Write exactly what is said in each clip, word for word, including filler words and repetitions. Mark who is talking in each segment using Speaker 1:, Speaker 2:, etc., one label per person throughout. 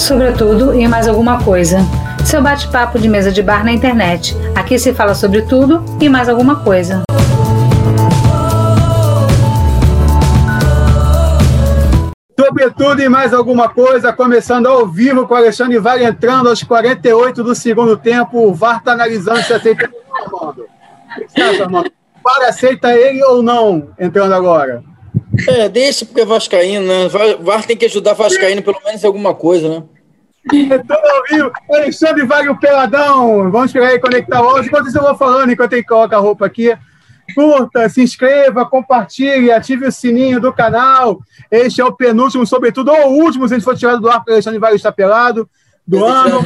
Speaker 1: sobre tudo e mais alguma coisa. Seu bate-papo de mesa de bar na internet. Aqui se fala sobre tudo e mais alguma coisa.
Speaker 2: Sobre tudo e mais alguma coisa, começando ao vivo com o Alexandre Vale entrando aos quarenta e oito do segundo tempo. O V A R está analisando se aceita ele, Armando. O que você acha, Armando? O V A R aceita ele ou não entrando agora?
Speaker 3: É, deixa porque é vascaíno, né? O V A R tem que ajudar vascaíno pelo menos em alguma coisa, né?
Speaker 2: Entrando ao vivo, Alexandre Vale, o Peladão. Vamos esperar ele conectar o áudio. Enquanto isso eu vou falando, enquanto ele coloca a roupa aqui. Curta, se inscreva, compartilhe, ative o sininho do canal. Este é o penúltimo, sobretudo, ou o último, se a gente for tirado do ar, porque o Alexandre Vale está pelado, do ano.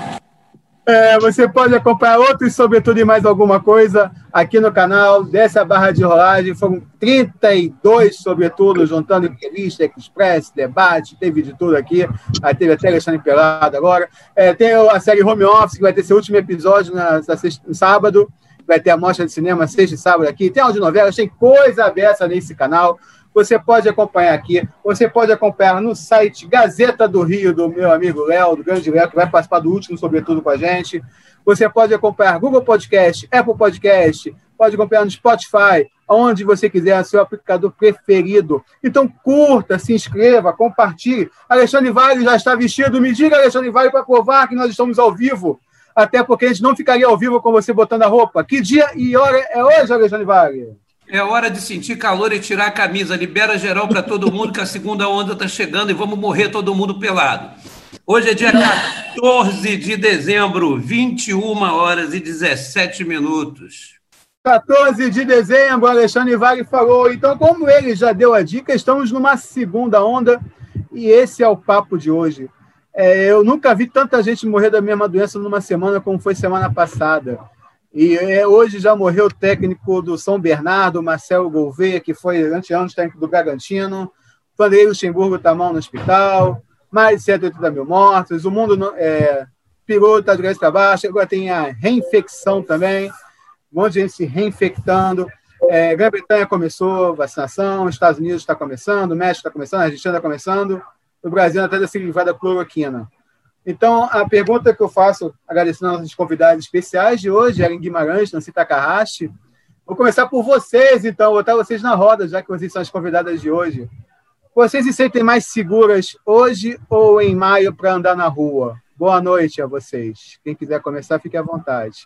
Speaker 2: É, você pode acompanhar outros, sobretudo, e mais alguma coisa aqui no canal. Desce a barra de rolagem. Foram trinta e dois, sobretudo, juntando entrevista, express, debate, teve de tudo aqui. Aí teve até Alexandre pelado agora. É, tem a série Home Office, que vai ter seu último episódio na, na sexta, no sábado. Vai ter a mostra de cinema sexta e sábado aqui. Tem audionovelas, tem coisa aberta nesse canal. Você pode acompanhar aqui. Você pode acompanhar no site Gazeta do Rio, do meu amigo Léo, do grande Léo, que vai participar do último, sobretudo, com a gente. Você pode acompanhar Google Podcast, Apple Podcast, pode acompanhar no Spotify, onde você quiser, seu aplicador preferido. Então, curta, se inscreva, compartilhe. Alexandre Vale já está vestido. Me diga, Alexandre Vale, para provar que nós estamos ao vivo. Até porque a gente não ficaria ao vivo com você botando a roupa. Que dia e hora é hoje, Alexandre Vale?
Speaker 4: É hora de sentir calor e tirar a camisa. Libera geral para todo mundo que a segunda onda está chegando e vamos morrer todo mundo pelado. Hoje é dia quatorze de dezembro, vinte e uma horas e dezessete minutos.
Speaker 2: quatorze de dezembro, Alexandre Vale falou. Então, como ele já deu a dica, estamos numa segunda onda e esse é o papo de hoje. É, eu nunca vi tanta gente morrer da mesma doença numa semana como foi semana passada. E é, hoje já morreu o técnico do São Bernardo, Marcelo Gouveia, que foi anteanos técnico do Bragantino. Vanderlei Luxemburgo está mal no hospital. Mais de cento e oitenta mil mortos. O mundo é, pirou, está de cabeça para baixo. Agora tem a reinfecção também. Um monte de gente se reinfectando. É, Grã-Bretanha começou vacinação, Estados Unidos está começando, México está começando, a Argentina está começando. O Brasil até se livrar da cloroquina. Então, a pergunta que eu faço, agradecendo aos nossos convidados especiais de hoje, Ellen Guimarães, Nancy Takahashi. Vou começar por vocês, então, botar vocês na roda, já que vocês são as convidadas de hoje. Vocês se sentem mais seguras hoje ou em maio para andar na rua? Boa noite a vocês. Quem quiser começar, fique à vontade.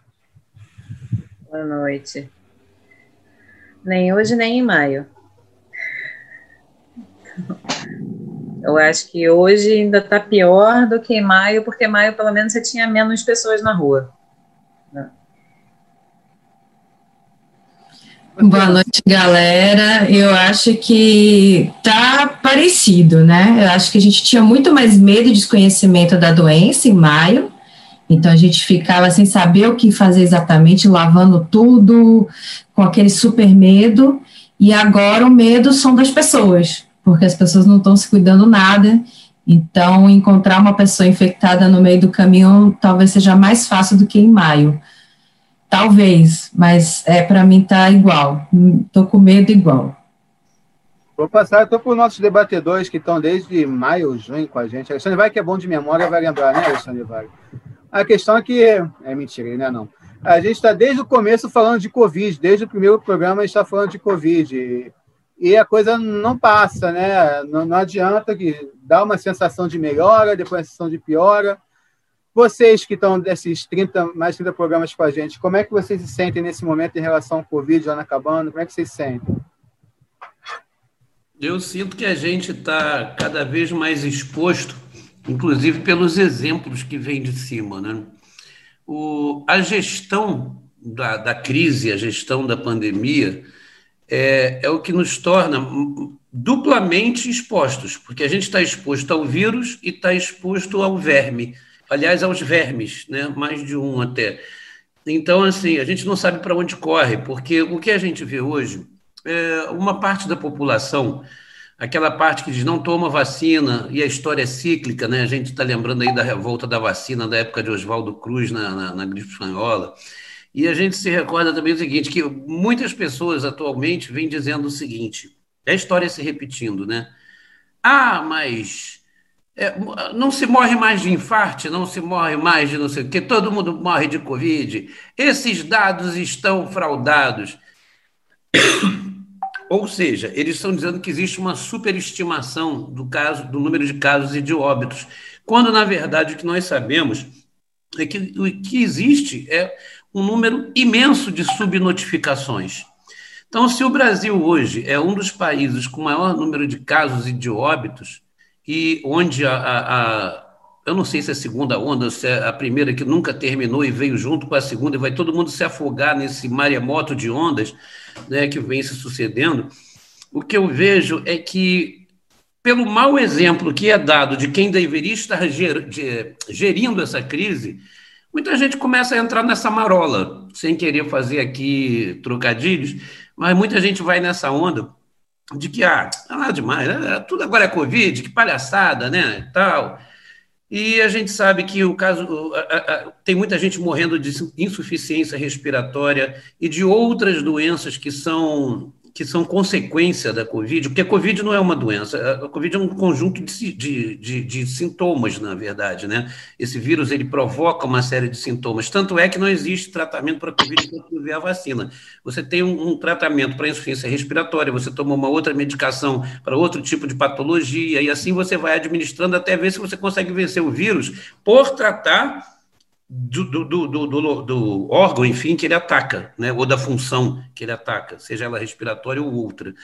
Speaker 5: Boa noite. Nem hoje, nem em maio. Eu acho que hoje ainda está pior do que em maio, porque em maio, pelo menos, você tinha menos pessoas na rua.
Speaker 6: Boa noite, galera. Eu acho que tá parecido, né? Eu acho que a gente tinha muito mais medo e desconhecimento da doença em maio, então a gente ficava sem saber o que fazer exatamente, lavando tudo, com aquele super medo, e agora o medo são das pessoas, porque as pessoas não estão se cuidando nada, então encontrar uma pessoa infectada no meio do caminho talvez seja mais fácil do que em maio. Talvez, mas é, para mim tá igual, estou com medo igual.
Speaker 2: Vou passar, estou para os nossos debatedores que estão desde maio ou junho com a gente. Alexandre Vale, que é bom de memória, vai lembrar, né, Alexandre Vale? A questão é que, é mentira, né, não. A gente está desde o começo falando de Covid, desde o primeiro programa a gente está falando de Covid, e, e a coisa não passa, né, não, não adianta que dá uma sensação de melhora, depois uma sensação de piora. Vocês que estão desses trinta, mais trinta programas com a gente, como é que vocês se sentem nesse momento em relação ao Covid, já acabando? Como é que vocês se sentem?
Speaker 4: Eu sinto que a gente está cada vez mais exposto, inclusive pelos exemplos que vêm de cima, né? O, a gestão da, da crise, a gestão da pandemia, é, é o que nos torna duplamente expostos, porque a gente está exposto ao vírus e está exposto ao verme. Aliás, aos vermes, né? Mais de um até. Então, assim, a gente não sabe para onde corre, porque o que a gente vê hoje é uma parte da população, aquela parte que diz não toma vacina, e a história é cíclica, né? A gente está lembrando aí da revolta da vacina da época de Oswaldo Cruz na, na, na gripe espanhola, e a gente se recorda também do seguinte, que muitas pessoas atualmente vêm dizendo o seguinte, é a história se repetindo, né? Ah, mas É, não se morre mais de infarto, não se morre mais de não sei o quê, todo mundo morre de Covid. Esses dados estão fraudados. Ou seja, eles estão dizendo que existe uma superestimação do caso, do número de casos e de óbitos, quando, na verdade, o que nós sabemos é que o que existe é um número imenso de subnotificações. Então, se o Brasil hoje é um dos países com maior número de casos e de óbitos, e onde a, a, a eu não sei se é a segunda onda, se é a primeira que nunca terminou e veio junto com a segunda, e vai todo mundo se afogar nesse maremoto de ondas, né, que vem se sucedendo, o que eu vejo é que, pelo mau exemplo que é dado de quem deveria estar ger, de, gerindo essa crise, muita gente começa a entrar nessa marola, sem querer fazer aqui trocadilhos, mas muita gente vai nessa onda de que, ah, nada demais, é, tudo agora é Covid, que palhaçada, né, e tal. E a gente sabe que o caso a, a, tem muita gente morrendo de insuficiência respiratória e de outras doenças que são, que são consequência da Covid, porque a Covid não é uma doença, a Covid é um conjunto de, de, de, de sintomas, na verdade, né? Esse vírus, ele provoca uma série de sintomas, tanto é que não existe tratamento para a Covid enquanto não vier a vacina. Você tem um, um tratamento para insuficiência respiratória, você toma uma outra medicação para outro tipo de patologia, e assim você vai administrando até ver se você consegue vencer o vírus por tratar Do, do, do, do, do órgão, enfim, que ele ataca, né? Ou da função que ele ataca, seja ela respiratória ou outra.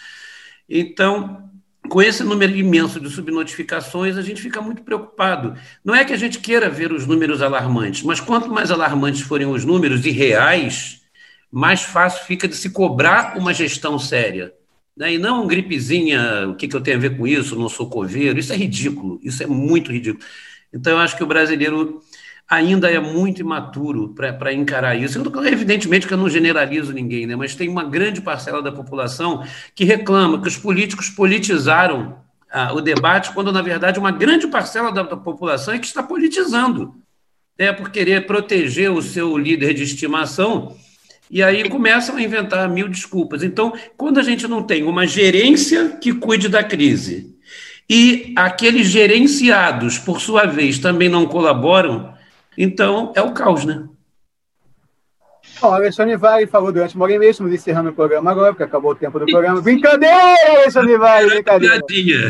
Speaker 4: Então, com esse número imenso de subnotificações, a gente fica muito preocupado. Não é que a gente queira ver os números alarmantes, mas quanto mais alarmantes forem os números e reais, mais fácil fica de se cobrar uma gestão séria. Né? E não gripezinha, o que, que eu tenho a ver com isso, não sou coveiro, isso é ridículo, isso é muito ridículo. Então, eu acho que o brasileiro ainda é muito imaturo para encarar isso. Eu, evidentemente que eu não generalizo ninguém, né? Mas tem uma grande parcela da população que reclama que os políticos politizaram ah, o debate, quando, na verdade, uma grande parcela da, da população é que está politizando, né? Por querer proteger o seu líder de estimação, e aí começam a inventar mil desculpas. Então, quando a gente não tem uma gerência que cuide da crise e aqueles gerenciados, por sua vez, também não colaboram, então, é o caos, né?
Speaker 2: Bom, Alexandre Vale falou durante uma hora e meia, estamos encerrando o programa agora, porque acabou o tempo do programa. Brincadeira, Alexandre Vale, brincadeira.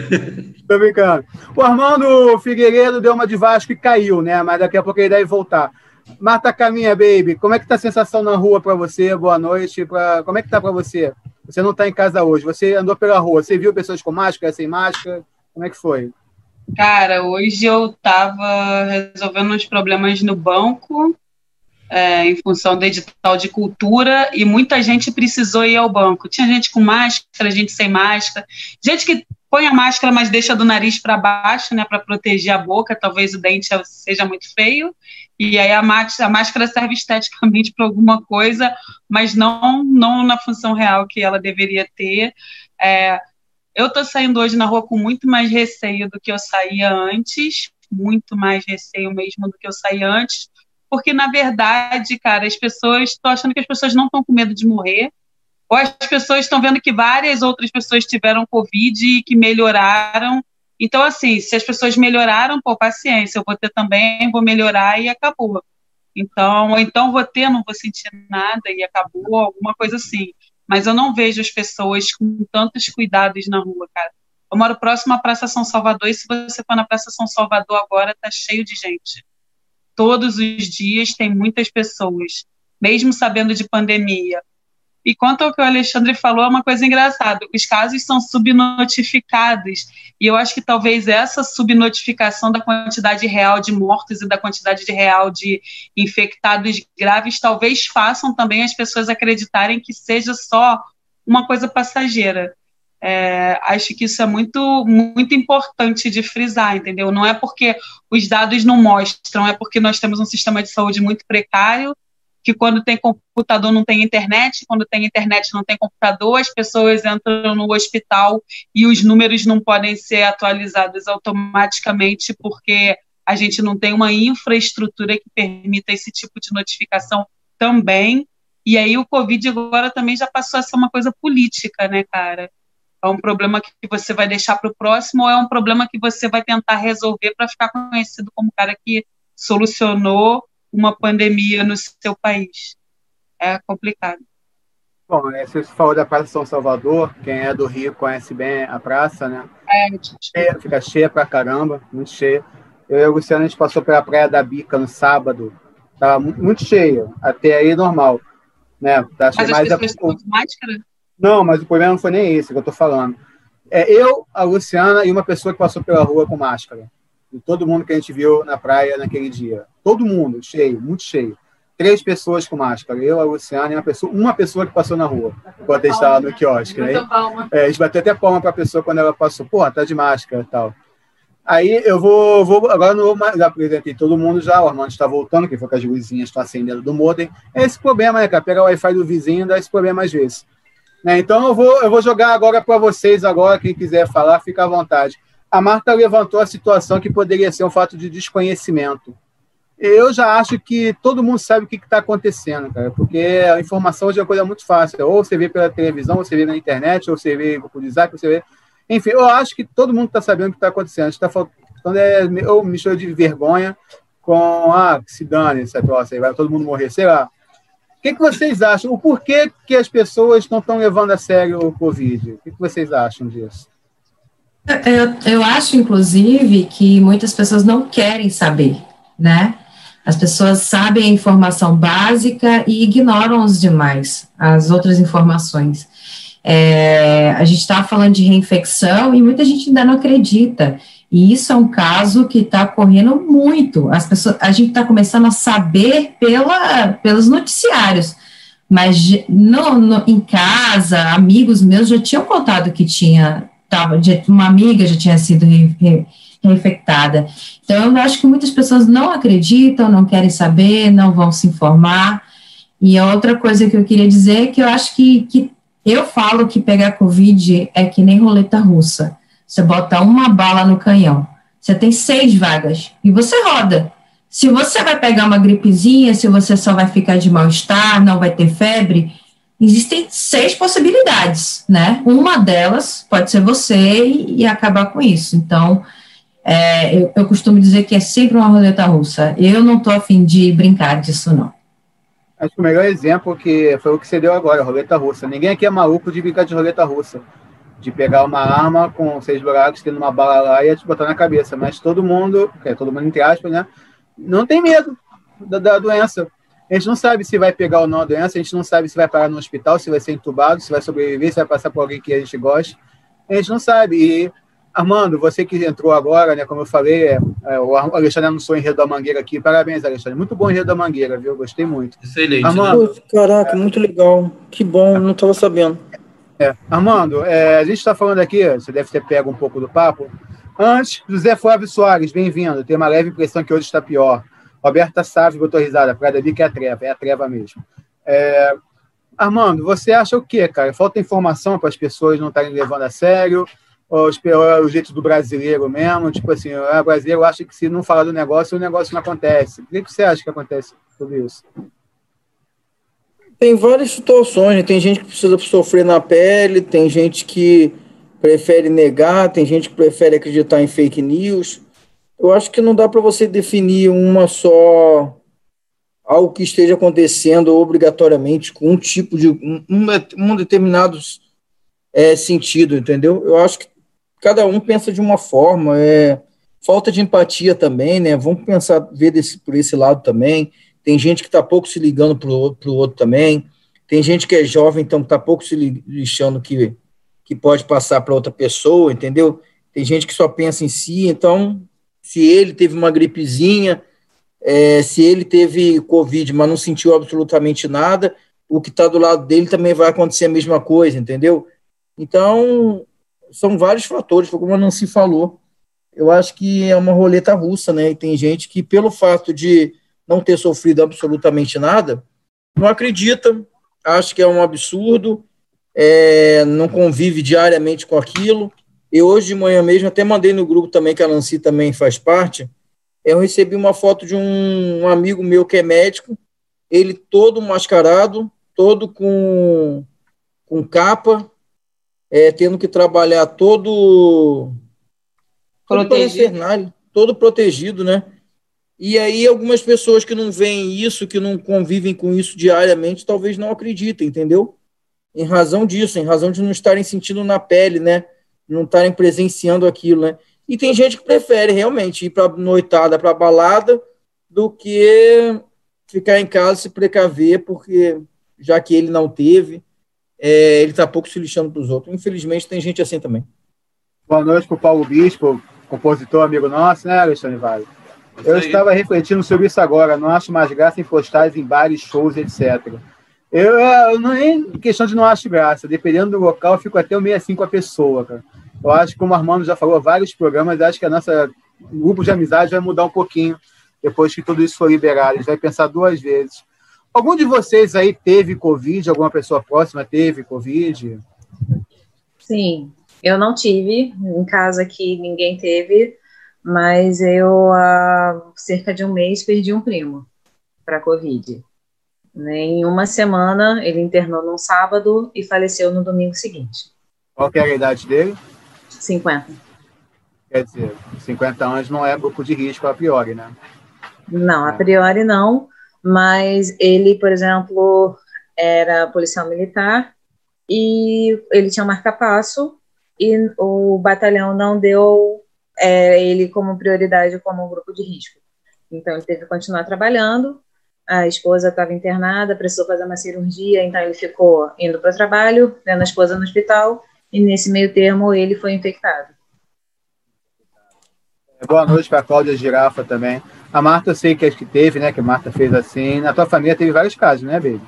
Speaker 2: Estou brincando. O Armando Figueiredo deu uma de Vasco e caiu, né? Mas daqui a pouco ele deve voltar. Marta Caminha, baby, como é que tá a sensação na rua para você? Boa noite. Pra... Como é que tá para você? Você não está em casa hoje, você andou pela rua, você viu pessoas com máscara, sem máscara? Como é que foi?
Speaker 7: Cara, hoje eu estava resolvendo uns problemas no banco, é, em função do edital de cultura, e muita gente precisou ir ao banco. Tinha gente com máscara, gente sem máscara, gente que põe a máscara, mas deixa do nariz para baixo, né, para proteger a boca, talvez o dente seja muito feio, e aí a, a máscara serve esteticamente para alguma coisa, mas não, não na função real que ela deveria ter. É, Eu estou saindo hoje na rua com muito mais receio do que eu saía antes, muito mais receio mesmo do que eu saía antes, porque, na verdade, cara, as pessoas, estou achando que as pessoas não estão com medo de morrer, ou as pessoas estão vendo que várias outras pessoas tiveram Covid e que melhoraram. Então, assim, se as pessoas melhoraram, pô, paciência, eu vou ter também, vou melhorar e acabou. Então, ou então vou ter, não vou sentir nada e acabou, alguma coisa assim. Mas eu não vejo as pessoas com tantos cuidados na rua, cara. Eu moro próximo à Praça São Salvador, e se você for na Praça São Salvador agora, tá cheio de gente. Todos os dias tem muitas pessoas, mesmo sabendo de pandemia. E quanto ao que o Alexandre falou, é uma coisa engraçada. Os casos são subnotificados, e eu acho que talvez essa subnotificação da quantidade real de mortos e da quantidade de real de infectados graves talvez façam também as pessoas acreditarem que seja só uma coisa passageira. É, acho que isso é muito, muito importante de frisar, entendeu? Não é porque os dados não mostram, é porque nós temos um sistema de saúde muito precário, que quando tem computador não tem internet, quando tem internet não tem computador, as pessoas entram no hospital e os números não podem ser atualizados automaticamente porque a gente não tem uma infraestrutura que permita esse tipo de notificação também. E aí o Covid agora também já passou a ser uma coisa política, né, cara? É um problema que você vai deixar para o próximo ou é um problema que você vai tentar resolver para ficar conhecido como o cara que solucionou uma pandemia no seu país? É complicado.
Speaker 2: Bom, é, você falou da Praça São Salvador, quem é do Rio conhece bem a praça, né?
Speaker 7: É,
Speaker 2: cheia, fica cheia pra caramba, muito cheia. Eu e a Luciana, a gente passou pela Praia da Bica no sábado, estava muito cheia, até aí normal. Né? Tá
Speaker 7: mas
Speaker 2: mais
Speaker 7: as pessoas estão de máscara?
Speaker 2: Não, mas o problema não foi nem esse que eu estou falando. É eu, a Luciana e uma pessoa que passou pela rua com máscara. E todo mundo que a gente viu na praia naquele dia. Todo mundo, cheio, muito cheio. Três pessoas com máscara. Eu, a Luciana e uma pessoa, uma pessoa que passou na rua. Enquanto a gente estava no quiosque. Né? É, a gente bateu até palma para a pessoa quando ela passou. Pô, tá de máscara e tal. Aí eu vou, vou agora não vou mais, já apresentei todo mundo já, o Armando está voltando, que foi que as luzinhas estão acendendo do modem. É esse problema, né, cara? Pega o Wi-Fi do vizinho dá esse problema às vezes. Né? Então eu vou, eu vou jogar agora para vocês, agora, quem quiser falar, fica à vontade. A Marta levantou a situação que poderia ser um fato de desconhecimento. Eu já acho que todo mundo sabe o que está acontecendo, cara, porque a informação hoje é uma coisa muito fácil. Ou você vê pela televisão, ou você vê na internet, ou você vê por WhatsApp, ou você vê... Enfim, eu acho que todo mundo está sabendo o que está acontecendo. Está faltando é, ou mistura de vergonha com, ah, que se dane essa troça aí, vai todo mundo morrer, sei lá. O que, que vocês acham? O porquê que as pessoas não estão levando a sério o Covid? O que, que vocês acham disso?
Speaker 6: Eu, eu acho, inclusive, que muitas pessoas não querem saber, né? As pessoas sabem a informação básica e ignoram os demais, as outras informações. É, a gente está falando de reinfecção e muita gente ainda não acredita. E isso é um caso que está ocorrendo muito. As pessoas, a gente está começando a saber pela, pelos noticiários, mas no, no, em casa, amigos meus já tinham contado que tinha, tava, uma amiga já tinha sido re, re, reinfectada. Então, eu acho que muitas pessoas não acreditam, não querem saber, não vão se informar. E a outra coisa que eu queria dizer é que eu acho que, que eu falo que pegar Covid é que nem roleta russa. Você bota uma bala no canhão, você tem seis vagas e você roda. Se você vai pegar uma gripezinha, se você só vai ficar de mal-estar, não vai ter febre, existem seis possibilidades, né? Uma delas pode ser você e, e acabar com isso. Então, é, eu, eu costumo dizer que é sempre uma roleta russa. Eu não estou a fim de brincar disso, não.
Speaker 2: Acho que o melhor exemplo que foi o que você deu agora, a roleta russa. Ninguém aqui é maluco de brincar de roleta russa. De pegar uma arma com seis buracos, tendo uma bala lá e te botar na cabeça. Mas todo mundo, é, todo mundo entre aspas, né? Não tem medo da, da doença. A gente não sabe se vai pegar ou não a doença, a gente não sabe se vai parar no hospital, se vai ser entubado, se vai sobreviver, se vai passar por alguém que a gente gosta. A gente não sabe. E, Armando, você que entrou agora, né? Como eu falei, é, é, o Alexandre anunciou o Enredo da Mangueira aqui. Parabéns, Alexandre. Muito bom o Enredo da Mangueira, viu? Gostei muito.
Speaker 4: Excelente.
Speaker 2: Armando,
Speaker 3: né? Caraca, muito legal. Que bom, não estava sabendo.
Speaker 2: É, Armando, é, a gente está falando aqui, você deve ter pego um pouco do papo. Antes, José Flávio Soares, bem-vindo. Tem uma leve impressão que hoje está pior. Roberta Sávio botou risada. Praia da Bica é a treva, é a treva mesmo. É, Armando, você acha o quê, cara? Falta informação para as pessoas não estarem levando a sério? Ou é o jeito do brasileiro mesmo? Tipo assim, o brasileiro acha que se não falar do negócio, o negócio não acontece. O que você acha que acontece sobre isso?
Speaker 3: Tem várias situações, né? Tem gente que precisa sofrer na pele, tem gente que prefere negar, tem gente que prefere acreditar em fake news. Eu acho que não dá para você definir uma só, algo que esteja acontecendo obrigatoriamente com um tipo de, um, um determinado é, sentido, entendeu? Eu acho que cada um pensa de uma forma, é, falta de empatia também, né? Vamos pensar, ver desse, por esse lado também. Tem gente que está pouco se ligando para o outro também. Tem gente que é jovem, então está pouco se lixando que, que pode passar para outra pessoa, entendeu? Tem gente que só pensa em si. Então, se ele teve uma gripezinha, é, se ele teve Covid, mas não sentiu absolutamente nada, o que está do lado dele também vai acontecer a mesma coisa, entendeu? Então, são vários fatores, como a Nancy falou. Eu acho que é uma roleta russa, né? E tem gente que, pelo fato de não ter sofrido absolutamente nada, não acredita, acha que é um absurdo, é, não convive diariamente com aquilo. E hoje de manhã mesmo, até mandei no grupo também, que a Nancy também faz parte, eu recebi uma foto de um, um amigo meu que é médico, ele todo mascarado, todo com, com capa, é, tendo que trabalhar todo, todo
Speaker 7: Protegido.
Speaker 3: todo protegido, né? E aí algumas pessoas que não veem isso, que não convivem com isso diariamente, talvez não acreditem, entendeu? Em razão disso, em razão de não estarem sentindo na pele, né? Não estarem presenciando aquilo, né? E tem gente que prefere realmente ir para noitada, para balada, do que ficar em casa, se precaver, porque já que ele não teve, é, ele está pouco se lixando para os outros. Infelizmente, tem gente assim também.
Speaker 2: Boa noite para o Paulo Bispo, compositor amigo nosso, né, Alexandre Vale? Eu estava refletindo sobre isso agora. Não acho mais graça em postagens em bares, shows, etcétera. Eu, eu não é questão de não acho graça. Dependendo do local, eu fico até o meio assim com a pessoa, cara. Eu acho que, como o Armando já falou, vários programas, acho que a nossa grupo de amizade vai mudar um pouquinho depois que tudo isso for liberado. A gente vai pensar duas vezes. Algum de vocês aí teve Covid? Alguma pessoa próxima teve Covid?
Speaker 5: Sim, eu não tive. Em casa aqui ninguém teve, mas eu, há cerca de um mês, perdi um primo para Covid. Em uma semana, ele internou num sábado e faleceu no domingo seguinte.
Speaker 2: Qual que era a idade dele?
Speaker 5: cinquenta.
Speaker 2: Quer dizer, cinquenta anos não é grupo de risco a priori, né?
Speaker 5: Não, a priori não, mas ele, por exemplo, era policial militar e ele tinha um marca-passo e o batalhão não deu é, ele como prioridade como um grupo de risco. Então, ele teve que continuar trabalhando. A esposa estava internada, precisou fazer uma cirurgia, então ele ficou indo para o trabalho, vendo a esposa no hospital, e nesse meio termo ele foi infectado.
Speaker 2: Boa noite para a Cláudia Girafa também. A Marta eu sei que acho que teve, né? Que a Marta fez assim. Na tua família teve vários casos, né, Baby?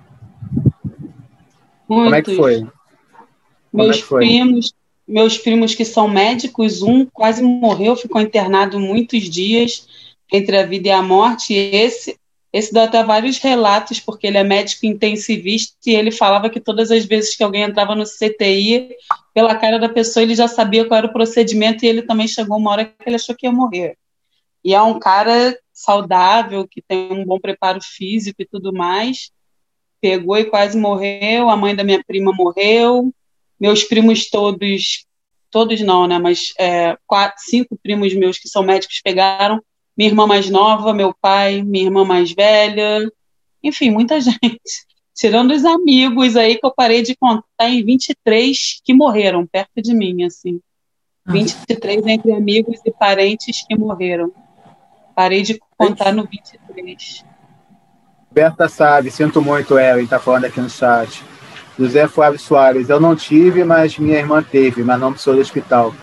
Speaker 7: Muitos.
Speaker 2: Como é que foi?
Speaker 7: Meus
Speaker 2: é que foi?
Speaker 7: primos, meus primos que são médicos, um quase morreu, ficou internado muitos dias entre a vida e a morte, e esse, esse dá até vários relatos, porque ele é médico intensivista, e ele falava que todas as vezes que alguém entrava no C T I, pela cara da pessoa, ele já sabia qual era o procedimento, e ele também chegou uma hora que ele achou que ia morrer. E é um cara saudável, que tem um bom preparo físico e tudo mais, pegou e quase morreu, a mãe da minha prima morreu, meus primos todos, todos não, né, mas é, quatro, cinco primos meus que são médicos pegaram, minha irmã mais nova, meu pai, minha irmã mais velha, enfim, muita gente. Tirando os amigos aí que eu parei de contar em vinte e três que morreram perto de mim, assim. vinte e três entre amigos e parentes que morreram. Parei de contar no vinte e três.
Speaker 2: Berta sabe, sinto muito, Ellen, tá falando aqui no chat. José Flávio Soares, eu não tive, mas minha irmã teve, mas não precisou do hospital.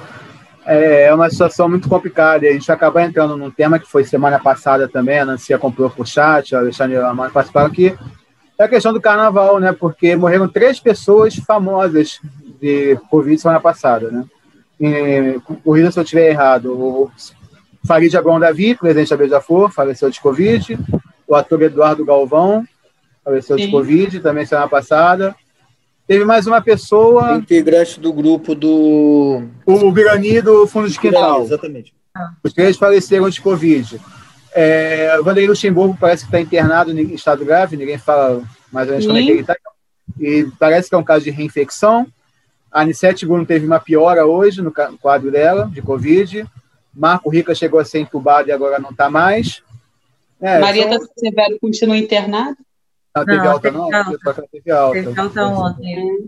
Speaker 2: É uma situação muito complicada, e a gente acaba entrando num tema que foi semana passada também, a Nancy comprou por chat, a Alexandre e a Amanda participaram aqui, é a questão do carnaval, né? Porque morreram três pessoas famosas de Covid semana passada, né? E, corrida, se eu estiver errado, o Farid Abrão Davi, presidente da Beija-Flor, faleceu de Covid, o ator Eduardo Galvão faleceu Sim. de Covid, também semana passada. Teve mais uma pessoa...
Speaker 3: Integrante do grupo do...
Speaker 2: O Birani do Fundo de Quintal.
Speaker 3: Exatamente.
Speaker 2: Os três faleceram de Covid. É, o Vanderlei Luxemburgo parece que está internado em estado grave, ninguém fala mais ou menos como é que ele está. E parece que é um caso de reinfecção. A Anissete Bruno teve uma piora hoje no quadro dela, de Covid. Marco Rica chegou a ser entubado e agora não está mais. É,
Speaker 7: Marieta são... Severo continua internado?
Speaker 2: Não, teve não, alta teve não? Alta. Teve alta.
Speaker 5: Teve alta ontem.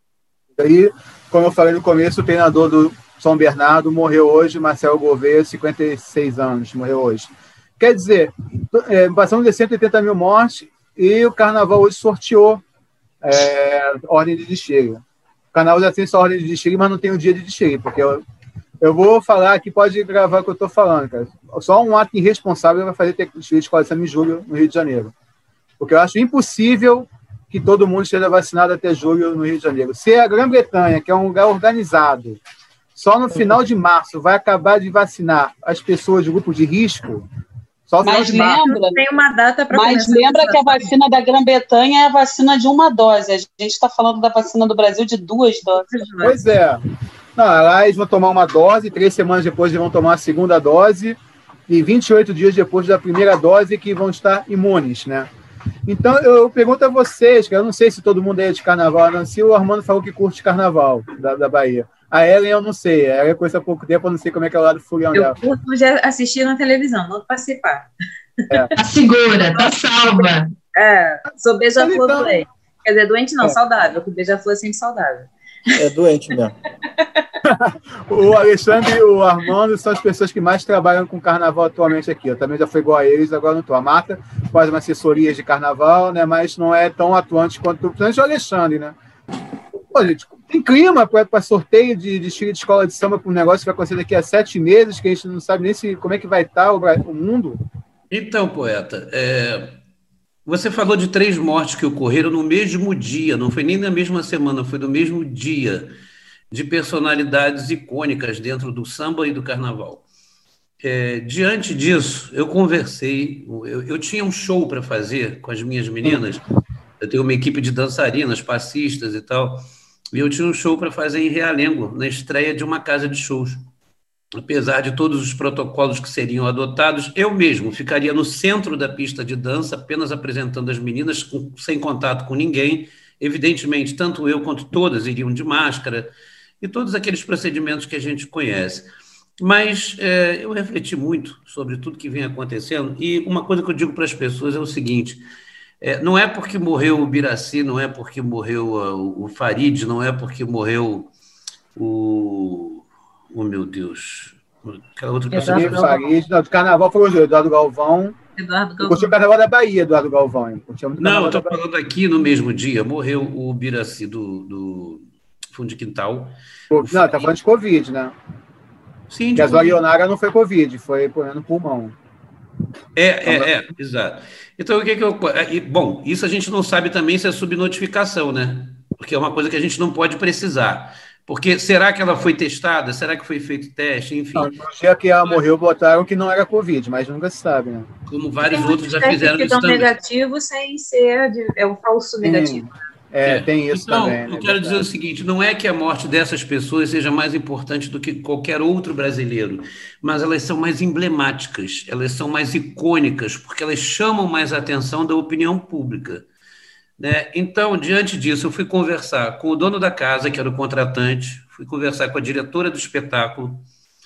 Speaker 2: E aí, como eu falei no começo, o treinador do São Bernardo morreu hoje, Marcelo Gouveia, cinquenta e seis anos, morreu hoje. Quer dizer, é, passamos de cento e oitenta mil mortes e o Carnaval hoje sorteou é, ordem de desfile. O Carnaval já tem só ordem de desfile, mas não tem o dia de desfile, porque eu, eu vou falar aqui, pode gravar o que eu estou falando, cara. Só um ato irresponsável vai fazer ter desfile de escola de samba em julho no Rio de Janeiro. Porque eu acho impossível que todo mundo esteja vacinado até julho no Rio de Janeiro. Se a Grã-Bretanha, que é um lugar organizado, só no final de março vai acabar de vacinar as pessoas de grupo de risco, só no final
Speaker 7: mas
Speaker 2: de março.
Speaker 7: Lembra,
Speaker 5: tem uma data para
Speaker 7: Mas lembra a que a vacina da Grã-Bretanha é a vacina de uma dose. A gente está falando da vacina do Brasil de duas doses.
Speaker 2: Pois é. Não, lá eles vão tomar uma dose, três semanas depois eles vão tomar a segunda dose, e vinte e oito dias depois da primeira dose que vão estar imunes, né? Então, eu pergunto a vocês, que eu não sei se todo mundo é de carnaval, a Nancy, o Armando falou que curte carnaval da, da Bahia. A Ellen eu não sei, a Ellen conhece há pouco tempo, eu não sei como é que é o lado furião
Speaker 5: Eu
Speaker 2: dela.
Speaker 5: curto já assistir na televisão, não participar.
Speaker 2: É.
Speaker 6: Tá segura, tá salva.
Speaker 5: É, sou beija-flor
Speaker 2: Então-
Speaker 5: play. Quer dizer, doente não,
Speaker 2: É.
Speaker 5: saudável, porque beija-flor é sempre saudável.
Speaker 3: É doente mesmo.
Speaker 2: O Alexandre e o Armando são as pessoas que mais trabalham com carnaval atualmente aqui. Eu também já fui igual a eles, agora não estou. A Marta faz umas assessorias de carnaval, né? Mas não é tão atuante quanto principalmente o Alexandre, né? Pô, gente, tem clima para sorteio de desfile de escola de samba para um negócio que vai acontecer daqui a sete meses, que a gente não sabe nem se, como é que vai estar o, Bra- o mundo.
Speaker 4: Então, poeta, é, você falou de três mortes que ocorreram no mesmo dia, não foi nem na mesma semana, foi no mesmo dia, de personalidades icônicas dentro do samba e do carnaval. É, diante disso, eu conversei, eu, eu tinha um show para fazer com as minhas meninas, eu tenho uma equipe de dançarinas, passistas e tal, e eu tinha um show para fazer em Realengo, na estreia de uma casa de shows. Apesar de todos os protocolos que seriam adotados, eu mesmo ficaria no centro da pista de dança, apenas apresentando as meninas, com, sem contato com ninguém. Evidentemente, tanto eu quanto todas iriam de máscara e todos aqueles procedimentos que a gente conhece. Mas é, eu refleti muito sobre tudo que vem acontecendo e uma coisa que eu digo para as pessoas é o seguinte, é, não é porque morreu o Biraci, não é porque morreu uh, o Farid, não é porque morreu o... Oh, meu Deus. Aquela outra pessoa.
Speaker 5: Eduardo
Speaker 2: Sim, Farid, não, do carnaval foi o Eduardo Galvão.
Speaker 5: Eduardo
Speaker 2: Eu
Speaker 5: Galvão.
Speaker 2: curti o carnaval da Bahia, Eduardo Galvão. Eu curtia muito o
Speaker 4: Não,
Speaker 2: carnaval
Speaker 4: eu estou
Speaker 2: da Bahia.
Speaker 4: falando aqui no mesmo dia. Morreu o Biraci do, do Fundo de Quintal.
Speaker 2: Não, tá falando de Covid, né?
Speaker 4: Sim, de
Speaker 2: Que a
Speaker 4: Covid.
Speaker 2: Zorionara não foi Covid, foi no pulmão.
Speaker 4: É, é, é, exato. Então, o que que eu... e, Bom, isso a gente não sabe também se é subnotificação, né? Porque é uma coisa que a gente não pode precisar. Porque será que ela foi testada? Será que foi feito teste? Enfim,
Speaker 2: Não, no dia que ela morreu, botaram que não era Covid, mas nunca se sabe, né?
Speaker 4: como vários
Speaker 5: Tem
Speaker 4: outros
Speaker 5: muitos
Speaker 4: já
Speaker 5: testes
Speaker 4: fizeram
Speaker 5: que
Speaker 4: isso
Speaker 5: dão
Speaker 4: também.
Speaker 5: negativo sem ser de, é o falso negativo.
Speaker 2: É,
Speaker 4: É.
Speaker 2: tem isso
Speaker 4: Então,
Speaker 2: também. Né?
Speaker 4: eu quero dizer o seguinte, não é que a morte dessas pessoas seja mais importante do que qualquer outro brasileiro, mas elas são mais emblemáticas, elas são mais icônicas, porque elas chamam mais a atenção da opinião pública, né? Então, diante disso, eu fui conversar com o dono da casa, que era o contratante, fui conversar com a diretora do espetáculo,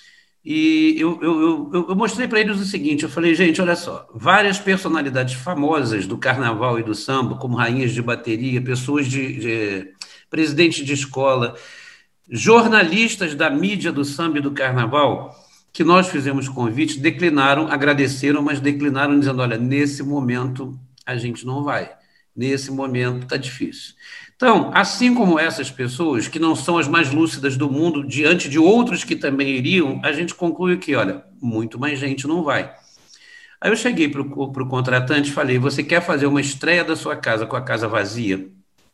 Speaker 4: e eu, eu, eu, eu mostrei para eles o seguinte, eu falei, gente, olha só, várias personalidades famosas do carnaval e do samba, como rainhas de bateria, pessoas de, de presidentes de escola, jornalistas da mídia do samba e do carnaval, que nós fizemos convite, declinaram, agradeceram, mas declinaram dizendo, olha, nesse momento a gente não vai, nesse momento está difícil. Então, assim como essas pessoas, que não são as mais lúcidas do mundo, diante de outros que também iriam, a gente conclui que, olha, muito mais gente não vai. Aí eu cheguei para o contratante e falei, você quer fazer uma estreia da sua casa com a casa vazia?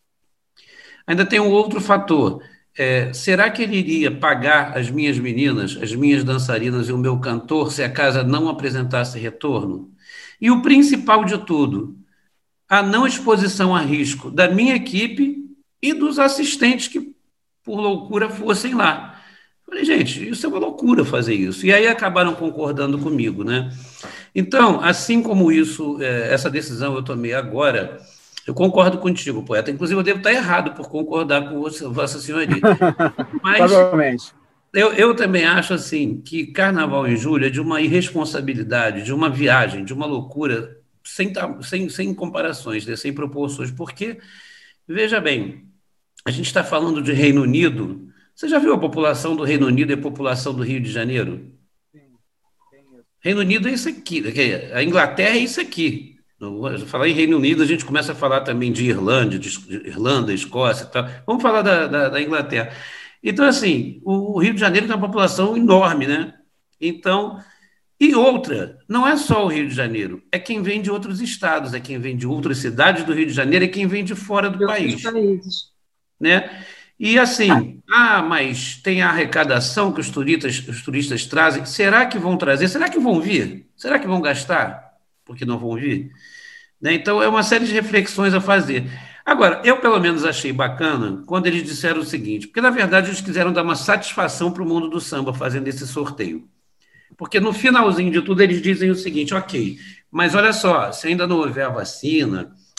Speaker 4: Ainda tem um outro fator. É, será que ele iria pagar as minhas meninas, as minhas dançarinas e o meu cantor se a casa não apresentasse retorno? E o principal de tudo, a não exposição a risco da minha equipe e dos assistentes que, por loucura, fossem lá. Falei, gente, isso é uma loucura fazer isso. E aí acabaram concordando comigo, né? Então, assim como isso, essa decisão eu tomei agora, eu concordo contigo, poeta. Inclusive, eu devo estar errado por concordar com você, Vossa Senhoria. Mas
Speaker 2: Provavelmente.
Speaker 4: eu, eu também acho assim que Carnaval em julho é de uma irresponsabilidade, de uma viagem, de uma loucura sem, sem, sem comparações, né? Sem proporções, porque, veja bem, a gente está falando de Reino Unido. Você já viu a população do Reino Unido e a população do Rio de Janeiro?
Speaker 2: Sim, tem isso.
Speaker 4: Reino Unido é isso aqui, a Inglaterra é isso aqui. Falar em Reino Unido, a gente começa a falar também de Irlanda, de Irlanda, Escócia e tal. Vamos falar da, da, da Inglaterra. Então, assim, o Rio de Janeiro tem uma população enorme, né? Então, e outra, não é só o Rio de Janeiro, é quem vem de outros estados, é quem vem de outras cidades do Rio de Janeiro, é quem vem de fora do
Speaker 5: De
Speaker 4: país.
Speaker 5: outros países.
Speaker 4: Né? E assim, ah, mas tem a arrecadação que os turistas, os turistas trazem, será que vão trazer? Será que vão vir? Será que vão gastar? Porque não vão vir? Né? Então, é uma série de reflexões a fazer. Agora, eu pelo menos achei bacana quando eles disseram o seguinte, porque na verdade eles quiseram dar uma satisfação para o mundo do samba fazendo esse sorteio. Porque no finalzinho de tudo eles dizem o seguinte, ok, mas olha só, se ainda não houver a vacina,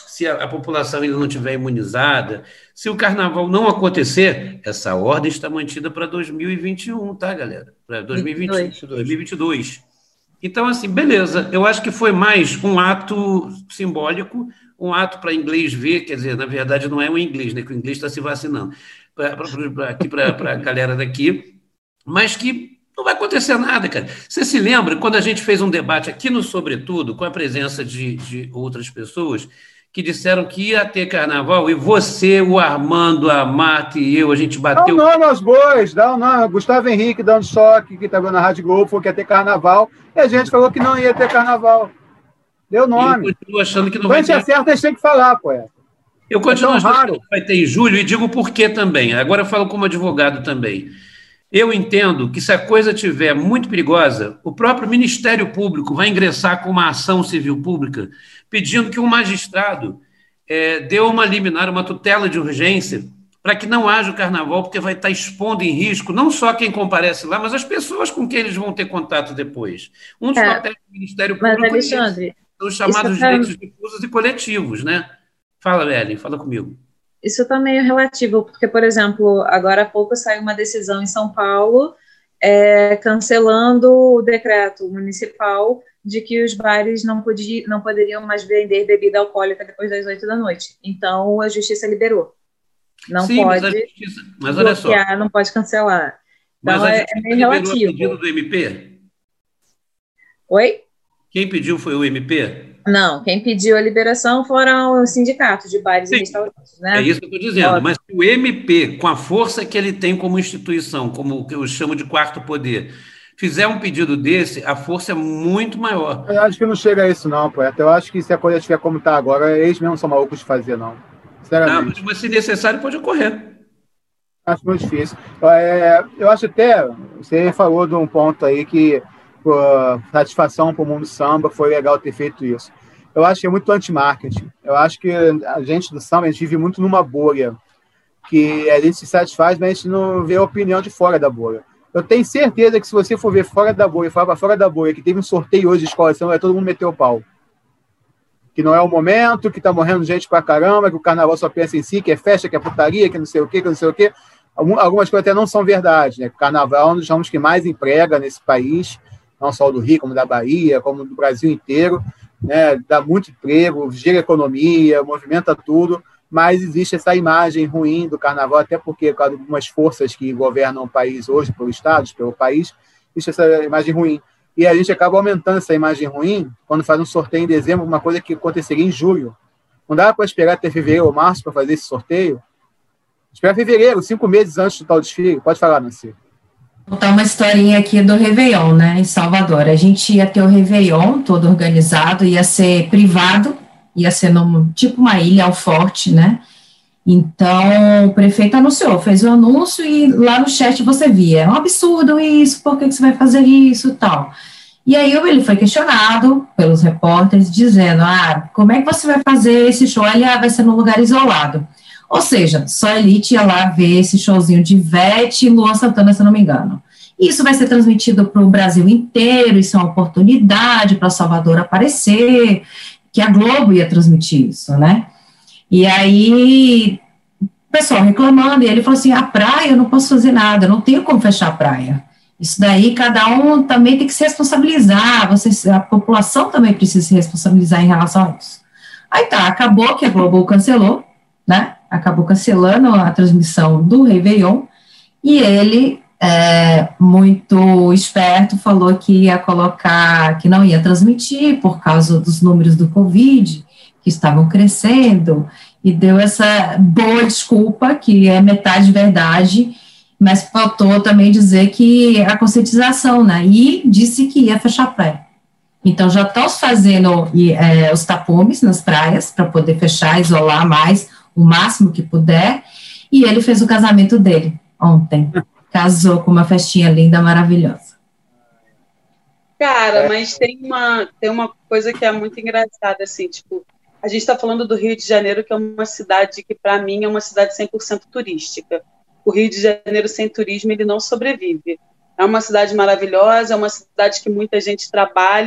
Speaker 4: se a, a população ainda não estiver imunizada, se o carnaval não acontecer, essa ordem está mantida para dois mil e vinte e um, tá, galera? Para dois mil e vinte e dois. dois mil e vinte e dois. Então, assim, beleza, eu acho que foi mais um ato simbólico, um ato para inglês ver, quer dizer, na verdade não é o inglês, né, que o inglês está se vacinando, pra, pra, pra, aqui para a galera daqui, mas que não vai acontecer nada, cara. Você se lembra quando a gente fez um debate aqui no Sobretudo, com a presença de, de outras pessoas, que disseram que ia ter carnaval, e você, o Armando, a Marta e eu, a gente bateu...
Speaker 2: Dá o nome aos bois, dá o nome. Gustavo Henrique dando choque, que estava na Rádio Globo, falou que ia ter carnaval, e a gente falou que não ia ter carnaval. Deu nome.
Speaker 4: Eu continuo achando que não
Speaker 2: Quando
Speaker 4: vai ter...
Speaker 2: a gente acerta, a gente tem que falar, poeta.
Speaker 4: Eu continuo
Speaker 2: é
Speaker 4: achando
Speaker 2: raro.
Speaker 4: que vai ter em julho, e digo por quê também. Agora eu falo como advogado também. Eu entendo que se a coisa estiver muito perigosa, o próprio Ministério Público vai ingressar com uma ação civil pública pedindo que um magistrado é, dê uma liminar, uma tutela de urgência para que não haja o carnaval, porque vai estar expondo em risco não só quem comparece lá, mas as pessoas com quem eles vão ter contato depois. Um dos
Speaker 5: É,
Speaker 4: papéis do Ministério
Speaker 5: mas,
Speaker 4: Público
Speaker 5: Alexandre,
Speaker 4: são os chamados
Speaker 5: isso é-
Speaker 4: direitos difusos e coletivos, né? Fala, Ellen, fala comigo.
Speaker 5: Isso está meio relativo, porque, por exemplo, agora há pouco saiu uma decisão em São Paulo é, cancelando o decreto municipal de que os bares não, podia, não poderiam mais vender bebida alcoólica depois das oito da noite. Então, a justiça liberou. Não
Speaker 4: Sim, mas, a
Speaker 5: pode
Speaker 4: justiça, mas olha só,
Speaker 5: bloquear, não pode cancelar.
Speaker 4: mas
Speaker 5: Então,
Speaker 4: a
Speaker 5: é,
Speaker 4: justiça
Speaker 5: é meio
Speaker 4: liberou a
Speaker 5: relativo.
Speaker 4: pedido do M P?
Speaker 5: Oi?
Speaker 4: Quem pediu foi o M P?
Speaker 5: Não, quem pediu a liberação foram os sindicatos de bares
Speaker 4: Sim.
Speaker 5: e restaurantes, né?
Speaker 4: É isso que eu estou dizendo,
Speaker 5: Óbvio.
Speaker 4: mas se o M P, com a força que ele tem como instituição, como o que eu chamo de quarto poder, fizer um pedido desse, a força é muito maior.
Speaker 2: Eu acho que não chega a isso, não, poeta. Eu acho que se a coisa estiver como está agora, eles mesmos são malucos de fazer, não.
Speaker 4: Ah,
Speaker 2: Sinceramente.
Speaker 4: mas se necessário, pode ocorrer.
Speaker 2: Acho muito difícil. É, eu acho até, você falou de um ponto aí que pô, satisfação para o mundo samba, foi legal ter feito isso. Eu acho que é muito anti-marketing. Eu acho que a gente do samba, a gente vive muito numa bolha, que a gente se satisfaz, mas a gente não vê a opinião de fora da bolha. Eu tenho certeza que se você for ver fora da bolha, falar para fora da bolha, que teve um sorteio hoje de escola, senão vai todo mundo meter o pau. Que não é o momento, que está morrendo gente pra caramba, que o carnaval só pensa em si, que é festa, que é putaria, que não sei o quê, que não sei o quê. Algumas coisas até não são verdade, né? O carnaval é um dos ramos que mais emprega nesse país, não só do Rio, como da Bahia, como do Brasil inteiro, né? Dá muito emprego, gira economia, movimenta tudo, mas existe essa imagem ruim do carnaval, até porque, por causa de algumas forças que governam o país hoje, pelo Estado, pelo país, existe essa imagem ruim. E a gente acaba aumentando essa imagem ruim quando faz um sorteio em dezembro, uma coisa que aconteceria em julho. Não dá para esperar até fevereiro ou março para fazer esse sorteio? Espera fevereiro, cinco meses antes do tal desfile. Pode falar, Nancy.
Speaker 6: Vou contar uma historinha aqui do Réveillon, né, em Salvador. A gente ia ter o Réveillon todo organizado, ia ser privado, ia ser num, tipo uma ilha ao forte, né? Então, o prefeito anunciou, fez o anúncio e lá no chat você via, é um absurdo isso, por que que você vai fazer isso e tal. E aí ele foi questionado pelos repórteres, dizendo, ah, como é que você vai fazer esse show? Ele ah, vai ser num lugar isolado. Ou seja, só a elite ia lá ver esse showzinho de Ivete e Luan Santana, se eu não me engano. Isso vai ser transmitido para o Brasil inteiro, isso é uma oportunidade para Salvador aparecer, que a Globo ia transmitir isso, né? E aí, o pessoal reclamando, e ele falou assim, a praia eu não posso fazer nada, eu não tenho como fechar a praia. Isso daí, cada um também tem que se responsabilizar, você, a população também precisa se responsabilizar em relação a isso. Aí tá, acabou que a Globo cancelou, né? Acabou cancelando a transmissão do Réveillon, e ele, é, muito esperto, falou que ia colocar, que não ia transmitir por causa dos números do Covid, que estavam crescendo, e deu essa boa desculpa, que é metade verdade, mas faltou também dizer que a conscientização, né, e disse que ia fechar a praia. Então, já estão fazendo é, os tapumes nas praias, para poder fechar, isolar mais, o máximo que puder, e ele fez o casamento dele ontem, casou com uma festinha linda, maravilhosa.
Speaker 7: Cara, mas tem uma, tem uma coisa que é muito engraçada, assim, tipo, a gente está falando do Rio de Janeiro, que é uma cidade que, para mim, é uma cidade cem por cento turística. O Rio de Janeiro, sem turismo, ele não sobrevive. É uma cidade maravilhosa, é uma cidade que muita gente trabalha,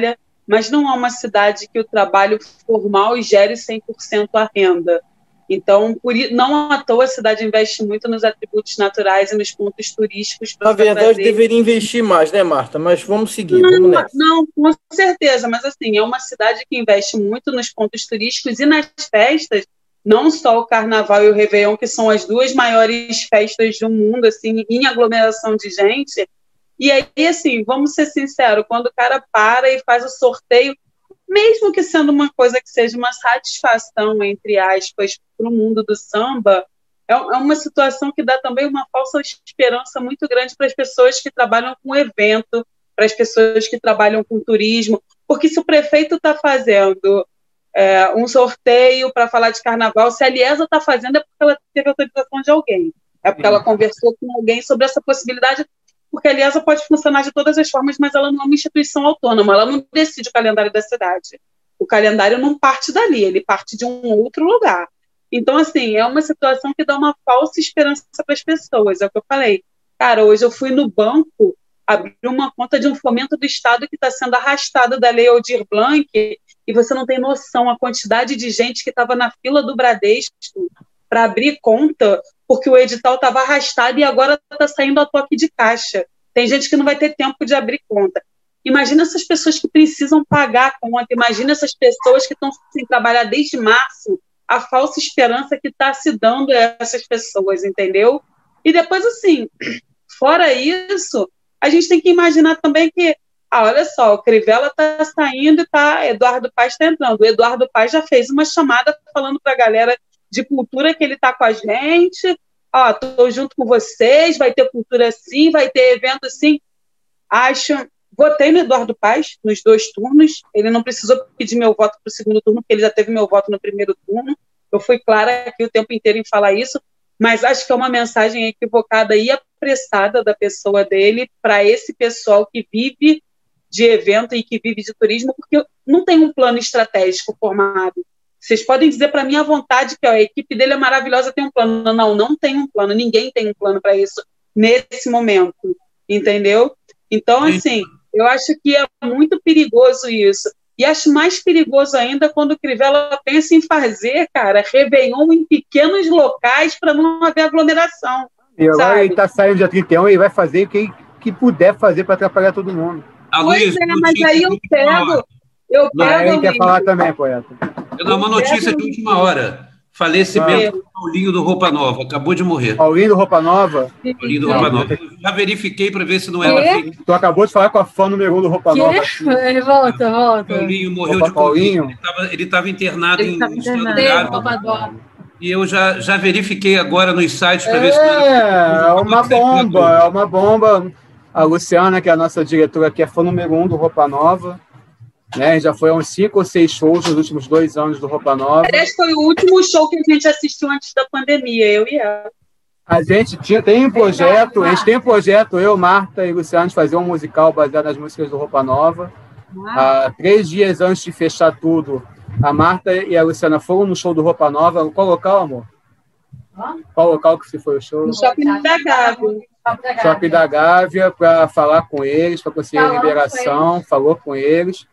Speaker 7: mas não é uma cidade que o trabalho formal gere cem por cento a renda. Então, por, não à toa a cidade investe muito nos atributos naturais e nos pontos turísticos.
Speaker 3: Na verdade, trazer... deveria investir mais, né, Marta? Mas vamos seguir,
Speaker 7: não,
Speaker 3: vamos nessa.
Speaker 7: Não, com certeza, mas assim, é uma cidade que investe muito nos pontos turísticos e nas festas, não só o Carnaval e o Réveillon, que são as duas maiores festas do mundo, assim, em aglomeração de gente. E aí, assim, vamos ser sinceros, quando o cara para e faz o sorteio, mesmo que sendo uma coisa que seja uma satisfação, entre aspas, para o mundo do samba, é uma situação que dá também uma falsa esperança muito grande para as pessoas que trabalham com evento, para as pessoas que trabalham com turismo, porque se o prefeito está fazendo é, um sorteio para falar de carnaval, se a Liesa está fazendo é porque ela teve autorização de alguém, é porque ela conversou com alguém sobre essa possibilidade, porque a Liesa pode funcionar de todas as formas, mas ela não é uma instituição autônoma, ela não decide o calendário da cidade. O calendário não parte dali, ele parte de um outro lugar. Então, assim, é uma situação que dá uma falsa esperança para as pessoas, é o que eu falei. Cara, hoje eu fui no banco abrir uma conta de um fomento do Estado que está sendo arrastado da Lei Aldir Blanc, e você não tem noção a quantidade de gente que estava na fila do Bradesco para abrir conta, porque o edital estava arrastado e agora está saindo a toque de caixa. Tem gente que não vai ter tempo de abrir conta. Imagina essas pessoas que precisam pagar a conta, imagina essas pessoas que estão sem trabalhar desde março, a falsa esperança que está se dando a essas pessoas, entendeu? E depois, assim, fora isso, a gente tem que imaginar também que, ah, olha só, o Crivella está saindo e tá, Eduardo Paes está entrando. O Eduardo Paes já fez uma chamada falando para a galera de cultura que ele está com a gente, ó, estou junto com vocês, vai ter cultura sim, vai ter evento sim. Acho, votei no Eduardo Paes nos dois turnos, ele não precisou pedir meu voto para o segundo turno, porque ele já teve meu voto no primeiro turno, eu fui clara aqui o tempo inteiro em falar isso, mas acho que é uma mensagem equivocada e apressada da pessoa dele para esse pessoal que vive de evento e que vive de turismo, porque não tem um plano estratégico formado. Vocês podem dizer para mim à vontade que ó, a equipe dele é maravilhosa, tem um plano. Não, não tem um plano, ninguém tem um plano para isso nesse momento, entendeu? Então, assim, eu acho que é muito perigoso isso. E acho mais perigoso ainda quando o Crivella pensa em fazer, cara, Réveillon em pequenos locais para não haver aglomeração.
Speaker 2: E agora sabe? Ele está saindo dia trinta e um e vai fazer o que, que puder fazer para atrapalhar todo mundo.
Speaker 7: Pois é, mas aí eu pego... Eu
Speaker 2: pego ele quer falar também, poeta.
Speaker 4: Eu dou uma notícia de última hora. Falecimento do Paulinho do Roupa Nova. Acabou de morrer.
Speaker 2: Paulinho do Roupa Nova?
Speaker 4: Paulinho do Roupa Nova. Eu já verifiquei para ver se não era fake.
Speaker 2: Tu acabou de falar com a fã número um do Roupa
Speaker 1: que?
Speaker 2: Nova.
Speaker 1: Ele volta, volta.
Speaker 4: Paulinho morreu
Speaker 2: Opa,
Speaker 4: de Covid.
Speaker 2: Paulinho.
Speaker 4: Ele estava internado
Speaker 1: ele
Speaker 4: em estado grave. E eu já, já verifiquei agora nos sites para
Speaker 2: é,
Speaker 4: ver se não era.
Speaker 2: É uma bomba, é uma bomba. A Luciana, que é a nossa diretora aqui, é fã número um do Roupa Nova. Né? Já foi a uns cinco ou seis shows nos últimos dois anos do Roupa Nova.
Speaker 7: Esse foi o último show que a gente assistiu antes da pandemia, eu e ela.
Speaker 2: A gente tinha, tem um projeto, a gente tem um projeto, eu, Marta e Luciano, de fazer um musical baseado nas músicas do Roupa Nova. Ah. Ah, três dias antes de fechar tudo, a Marta e a Luciana foram no show do Roupa Nova. Qual local, amor? Ah? Qual local que se foi o show?
Speaker 7: No Shopping da Gávea.
Speaker 2: Shopping da Gávea, para falar com eles, para conseguir a liberação, falou com eles.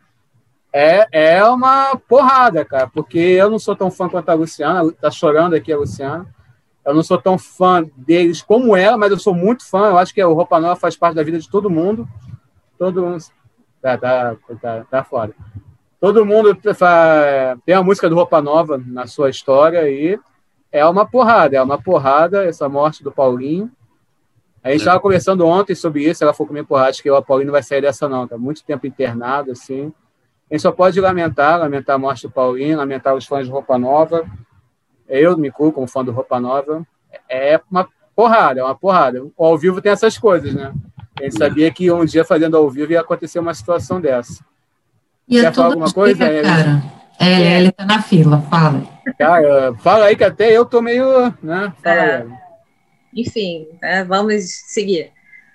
Speaker 2: É, é uma porrada, cara, porque eu não sou tão fã quanto a Luciana, tá chorando aqui a Luciana, eu não sou tão fã deles como ela, mas eu sou muito fã, eu acho que o Roupa Nova faz parte da vida de todo mundo, todo mundo, tá, tá, tá, tá fora, todo mundo tem a música do Roupa Nova na sua história e é uma porrada, é uma porrada essa morte do Paulinho. A gente estava conversando ontem sobre isso, ela falou comigo, porra, acho que o Paulinho não vai sair dessa não, tá muito tempo internado, assim. A gente só pode lamentar, lamentar a morte do Paulinho, lamentar os fãs de Roupa Nova. Eu me incluo como fã do Roupa Nova. É uma porrada, é uma porrada. O ao vivo tem essas coisas, né? A gente sabia que um dia, fazendo ao vivo, ia acontecer uma situação dessa.
Speaker 6: E Quer é falar alguma coisa? Dia, cara. É, ele está na fila, fala.
Speaker 2: Cara, fala aí que até eu tô meio... Né? Fala
Speaker 5: é.
Speaker 2: aí.
Speaker 5: Enfim, né? Vamos seguir.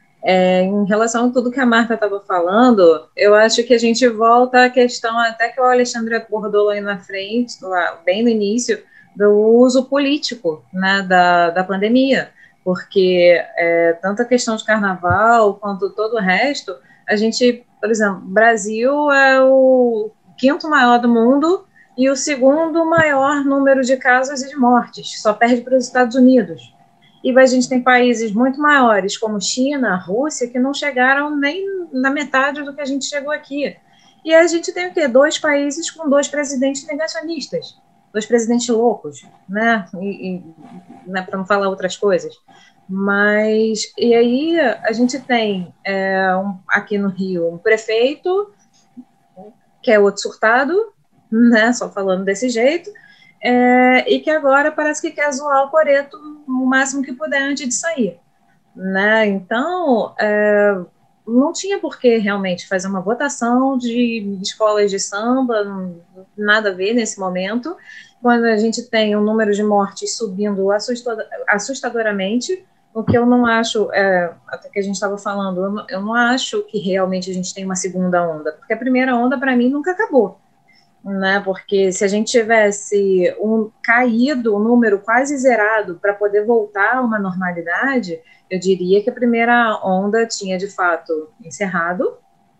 Speaker 5: É, em relação a tudo que a Marta estava falando, eu acho que a gente volta à questão, até que o Alexandre abordou lá na frente, lá, bem no início, do uso político, né, da, da pandemia, porque é, tanto a questão de carnaval quanto todo o resto, a gente por exemplo, o Brasil é o quinto maior do mundo e o segundo maior número de casos e de mortes, só perde para os Estados Unidos. E a gente tem países muito maiores, como China, Rússia, que não chegaram nem na metade do que a gente chegou aqui. E a gente tem o quê? Dois países com dois presidentes negacionistas, dois presidentes loucos, né? E, e, né, para não falar outras coisas. Mas, e aí a gente tem é, um, aqui no Rio um prefeito, que é outro surtado, né? Só falando desse jeito, é, e que agora parece que quer zoar o coreto o máximo que puder antes de sair, né? Então, é, não tinha por que realmente fazer uma votação de escolas de samba, não, nada a ver nesse momento, quando a gente tem um número de mortes subindo assustadoramente, o que eu não acho, é, até que a gente estava falando, eu não, eu não acho que realmente a gente tem uma segunda onda, porque a primeira onda, para mim, nunca acabou. Né, porque se a gente tivesse um, caído, um número quase zerado para poder voltar a uma normalidade, eu diria que a primeira onda tinha de fato encerrado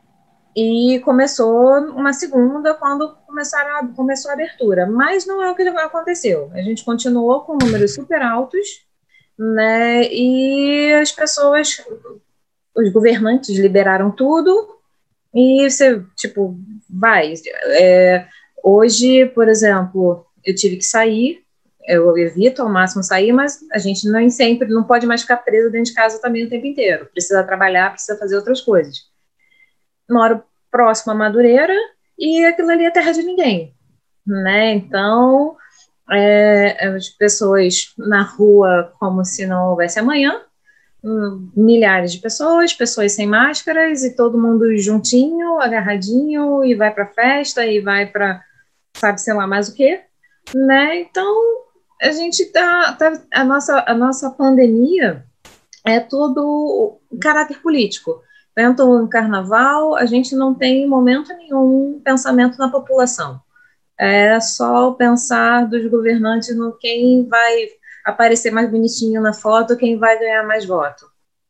Speaker 5: e começou uma segunda quando começaram a, começou a abertura, mas não é o que aconteceu. A gente continuou com números super altos, né, e as pessoas, os governantes liberaram tudo. E você, tipo, vai. É, hoje, por exemplo, eu tive que sair, eu evito ao máximo sair, mas a gente nem sempre, não pode mais ficar preso dentro de casa também o tempo inteiro. Precisa trabalhar, precisa fazer outras coisas. Moro próximo a Madureira e aquilo ali é terra de ninguém, né? Então, é, as pessoas na rua como se não houvesse amanhã, milhares de pessoas, pessoas sem máscaras e todo mundo juntinho, agarradinho e vai para festa e vai para sabe sei lá mais o que, né? Então a gente tá, tá a nossa a nossa pandemia é tudo caráter político. Dentro do carnaval a gente não tem em momento nenhum pensamento na população. É só pensar dos governantes no quem vai aparecer mais bonitinho na foto, quem vai ganhar mais voto.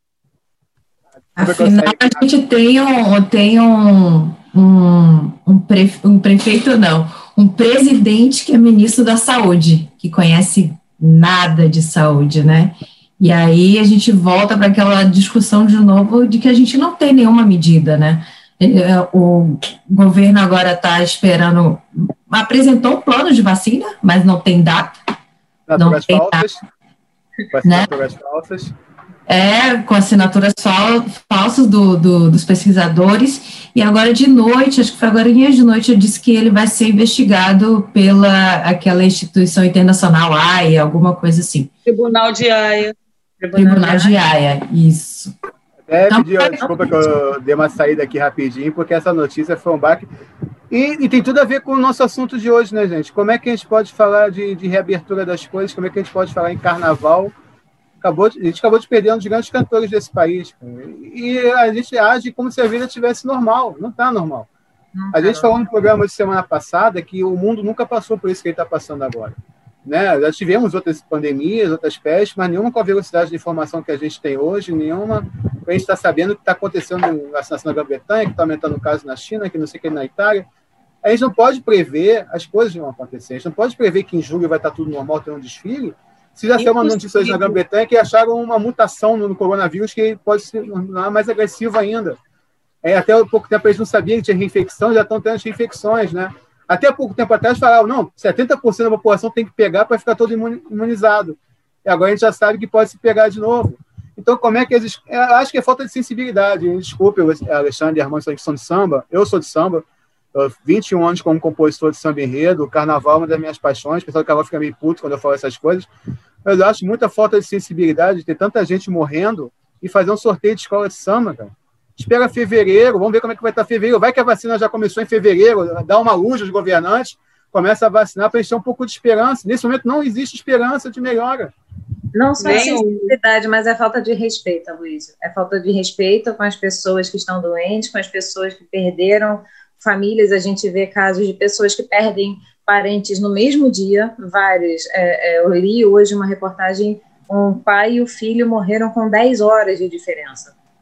Speaker 6: Afinal, a gente tem um, tem um, um, um, pre, um prefeito, não, um presidente que é ministro da Saúde, que conhece nada de saúde, né? E aí a gente volta para aquela discussão de novo de que a gente não tem nenhuma medida, né? O governo agora está esperando, apresentou um plano de vacina, mas não tem data. Não tem
Speaker 2: falsas,
Speaker 6: data,
Speaker 2: com assinaturas né? falsas.
Speaker 6: É, com assinaturas fal falsas do, do, dos pesquisadores, e agora de noite, acho que foi agora de noite, eu disse que ele vai ser investigado pela aquela instituição internacional, A I A, alguma coisa assim.
Speaker 7: Tribunal de Haia.
Speaker 6: Tribunal, Tribunal de Haia, isso.
Speaker 2: Até então, pedir desculpa que eu dei uma saída aqui rapidinho, porque essa notícia foi um baque. E, e tem tudo a ver com o nosso assunto de hoje, né, gente? Como é que a gente pode falar de, de reabertura das coisas? Como é que a gente pode falar em carnaval? Acabou de, a gente acabou de perder um dos grandes cantores desse país. E a gente age como se a vida estivesse normal. Não está normal. Não a gente tá falou no programa de semana passada que o mundo nunca passou por isso que ele está passando agora. Né? Já tivemos outras pandemias, outras pestes, mas nenhuma com a velocidade de informação que a gente tem hoje, nenhuma. A gente está sabendo o que está acontecendo na vacinação na Grã-Bretanha, que está aumentando o caso na China, que não sei o que na Itália. A gente não pode prever as coisas que vão acontecer. A gente não pode prever que em julho vai estar tudo normal, ter um desfile. Se já saiu uma notícia hoje na Grã-Bretanha que acharam uma mutação no coronavírus que pode ser mais agressiva ainda. É, até pouco tempo eles não sabiam que tinha reinfecção, já estão tendo as reinfecções, né? Até pouco tempo atrás falavam, não, setenta por cento da população tem que pegar para ficar todo imunizado. E agora a gente já sabe que pode se pegar de novo. Então, como é que eles... Eu acho que é falta de sensibilidade. Desculpe, Alexandre e Armando que são de samba. Eu sou de samba. Eu, vinte e um anos como compositor de samba enredo. O carnaval é uma das minhas paixões. O pessoal do carnaval fica meio puto quando eu falo essas coisas. Mas eu acho muita falta de sensibilidade de ter tanta gente morrendo e fazer um sorteio de escola de samba, cara. Espera fevereiro, vamos ver como é que vai estar fevereiro. Vai que a vacina já começou em fevereiro, dá uma luz aos governantes, começa a vacinar para eles terem um pouco de esperança. Nesse momento não existe esperança de melhora.
Speaker 5: Não só é sensibilidade, mas é falta de respeito, Luísa. É falta de respeito com as pessoas que estão doentes, com as pessoas que perderam famílias. A gente vê casos de pessoas que perdem parentes no mesmo dia, vários. É, é, eu li hoje uma reportagem, um pai e o filho morreram com dez horas de diferença.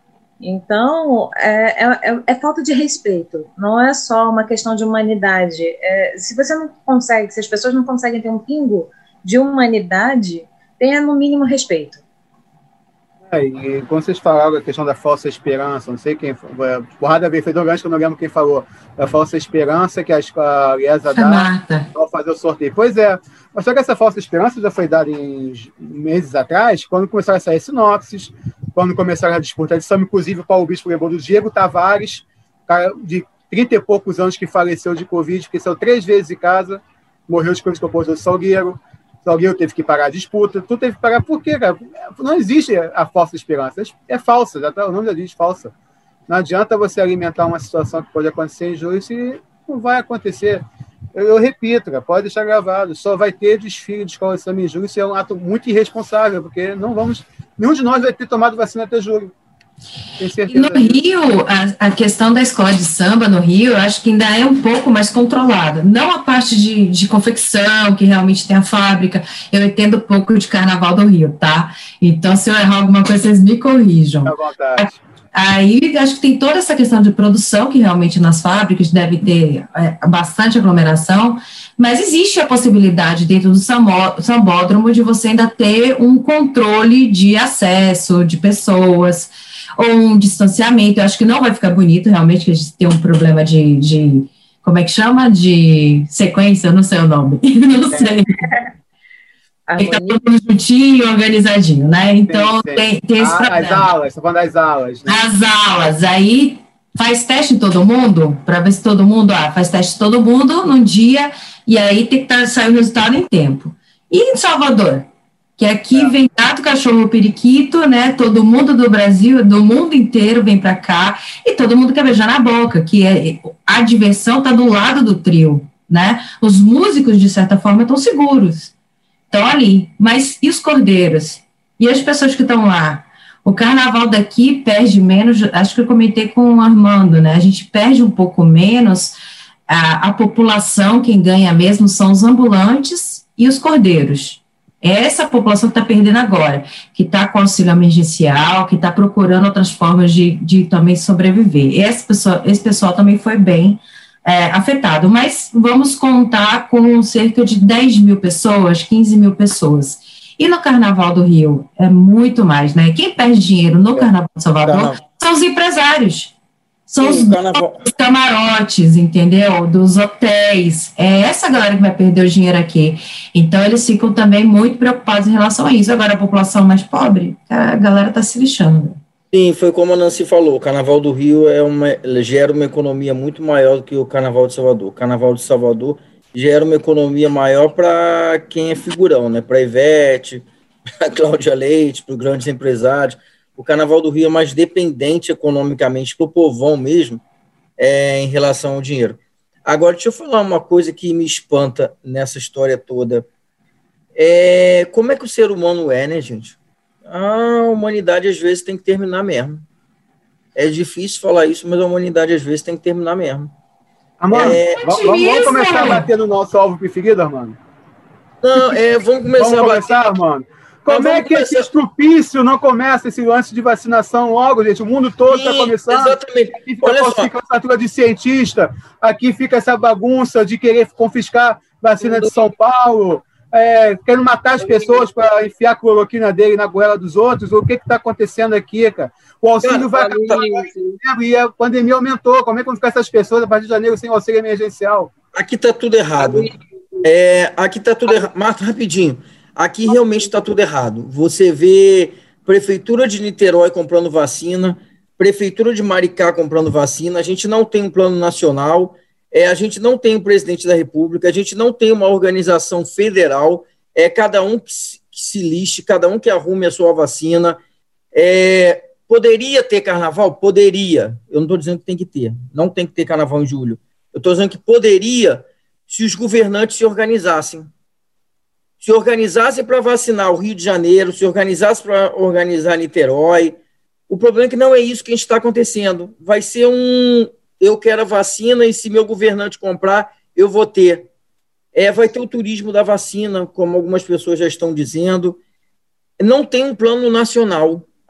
Speaker 5: Então, é, é, é falta de respeito, não é só uma questão de humanidade. É, se você não consegue, se as pessoas não conseguem ter um pingo de humanidade, tenha no mínimo respeito.
Speaker 2: É, e quando vocês falaram a questão da falsa esperança, não sei quem, porrada vez, foi do gancho que eu não lembro quem falou, da falsa esperança que a, a Liesa dá ao fazer o sorteio. Pois é, mas só que essa falsa esperança já foi dada em meses atrás, quando começaram a sair sinopses, quando começaram a disputa de samba, inclusive o Paulo Bispo lembrou do Diego Tavares, cara de trinta e poucos anos que faleceu de Covid, que saiu três vezes em casa, morreu de Covid com o Salgueiro. Salgueiro teve que parar a disputa, tu teve que parar por quê, cara? Não existe a falsa esperança, é falsa, já tá, o nome já diz falsa. Não adianta você alimentar uma situação que pode acontecer em julho se não vai acontecer. Eu, eu repito, cara, pode deixar gravado, só vai ter desfile de escola de samba em julho, isso é um ato muito irresponsável, porque não vamos, nenhum de nós vai ter tomado vacina até julho.
Speaker 6: E no Rio, a, a questão da escola de samba no Rio, eu acho que ainda é um pouco mais controlada. Não a parte de, de confecção, que realmente tem a fábrica. Eu entendo pouco de carnaval do Rio, tá? Então, se eu errar alguma coisa, vocês me corrijam.
Speaker 2: À vontade.
Speaker 6: Aí, acho que tem toda essa questão de produção, que realmente nas fábricas deve ter é, bastante aglomeração, mas existe a possibilidade dentro do sambó, sambódromo de você ainda ter um controle de acesso de pessoas, ou um distanciamento. Eu acho que não vai ficar bonito, realmente, que a gente tem um problema de, de como é que chama? De sequência, eu não sei o nome, não sei. Tem que estar todo mundo juntinho, organizadinho, né? Então, sim, sim. Tem, tem esse
Speaker 2: ah, problema. As aulas, você falando das aulas. Né?
Speaker 6: As aulas, aí faz teste em todo mundo, para ver se todo mundo, ah, faz teste em todo mundo num dia, e aí tem que tá, sair o resultado em tempo. E em Salvador? Que aqui é. Vem gato, cachorro, periquito, né? Todo mundo do Brasil, do mundo inteiro vem para cá, e todo mundo quer beijar na boca, que é, a diversão está do lado do trio, né? Os músicos, de certa forma, estão seguros. Estão ali, mas e os cordeiros? E as pessoas que estão lá? O carnaval daqui perde menos, acho que eu comentei com o Armando, né? A gente perde um pouco menos, a, a população, quem ganha mesmo são os ambulantes e os cordeiros. É essa população que está perdendo agora, que está com auxílio emergencial, que está procurando outras formas de, de também sobreviver. Esse pessoal, esse pessoal também foi bem É, afetado, mas vamos contar com cerca de dez mil pessoas, quinze mil pessoas. E no Carnaval do Rio é muito mais, né? Quem perde dinheiro no Carnaval de Salvador Carnaval. São os empresários, são Sim, os carnaval. camarotes, entendeu? Dos hotéis. É essa galera que vai perder o dinheiro aqui. Então, eles ficam também muito preocupados em relação a isso. Agora, a população mais pobre, a galera está se lixando.
Speaker 3: Sim, foi como a Nancy falou, o Carnaval do Rio é uma, gera uma economia muito maior do que o Carnaval de Salvador. O Carnaval de Salvador gera uma economia maior para quem é figurão, né? Para a Ivete, para a Cláudia Leite, para os grandes empresários. O Carnaval do Rio é mais dependente economicamente para o povão mesmo, é, em relação ao dinheiro. Agora, deixa eu falar uma coisa que me espanta nessa história toda. É, como é que o ser humano é, né, gente? A humanidade às vezes tem que terminar mesmo. É difícil falar isso, mas a humanidade às vezes tem que terminar mesmo.
Speaker 2: Armando, é, vamos, vamos começar a bater no nosso alvo preferido, Armando?
Speaker 3: Não, é, vamos começar
Speaker 2: vamos
Speaker 3: a
Speaker 2: começar,
Speaker 3: bater.
Speaker 2: Armando. Como é que começar... esse estrupício não começa esse lance de vacinação logo, gente? O mundo todo está começando.
Speaker 3: Exatamente.
Speaker 2: Aqui fica a falsificação de cientista, aqui fica essa bagunça de querer confiscar vacina de São Paulo. É, querendo matar as pessoas para enfiar a cloroquina dele na goela dos outros. O que está acontecendo aqui, cara? O auxílio cara, vai acabar e a pandemia aumentou. Como é que vão ficar essas pessoas a partir de janeiro sem auxílio emergencial?
Speaker 3: Aqui está tudo errado. É, aqui está tudo errado. Marta, rapidinho. Aqui realmente está tudo errado. Você vê Prefeitura de Niterói comprando vacina, Prefeitura de Maricá comprando vacina. A gente não tem um plano nacional. É, a gente não tem um presidente da República, a gente não tem uma organização federal, é cada um que se, que se lixe, cada um que arrume a sua vacina. É, poderia ter carnaval? Poderia. Eu não estou dizendo que tem que ter. Não tem que ter carnaval em julho. Eu estou dizendo que poderia se os governantes se organizassem. Se organizassem para vacinar o Rio de Janeiro, se organizassem para organizar Niterói. O problema é que não é isso que a gente está acontecendo. Vai ser um... eu quero a vacina e se meu governante comprar, eu vou ter. É, vai ter o turismo da vacina, como algumas pessoas já estão dizendo. Não tem um plano nacional.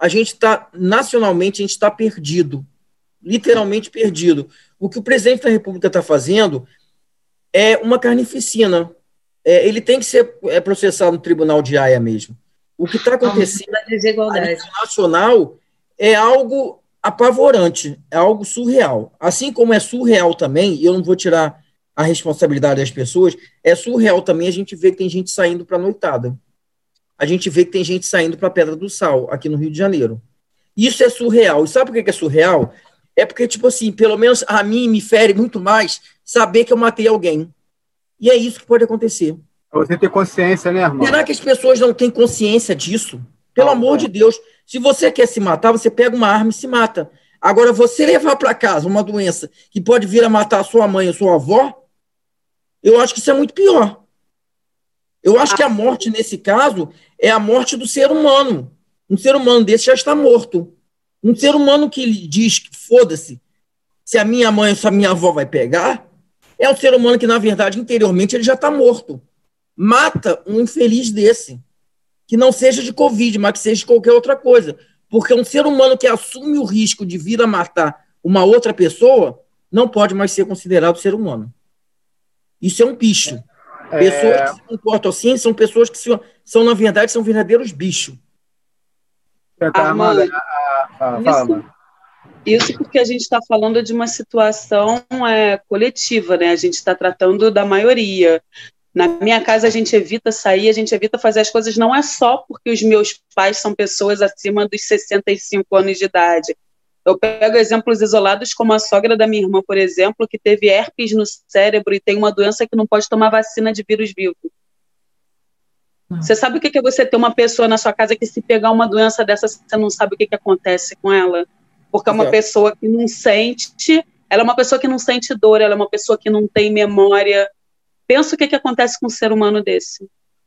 Speaker 3: a gente está, nacionalmente, a gente está perdido, literalmente perdido. O que o presidente da República está fazendo é uma carnificina. É, ele tem que ser é, processado no Tribunal de Haia mesmo. O que está acontecendo a nível nacional é algo apavorante, é algo surreal. Assim como é surreal também, e eu não vou tirar a responsabilidade das pessoas, é surreal também a gente ver que tem gente saindo para a noitada. A gente vê que tem gente saindo para a Pedra do Sal, aqui no Rio de Janeiro. Isso é surreal. E sabe por que é surreal? É porque, tipo assim, pelo menos a mim me fere muito mais saber que eu matei alguém. E é isso que pode acontecer.
Speaker 2: Você ter consciência, né, irmão?
Speaker 3: Será que as pessoas não têm consciência disso? Pelo não, amor é. de Deus, se você quer se matar, você pega uma arma e se mata. Agora, você levar para casa uma doença que pode vir a matar a sua mãe ou sua avó, eu acho que isso é muito pior. Eu acho que a morte, nesse caso, é a morte do ser humano. Um ser humano desse já está morto. Um ser humano que diz que foda-se se a minha mãe ou se a minha avó vai pegar, é um ser humano que, na verdade, interiormente, ele já está morto. Mata um infeliz desse. Que não seja de Covid, mas que seja de qualquer outra coisa. Porque um ser humano que assume o risco de vir a matar uma outra pessoa não pode mais ser considerado ser humano. Isso é um bicho. É... Pessoas que se comportam assim são pessoas que são, são na verdade, são verdadeiros bichos.
Speaker 2: Tá, Amanda, a, a, a, fala,
Speaker 7: isso, isso porque a gente está falando de uma situação é, coletiva, né? A gente está tratando da maioria. Na minha casa a gente evita sair, a gente evita fazer as coisas, não é só porque os meus pais são pessoas acima dos sessenta e cinco anos de idade. Eu pego exemplos isolados como a sogra da minha irmã, por exemplo, que teve herpes no cérebro e tem uma doença que não pode tomar vacina de vírus vivo. Você sabe o que é você ter uma pessoa na sua casa que, se pegar uma doença dessa, você não sabe o que, que acontece com ela? Porque é uma Exato. pessoa que não sente, ela é uma pessoa que não sente dor, ela é uma pessoa que não tem memória. Pensa o que, que acontece com um ser humano desse.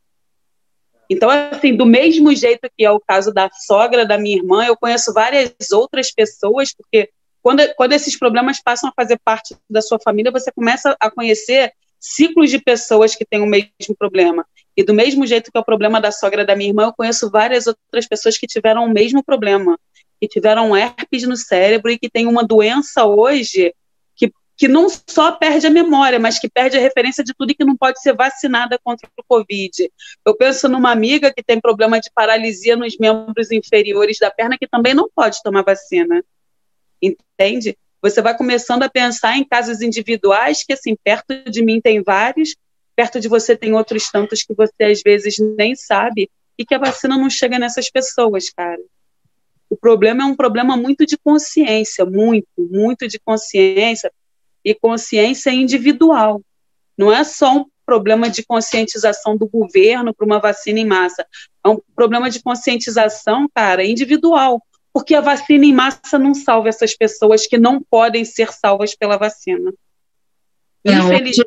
Speaker 7: Então, assim, do mesmo jeito que é o caso da sogra da minha irmã, eu conheço várias outras pessoas, porque quando, quando esses problemas passam a fazer parte da sua família, você começa a conhecer ciclos de pessoas que têm o mesmo problema. E do mesmo jeito que é o problema da sogra da minha irmã, eu conheço várias outras pessoas que tiveram o mesmo problema, que tiveram herpes no cérebro e que têm uma doença hoje que, que não só perde a memória, mas que perde a referência de tudo e que não pode ser vacinada contra o Covid. Eu penso numa amiga que tem problema de paralisia nos membros inferiores da perna, que também não pode tomar vacina. Entende? Você vai começando a pensar em casos individuais, que assim, perto de mim tem vários, perto de você tem outros tantos que você às vezes nem sabe, e que a vacina não chega nessas pessoas, cara. O problema é um problema muito de consciência, muito, muito de consciência, e consciência individual. Não é só um problema de conscientização do governo para uma vacina em massa, é um problema de conscientização, cara, individual, porque a vacina em massa não salva essas pessoas que não podem ser salvas pela vacina.
Speaker 6: É, Infelizmente.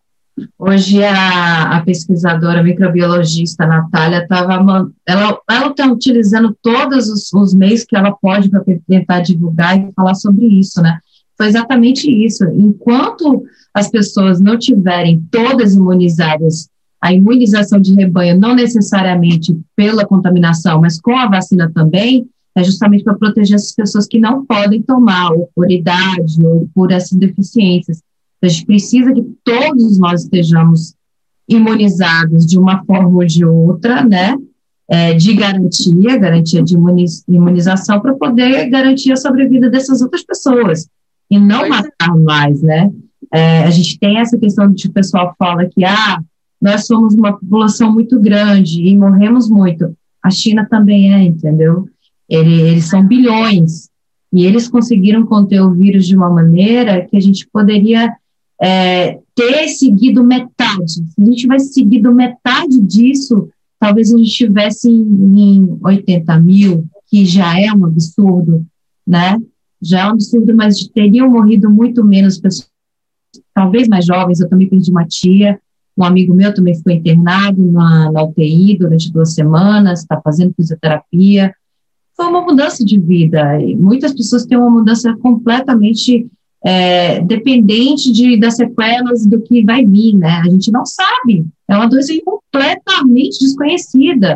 Speaker 6: Hoje a, a pesquisadora microbiologista Natália estava ela ela está utilizando todos os, os meios que ela pode para tentar divulgar e falar sobre isso, né? Foi exatamente isso. Enquanto as pessoas não tiverem todas imunizadas, a imunização de rebanho não necessariamente pela contaminação, mas com a vacina também, é justamente para proteger essas pessoas que não podem tomar, ou por idade, ou por essas deficiências. A gente precisa que todos nós estejamos imunizados de uma forma ou de outra, né, é, de garantia, garantia de imunização, para poder garantir a sobrevida dessas outras pessoas, e não matar mais, né. É, a gente tem essa questão de que o pessoal fala que, ah, nós somos uma população muito grande e morremos muito. A China também é, entendeu? Ele, eles são bilhões, e eles conseguiram conter o vírus de uma maneira que a gente poderia É, ter seguido metade. Se a gente tivesse seguido metade disso, talvez a gente estivesse em, em oitenta mil, que já é um absurdo, né? Já é um absurdo, mas teriam morrido muito menos pessoas, talvez mais jovens. Eu também perdi uma tia, um amigo meu também ficou internado na, na U T I durante duas semanas, está fazendo fisioterapia. Foi uma mudança de vida, e muitas pessoas têm uma mudança completamente É, dependente de, das sequelas do que vai vir, né? A gente não sabe, é uma doença completamente desconhecida.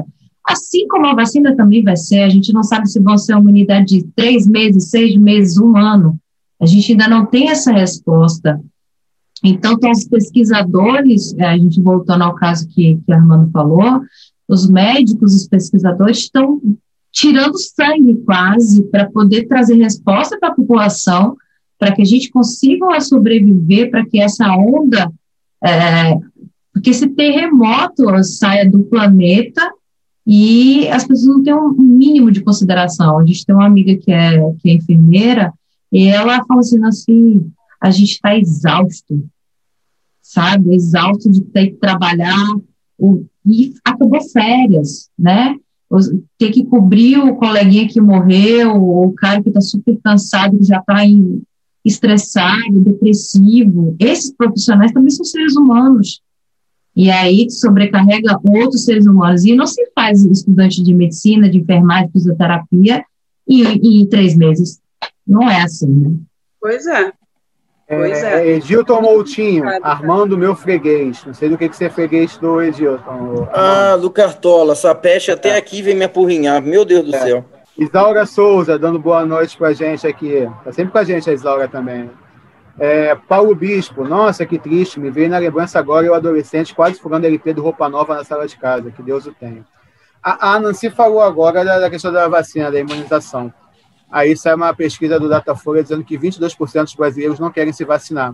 Speaker 6: Assim como a vacina também vai ser, a gente não sabe se vão ser uma imunidade de três meses, seis meses, um ano. A gente ainda não tem essa resposta. Então, tem os pesquisadores, a gente voltando ao caso que, que a Armando falou, os médicos, os pesquisadores estão tirando sangue quase para poder trazer resposta para a população, para que a gente consiga sobreviver, para que essa onda, é, porque esse terremoto saia do planeta e as pessoas não têm um mínimo de consideração. A gente tem uma amiga que é, que é enfermeira e ela fala assim, assim a gente está exausto, sabe, exausto de ter que trabalhar, o, e acabou férias, né, ter que cobrir o coleguinha que morreu, ou o cara que está super cansado, que já está estressado, depressivo. Esses profissionais também são seres humanos, e aí sobrecarrega outros seres humanos, e não se faz estudante de medicina, de enfermagem, de fisioterapia, e, e em três meses, não é assim, né?
Speaker 7: Pois é. Pois
Speaker 2: é. é. Edilton Moutinho, Armando, meu freguês. Não sei do que, que você é freguês do Edilton.
Speaker 3: Ah, do Cartola. Essa peste até é. aqui vem me apurrinhar. Meu Deus do é. céu.
Speaker 2: Isaura Souza, dando boa noite pra gente aqui. Tá sempre com a gente a Isaura também. É, Paulo Bispo, nossa, que triste. Me veio na lembrança agora eu adolescente quase furando L P do Roupa Nova na sala de casa. Que Deus o tenha. A, a Nancy falou agora da, da questão da vacina, da imunização. Aí sai uma pesquisa do Datafolha dizendo que vinte e dois por cento dos brasileiros não querem se vacinar.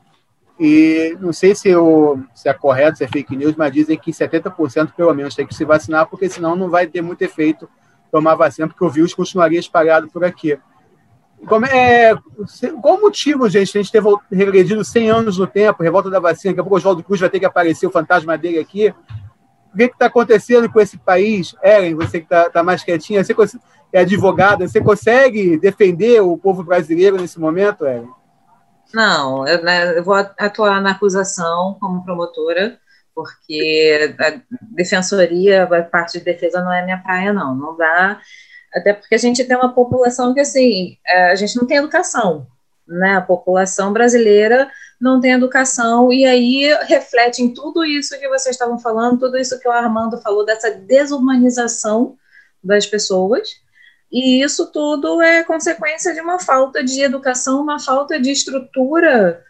Speaker 2: E não sei se, eu, se é correto, se é fake news, mas dizem que setenta por cento pelo menos tem que se vacinar, porque senão não vai ter muito efeito tomar vacina, porque o vírus continuaria espalhado por aqui. Como é, qual o motivo, gente, a gente ter regredido cem anos no tempo, revolta da vacina, daqui a pouco o Oswaldo Cruz vai ter que aparecer o fantasma dele aqui. O que está acontecendo com esse país? Ellen, você que está tá mais quietinha, você é advogada, você consegue defender o povo brasileiro nesse momento, Ellen?
Speaker 5: Não, eu, né, eu vou atuar na acusação como promotora, porque a defensoria, a parte de defesa não é minha praia, não. Não dá, até porque a gente tem uma população que, assim, a gente não tem educação, né? A população brasileira não tem educação, e aí reflete em tudo isso que vocês estavam falando, tudo isso que o Armando falou, dessa desumanização das pessoas, e isso tudo é consequência de uma falta de educação, uma falta de estrutura,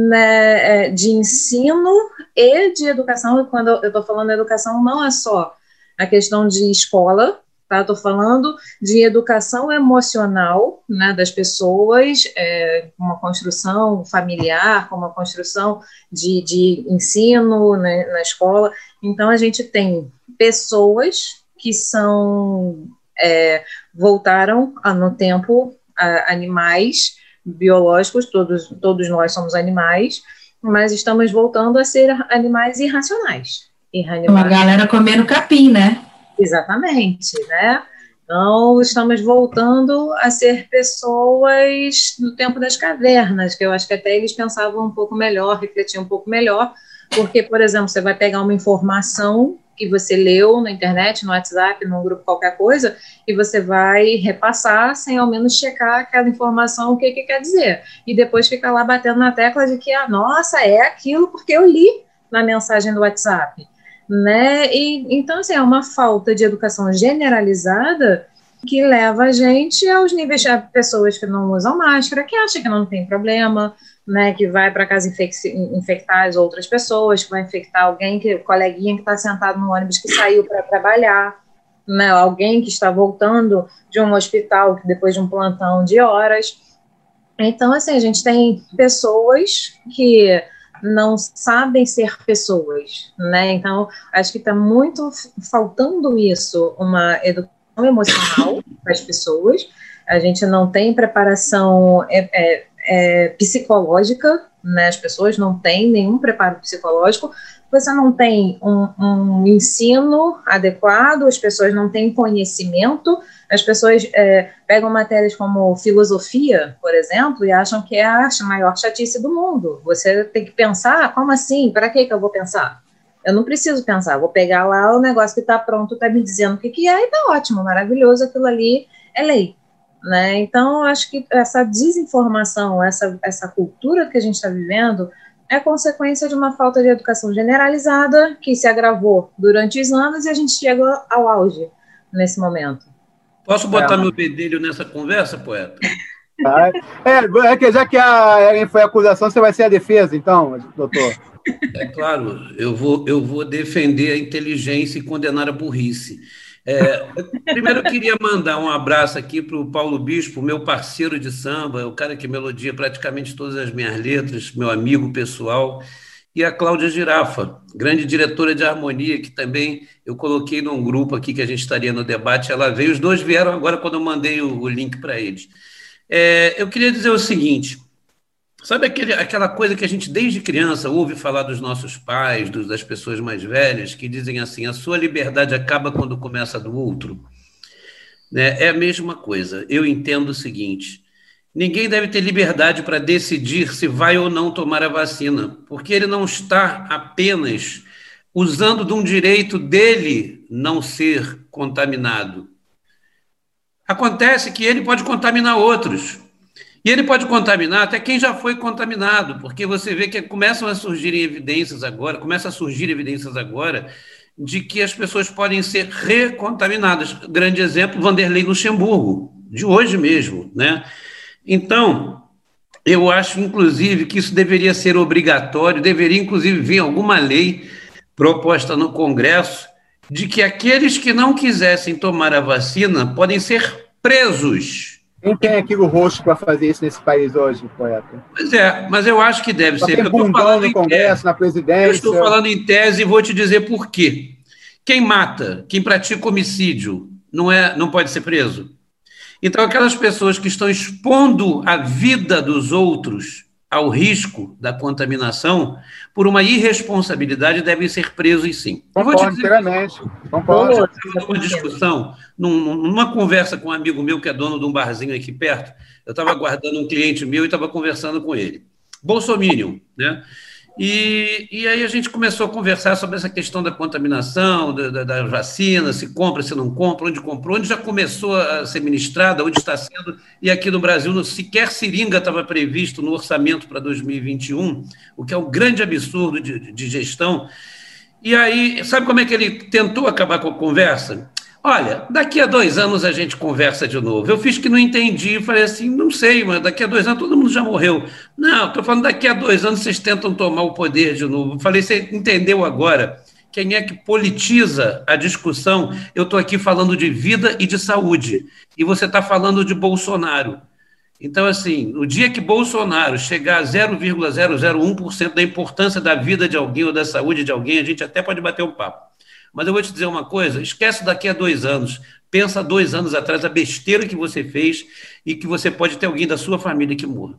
Speaker 5: né, de ensino e de educação. E quando eu estou falando de educação, não é só a questão de escola, tá? Estou falando de educação emocional, né, das pessoas, é, uma construção familiar, com uma construção de, de ensino, né, na escola. Então, a gente tem pessoas que são, é, voltaram a, no tempo, a, animais biológicos, todos, todos nós somos animais, mas estamos voltando a ser animais irracionais. irracionais.
Speaker 6: Uma galera comendo capim, né?
Speaker 5: Exatamente, né? Então, estamos voltando a ser pessoas do tempo das cavernas, que eu acho que até eles pensavam um pouco melhor, refletiam um pouco melhor, porque, por exemplo, você vai pegar uma informação que você leu na internet, no WhatsApp, num grupo, qualquer coisa, e você vai repassar sem ao menos checar aquela informação, o que, que quer dizer. E depois fica lá batendo na tecla de que, ah, nossa, é aquilo porque eu li na mensagem do WhatsApp. Né? E, então, assim, é uma falta de educação generalizada que leva a gente aos níveis de pessoas que não usam máscara, que acham que não tem problema, né, que vai para casa infec- infectar as outras pessoas, que vai infectar alguém, que coleguinha que está sentado no ônibus que saiu para trabalhar, né, alguém que está voltando de um hospital depois de um plantão de horas. Então, assim, a gente tem pessoas que não sabem ser pessoas, né? Então, acho que está muito faltando isso, uma educação emocional para as pessoas. A gente não tem preparação é, é, é, psicológica, né? As pessoas não têm nenhum preparo psicológico. Você não tem um, um ensino adequado, as pessoas não têm conhecimento, as pessoas é, pegam matérias como filosofia, por exemplo, e acham que é a maior chatice do mundo. Você tem que pensar, como assim? Para que que eu vou pensar? Eu não preciso pensar, vou pegar lá o negócio que está pronto, está me dizendo o que, que é, e está ótimo, maravilhoso, aquilo ali é lei. Né? Então, eu acho que essa desinformação, essa, essa cultura que a gente está vivendo, é consequência de uma falta de educação generalizada que se agravou durante os anos e a gente chegou ao auge nesse momento.
Speaker 4: Posso botar é. meu bedelho nessa conversa, poeta?
Speaker 2: É, é que já que a Ellen foi a acusação, você vai ser a defesa, então, doutor?
Speaker 4: É claro, eu vou, eu vou defender a inteligência e condenar a burrice. É, primeiro, eu queria mandar um abraço aqui para o Paulo Bispo, meu parceiro de samba, o cara que melodia praticamente todas as minhas letras, meu amigo pessoal, e a Cláudia Girafa, grande diretora de harmonia, que também eu coloquei num grupo aqui que a gente estaria no debate, ela veio, os dois vieram agora quando eu mandei o, o link para eles. É, eu queria dizer o seguinte, sabe aquele, aquela coisa que a gente desde criança ouve falar dos nossos pais, dos, das pessoas mais velhas, que dizem assim, a sua liberdade acaba quando começa a do outro? Né? É a mesma coisa. Eu entendo o seguinte, ninguém deve ter liberdade para decidir se vai ou não tomar a vacina, porque ele não está apenas usando de um direito dele não ser contaminado. Acontece que ele pode contaminar outros. E ele pode contaminar até quem já foi contaminado, porque você vê que começam a surgir evidências agora, começa a surgir evidências agora de que as pessoas podem ser recontaminadas. Grande exemplo, Vanderlei Luxemburgo, de hoje mesmo, né? Então, eu acho, inclusive, que isso deveria ser obrigatório, deveria, inclusive, vir alguma lei proposta no Congresso de que aqueles que não quisessem tomar a vacina podem ser presos.
Speaker 2: Quem tem aquilo roxo para fazer isso nesse país hoje, poeta?
Speaker 4: Pois é, mas eu acho que deve
Speaker 2: Só
Speaker 4: ser.
Speaker 2: Tem
Speaker 4: eu tô
Speaker 2: falando no Congresso, tese. na presidência.
Speaker 4: Eu estou falando em tese e vou te dizer por quê. Quem mata, quem pratica homicídio, não, é, não pode ser preso? Então, aquelas pessoas que estão expondo a vida dos outros ao risco da contaminação, por uma irresponsabilidade, devem ser presos sim.
Speaker 2: Concordo, inteiramente. Concordo.
Speaker 4: Eu estava numa discussão, num, numa conversa com um amigo meu que é dono de um barzinho aqui perto, eu estava aguardando um cliente meu e estava conversando com ele. Bolsominion, né? E, e aí a gente começou a conversar sobre essa questão da contaminação, da, da, da vacina, se compra, se não compra, onde comprou, onde já começou a ser ministrada, onde está sendo, e aqui no Brasil no, sequer seringa estava previsto no orçamento para dois mil e vinte e um, o que é um grande absurdo de, de gestão. E aí, sabe como é que ele tentou acabar com a conversa? Olha, daqui a dois anos a gente conversa de novo. Eu fiz que não entendi, falei assim, não sei, mas daqui a dois anos todo mundo já morreu. Não, estou falando daqui a dois anos vocês tentam tomar o poder de novo. Falei, você entendeu agora? Quem é que politiza a discussão? Eu estou aqui falando de vida e de saúde, e você está falando de Bolsonaro. Então, assim, no dia que Bolsonaro chegar a zero vírgula zero zero um por cento da importância da vida de alguém ou da saúde de alguém, a gente até pode bater um papo. Mas eu vou te dizer uma coisa, esquece daqui a dois anos, pensa dois anos atrás a besteira que você fez e que você pode ter alguém da sua família que morra.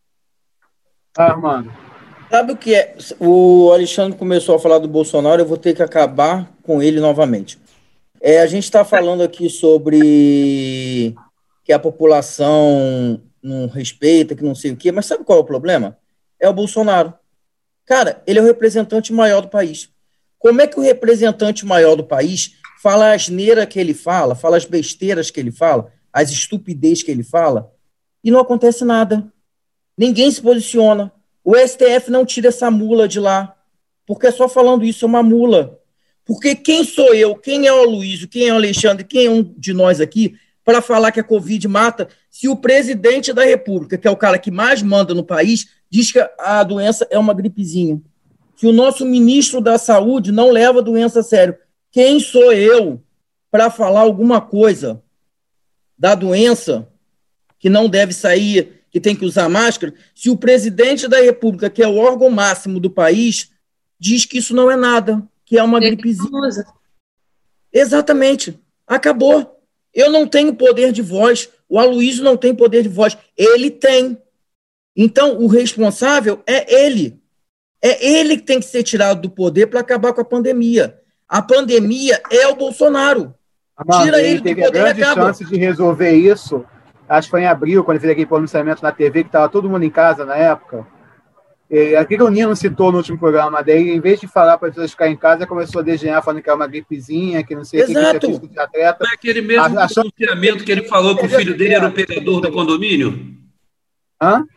Speaker 2: Ah, mano.
Speaker 3: Sabe o que é? O Alexandre começou a falar do Bolsonaro, eu vou ter que acabar com ele novamente. É, a gente está falando aqui sobre que a população não respeita, que não sei o quê, mas sabe qual é o problema? É o Bolsonaro. Cara, ele é o representante maior do país. Como é que o representante maior do país fala a asneira que ele fala, fala as besteiras que ele fala, as estupidez que ele fala, e não acontece nada? Ninguém se posiciona. O S T F não tira essa mula de lá, porque só falando isso é uma mula. Porque quem sou eu, quem é o Aloysio, quem é o Alexandre, quem é um de nós aqui, para falar que a Covid mata, se o presidente da República, que é o cara que mais manda no país, diz que a doença é uma gripezinha? Que o nosso ministro da Saúde não leva a doença a sério. Quem sou eu para falar alguma coisa da doença que não deve sair, que tem que usar máscara, se o presidente da República, que é o órgão máximo do país, diz que isso não é nada, que é uma gripezinha? Exatamente. Acabou. Eu não tenho poder de voz. O Aloysio não tem poder de voz. Ele tem. Então, o responsável é ele. É ele que tem que ser tirado do poder para acabar com a pandemia. A pandemia é o Bolsonaro.
Speaker 2: Amanda, Tira ele, ele teve do poder a grande chance de resolver isso. Acho que foi em abril, quando ele fez aquele pronunciamento na T V, que estava todo mundo em casa na época. E aquilo que o Nino citou no último programa dele, em vez de falar para as pessoas ficarem em casa, começou a desenhar, falando que é uma gripezinha, que não sei o que, que é físico de atleta.
Speaker 4: Foi aquele mesmo pronunciamento que ele falou que o filho dele era o pegador do condomínio?
Speaker 2: Hã?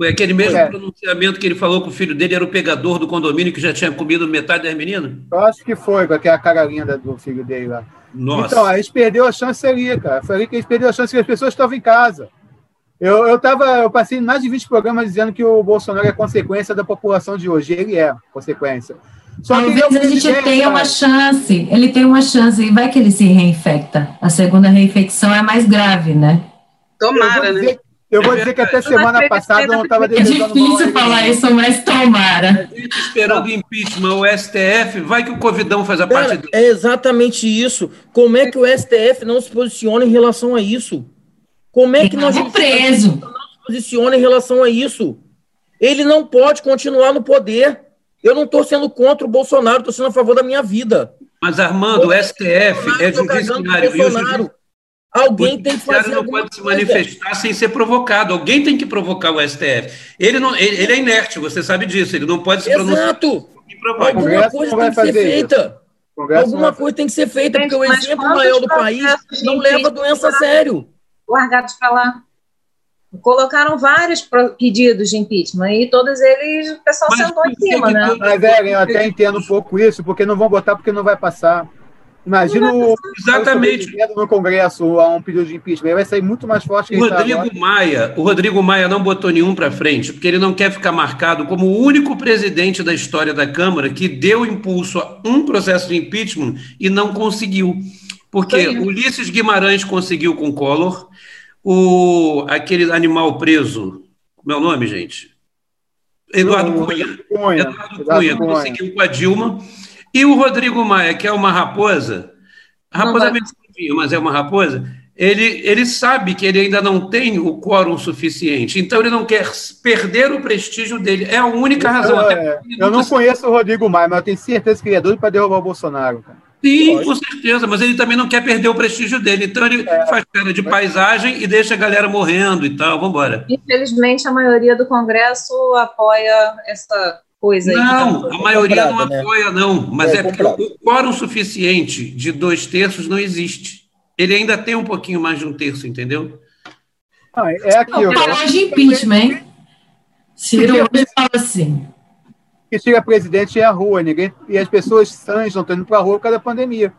Speaker 4: Foi aquele mesmo
Speaker 2: É.
Speaker 4: pronunciamento que ele falou que o filho dele era o pegador do condomínio que já tinha comido metade das meninas?
Speaker 2: Eu acho que foi, com aquela cara linda do filho dele lá.
Speaker 4: Nossa.
Speaker 2: Então, a gente perdeu a chance ali, cara. Foi ali que a gente perdeu a chance que as pessoas estavam em casa. Eu, eu, tava, eu passei em mais de vinte programas dizendo que o Bolsonaro é consequência da população de hoje. Ele é consequência. Só que
Speaker 6: Talvez
Speaker 2: ele é
Speaker 6: a gente
Speaker 2: presidente,
Speaker 6: tenha
Speaker 2: cara.
Speaker 6: uma chance, ele tem uma chance, e vai que ele se reinfecta. A segunda reinfecção é mais grave, né?
Speaker 7: Tomara,
Speaker 2: eu vou
Speaker 7: né?
Speaker 2: dizer, eu vou dizer que até semana passada eu não estava
Speaker 6: É
Speaker 2: desejando
Speaker 6: difícil falar isso, mas tomara.
Speaker 4: A gente esperando o impeachment, o S T F, vai que o Covidão faz a parte
Speaker 3: Cara,
Speaker 4: dele.
Speaker 3: é exatamente isso. Como é que o S T F não se posiciona em relação a isso? Como é que nós
Speaker 6: Ele é preso.
Speaker 3: não se posiciona em relação a isso? Ele não pode continuar no poder. Eu não estou sendo contra o Bolsonaro, estou sendo a favor da minha vida.
Speaker 4: Mas, Armando, o S T F é
Speaker 3: Tô cagando pro
Speaker 4: judiciário. E o
Speaker 3: Bolsonaro.
Speaker 4: judiciário
Speaker 3: Alguém tem que fazer
Speaker 4: não
Speaker 3: alguma
Speaker 4: pode se
Speaker 3: coisa.
Speaker 4: manifestar sem ser provocado. Alguém tem que provocar o S T F. Ele, não, ele, ele é inerte, você sabe disso. Ele não pode se pronunciar.
Speaker 3: Exato.
Speaker 4: sem provocar.
Speaker 3: Alguma
Speaker 2: Congresso
Speaker 3: coisa
Speaker 2: não vai
Speaker 3: tem que ser
Speaker 2: fazer
Speaker 3: feita.
Speaker 2: O Congresso
Speaker 3: Alguma
Speaker 2: não vai-
Speaker 3: coisa tem que ser feita,
Speaker 5: Gente,
Speaker 3: porque o
Speaker 5: mas
Speaker 3: exemplo
Speaker 5: quantos
Speaker 3: maior do país
Speaker 5: processos de
Speaker 3: não leva a
Speaker 5: impeachment
Speaker 3: doença a sério.
Speaker 5: largados para lá. Colocaram vários pro- pedidos de impeachment e todos eles o pessoal
Speaker 4: Mas
Speaker 5: sentou em
Speaker 4: por que
Speaker 5: cima,
Speaker 4: que
Speaker 5: né?
Speaker 4: todo-
Speaker 2: Mas, velho, eu até entendo um pouco isso, porque não vão botar porque não vai passar. Imagina o
Speaker 4: Exatamente.
Speaker 2: sobrevivendo no Congresso a um pedido de impeachment. Ele vai sair muito mais forte que
Speaker 4: O
Speaker 2: ele está
Speaker 4: Rodrigo
Speaker 2: agora.
Speaker 4: Maia, o Rodrigo Maia não botou nenhum para frente, porque ele não quer ficar marcado como o único presidente da história da Câmara que deu impulso a um processo de impeachment e não conseguiu. Porque
Speaker 7: Sim.
Speaker 4: Ulisses Guimarães conseguiu com Collor, o, aquele animal preso, como é o nome, gente? Eduardo
Speaker 2: O-
Speaker 4: Cunha.
Speaker 2: Cunha.
Speaker 4: Eduardo
Speaker 2: Eduardo
Speaker 4: Cunha
Speaker 2: Cunha.
Speaker 4: conseguiu com a Dilma. E o Rodrigo Maia, que é uma raposa, a
Speaker 5: Não
Speaker 4: raposa é
Speaker 5: vai-
Speaker 4: meio esquisita, mas é uma raposa, ele, ele sabe que ele ainda não tem o quórum suficiente, então ele não quer perder o prestígio dele. É a única razão.
Speaker 2: Eu,
Speaker 4: até
Speaker 2: é,
Speaker 4: porque ele
Speaker 2: eu não
Speaker 4: nunca-
Speaker 2: conheço o Rodrigo Maia, mas eu tenho certeza que ele é doido para derrubar o Bolsonaro, cara.
Speaker 4: Sim, com certeza, mas ele também não quer perder o prestígio dele, então ele faz cara de paisagem e deixa a galera morrendo e tal, vamos embora.
Speaker 5: Infelizmente, a maioria do Congresso apoia essa coisa aí. que
Speaker 4: Não,
Speaker 5: tá-
Speaker 4: a maioria não
Speaker 3: comprado, né?
Speaker 4: apoia, não, mas
Speaker 3: É
Speaker 4: é, porque
Speaker 3: comprado.
Speaker 4: o quórum suficiente de dois terços não existe. Ele ainda tem um pouquinho mais de um terço, entendeu?
Speaker 2: Não, é aquilo.
Speaker 6: Não, falou de impeachment, hein? Ciro hoje fala assim.
Speaker 2: Que chega presidente é a rua, ninguém, e as pessoas sãs não estão indo para a rua por causa da pandemia.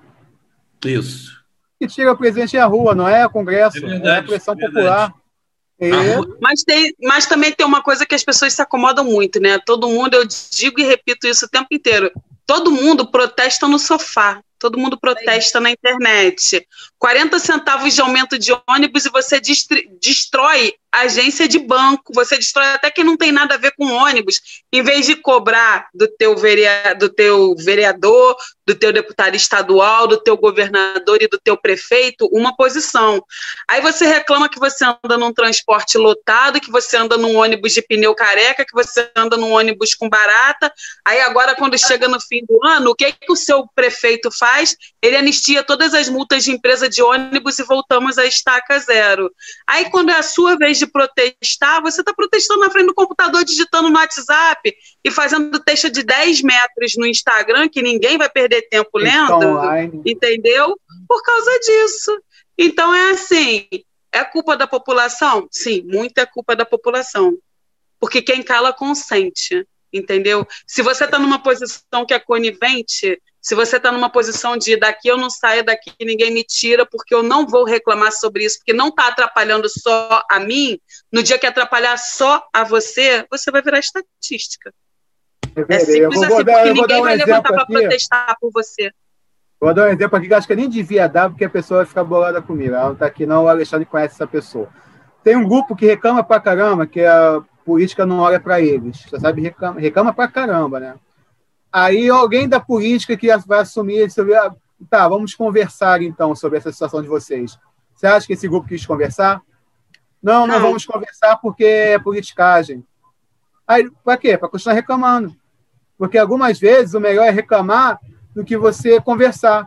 Speaker 4: Isso.
Speaker 2: Que chega presidente é a rua, não é o Congresso,
Speaker 4: É
Speaker 2: é,
Speaker 4: verdade,
Speaker 2: a pressão
Speaker 4: é verdade.
Speaker 2: popular. E-
Speaker 4: A rua-
Speaker 7: Mas, tem, mas também tem uma coisa que as pessoas se acomodam muito, né? Todo mundo, eu digo e repito isso o tempo inteiro, todo mundo protesta no sofá, todo mundo protesta na internet. quarenta centavos de aumento de ônibus e você destri- destrói a agência de banco, você destrói até quem não tem nada a ver com ônibus, em vez de cobrar do teu, verea, do teu vereador, do teu deputado estadual, do teu governador e do teu prefeito, uma posição. Aí você reclama que você anda num transporte lotado, que você anda num ônibus de pneu careca, que você anda num ônibus com barata. Aí agora, quando chega no fim do ano, o que, é que o seu prefeito faz? Ele anistia todas as multas de empresa de ônibus e voltamos à estaca zero. Aí, quando é a sua vez de protestar, você está protestando na frente do computador, digitando no WhatsApp e fazendo texto de dez metros no Instagram, que ninguém vai perder tempo
Speaker 2: Questão
Speaker 7: lendo,
Speaker 2: online.
Speaker 7: entendeu? Por causa disso. Então, é assim, é culpa da população? Sim, muito é culpa da população. Porque quem cala consente, entendeu? Se você está numa posição que é conivente, se você está numa posição de daqui eu não saio, daqui ninguém me tira, porque eu não vou reclamar sobre isso, porque não está atrapalhando só a mim, no dia que atrapalhar só a você, você vai virar estatística.
Speaker 2: Eu
Speaker 7: É
Speaker 2: verei. Eu
Speaker 7: simples
Speaker 2: vou,
Speaker 7: assim,
Speaker 2: vou dar,
Speaker 7: porque
Speaker 2: eu vou dar
Speaker 7: ninguém
Speaker 2: um
Speaker 7: vai levantar
Speaker 2: exemplo
Speaker 7: para
Speaker 2: aqui.
Speaker 7: protestar por você.
Speaker 2: Vou dar um exemplo aqui que eu acho que eu nem devia dar, porque a pessoa vai ficar bolada comigo. Ela não está aqui, não. O Alexandre conhece essa pessoa. Tem um grupo que reclama pra caramba, que a política não olha para eles. Você sabe, reclama, reclama pra caramba, né? Aí alguém da política que vai assumir, sobre, ah, tá, vamos conversar então sobre essa situação de vocês. Você acha que esse grupo quis conversar? Não, não,
Speaker 7: Não.
Speaker 2: vamos conversar porque é politicagem. Aí, para quê? Para continuar reclamando. Porque algumas vezes o melhor é reclamar do que você conversar.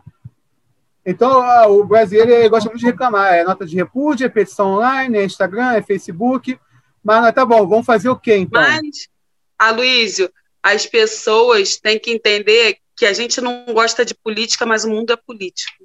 Speaker 2: Então, ah, o brasileiro ele gosta muito de reclamar. É nota de repúdio, é petição online, é Instagram, é Facebook. Mas não, tá bom, vamos fazer o quê, então?
Speaker 7: Mas, Aloysio, as pessoas têm que entender que a gente não gosta de política, mas o mundo é político.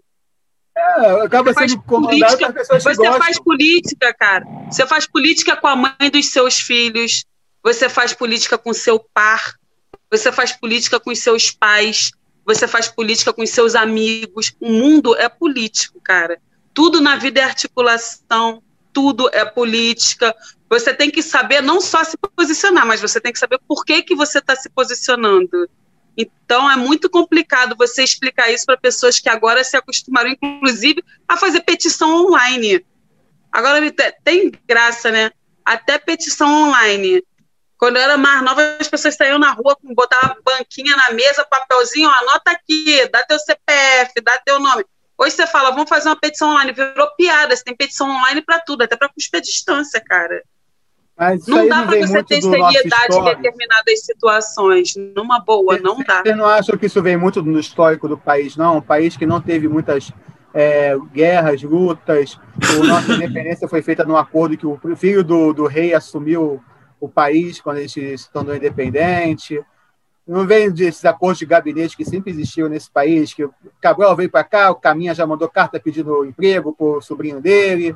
Speaker 2: É, acaba
Speaker 7: Você faz
Speaker 2: sendo comandado
Speaker 7: política,
Speaker 2: pelas pessoas que
Speaker 7: você
Speaker 2: gostam.
Speaker 7: faz política, cara. Você faz política com a mãe dos seus filhos. você faz política com seu par, você faz política com os seus pais, você faz política com os seus amigos. O mundo é político, cara. Tudo na vida é articulação, tudo é política. Você tem que saber não só se posicionar, mas você tem que saber por que, que você está se posicionando. Então, é muito complicado você explicar isso para pessoas que agora se acostumaram, inclusive, a fazer petição online. Agora, tem graça, né? Até petição online. Quando eu era mais nova, as pessoas saíam na rua, botavam banquinha na mesa, papelzinho, ó, anota aqui, dá teu C P F, dá teu nome. Hoje você fala, vamos fazer uma petição online. Virou piada, você tem petição online para tudo, até para cuspir a distância, cara.
Speaker 2: Mas
Speaker 7: não dá para você ter seriedade em determinadas situações. Numa boa,
Speaker 2: Vocês,
Speaker 7: não dá.
Speaker 2: Vocês não acham que isso vem muito no histórico do país, não? Um país que não teve muitas é, guerras, lutas. A nossa independência foi feita num acordo que o filho do, do rei assumiu o país quando a gente se tornou independente. Não vem desses acordos de gabinete que sempre existiam nesse país, que o Cabral veio para cá, o Caminha já mandou carta pedindo emprego para o sobrinho dele.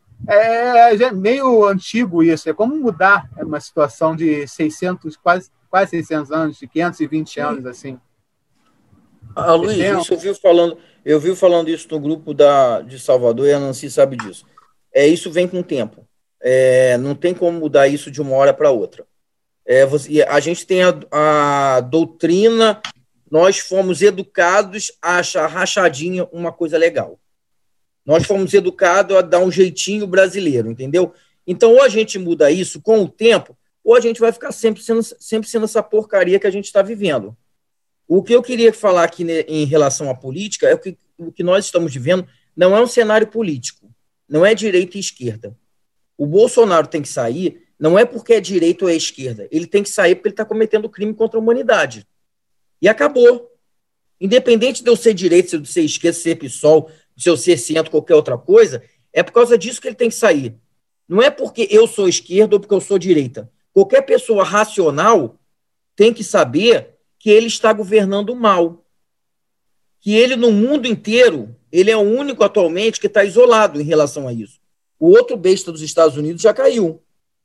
Speaker 2: É, é meio antigo isso. É como mudar uma situação de seiscentos, quase, quase seiscentos anos, de quinhentos e vinte anos, assim.
Speaker 3: Ah, Luiz, isso eu vi falando, eu vi falando isso no grupo da, de Salvador, e a Nancy sabe disso. É, isso vem com o tempo. É, não tem como mudar isso de uma hora para outra. É, você, a gente tem a, a doutrina, nós fomos educados a achar rachadinha uma coisa legal. Nós fomos educados a dar um jeitinho brasileiro, entendeu? Então, ou a gente muda isso com o tempo, ou a gente vai ficar sempre sendo, sempre sendo essa porcaria que a gente está vivendo. O que eu queria falar aqui em relação à política é que o que nós estamos vivendo não é um cenário político, não é direita e esquerda. O Bolsonaro tem que sair, não é porque é direita ou é esquerda, ele tem que sair porque ele está cometendo crime contra a humanidade. E acabou. Independente de eu ser direita, se eu ser esquerda, ser PSOL, se eu ser centro, qualquer outra coisa, é por causa disso que ele tem que sair. Não é porque eu sou esquerda ou porque eu sou direita. Qualquer pessoa racional tem que saber que ele está governando mal. Que ele, no mundo inteiro, ele é o único atualmente que está isolado em relação a isso. O outro besta dos Estados Unidos já caiu.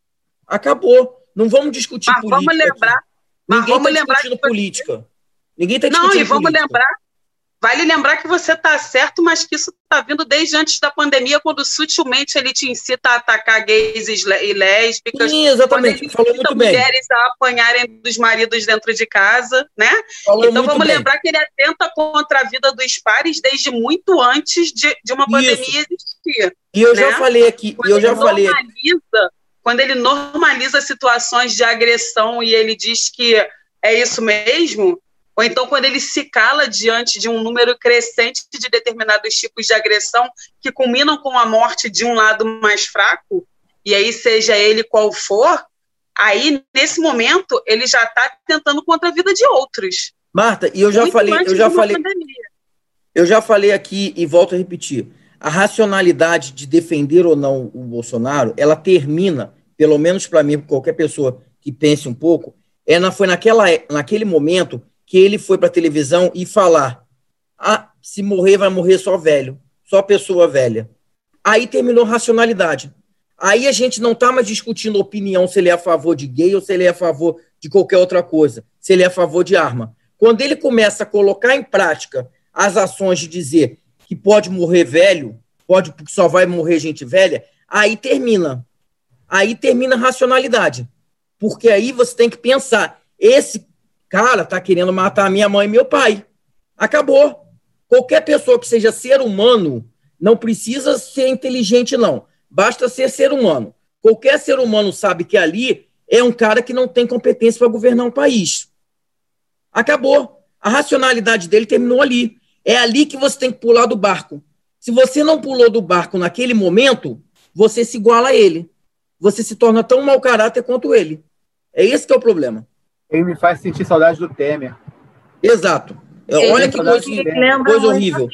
Speaker 3: Acabou. Não vamos discutir
Speaker 7: mas
Speaker 3: política.
Speaker 7: Vamos lembrar, mas
Speaker 3: Ninguém
Speaker 7: vamos
Speaker 3: está
Speaker 7: lembrar
Speaker 3: discutindo
Speaker 7: que...
Speaker 3: política. Ninguém está
Speaker 7: discutindo
Speaker 3: discutindo
Speaker 7: Não, e vamos
Speaker 3: política.
Speaker 7: lembrar, vale lembrar que você está certo, mas que isso está vindo desde antes da pandemia, quando sutilmente ele te incita a atacar gays e lésbicas.
Speaker 3: Sim, exatamente.
Speaker 7: Quando ele
Speaker 3: Falou muito bem.
Speaker 7: mulheres a apanharem dos maridos dentro de casa, né?
Speaker 3: Falou
Speaker 7: então vamos
Speaker 3: bem.
Speaker 7: lembrar que ele atenta contra a vida dos pares desde muito antes de, de uma pandemia
Speaker 3: isso.
Speaker 7: existir.
Speaker 3: E eu
Speaker 7: né?
Speaker 3: já falei aqui,
Speaker 7: quando
Speaker 3: eu já falei.
Speaker 7: Normaliza, quando ele normaliza situações de agressão e ele diz que é isso mesmo, ou então quando ele se cala diante de um número crescente de determinados tipos de agressão que culminam com a morte de um lado mais fraco, e aí seja ele qual for, aí nesse momento ele já está tentando contra a vida de outros.
Speaker 3: Marta, e eu já
Speaker 7: Muito
Speaker 3: falei, eu já falei,
Speaker 7: pandemia.
Speaker 3: eu já falei aqui e volto a repetir. A racionalidade de defender ou não o Bolsonaro, ela termina, pelo menos para mim, qualquer pessoa que pense um pouco, é na, foi naquela, naquele momento que ele foi para a televisão e falar, ah, se morrer, vai morrer só velho, só pessoa velha. Aí terminou a racionalidade. Aí a gente não está mais discutindo opinião, se ele é a favor de gay ou se ele é a favor de qualquer outra coisa, se ele é a favor de arma. Quando ele começa a colocar em prática as ações de dizer que pode morrer velho, pode, porque só vai morrer gente velha, aí termina. Aí termina a racionalidade. Porque aí você tem que pensar, esse cara está querendo matar minha mãe e meu pai. Acabou. Qualquer pessoa que seja ser humano não precisa ser inteligente, não. Basta ser ser humano. Qualquer ser humano sabe que ali é um cara que não tem competência para governar um país. Acabou. A racionalidade dele terminou ali. É ali que você tem que pular do barco. Se você não pulou do barco naquele momento, você se iguala a ele. Você se torna tão mau caráter quanto ele. É esse que é o problema.
Speaker 2: Ele me faz sentir saudade do Temer.
Speaker 3: Exato.
Speaker 2: Ele
Speaker 3: Olha que coisa, coisa horrível.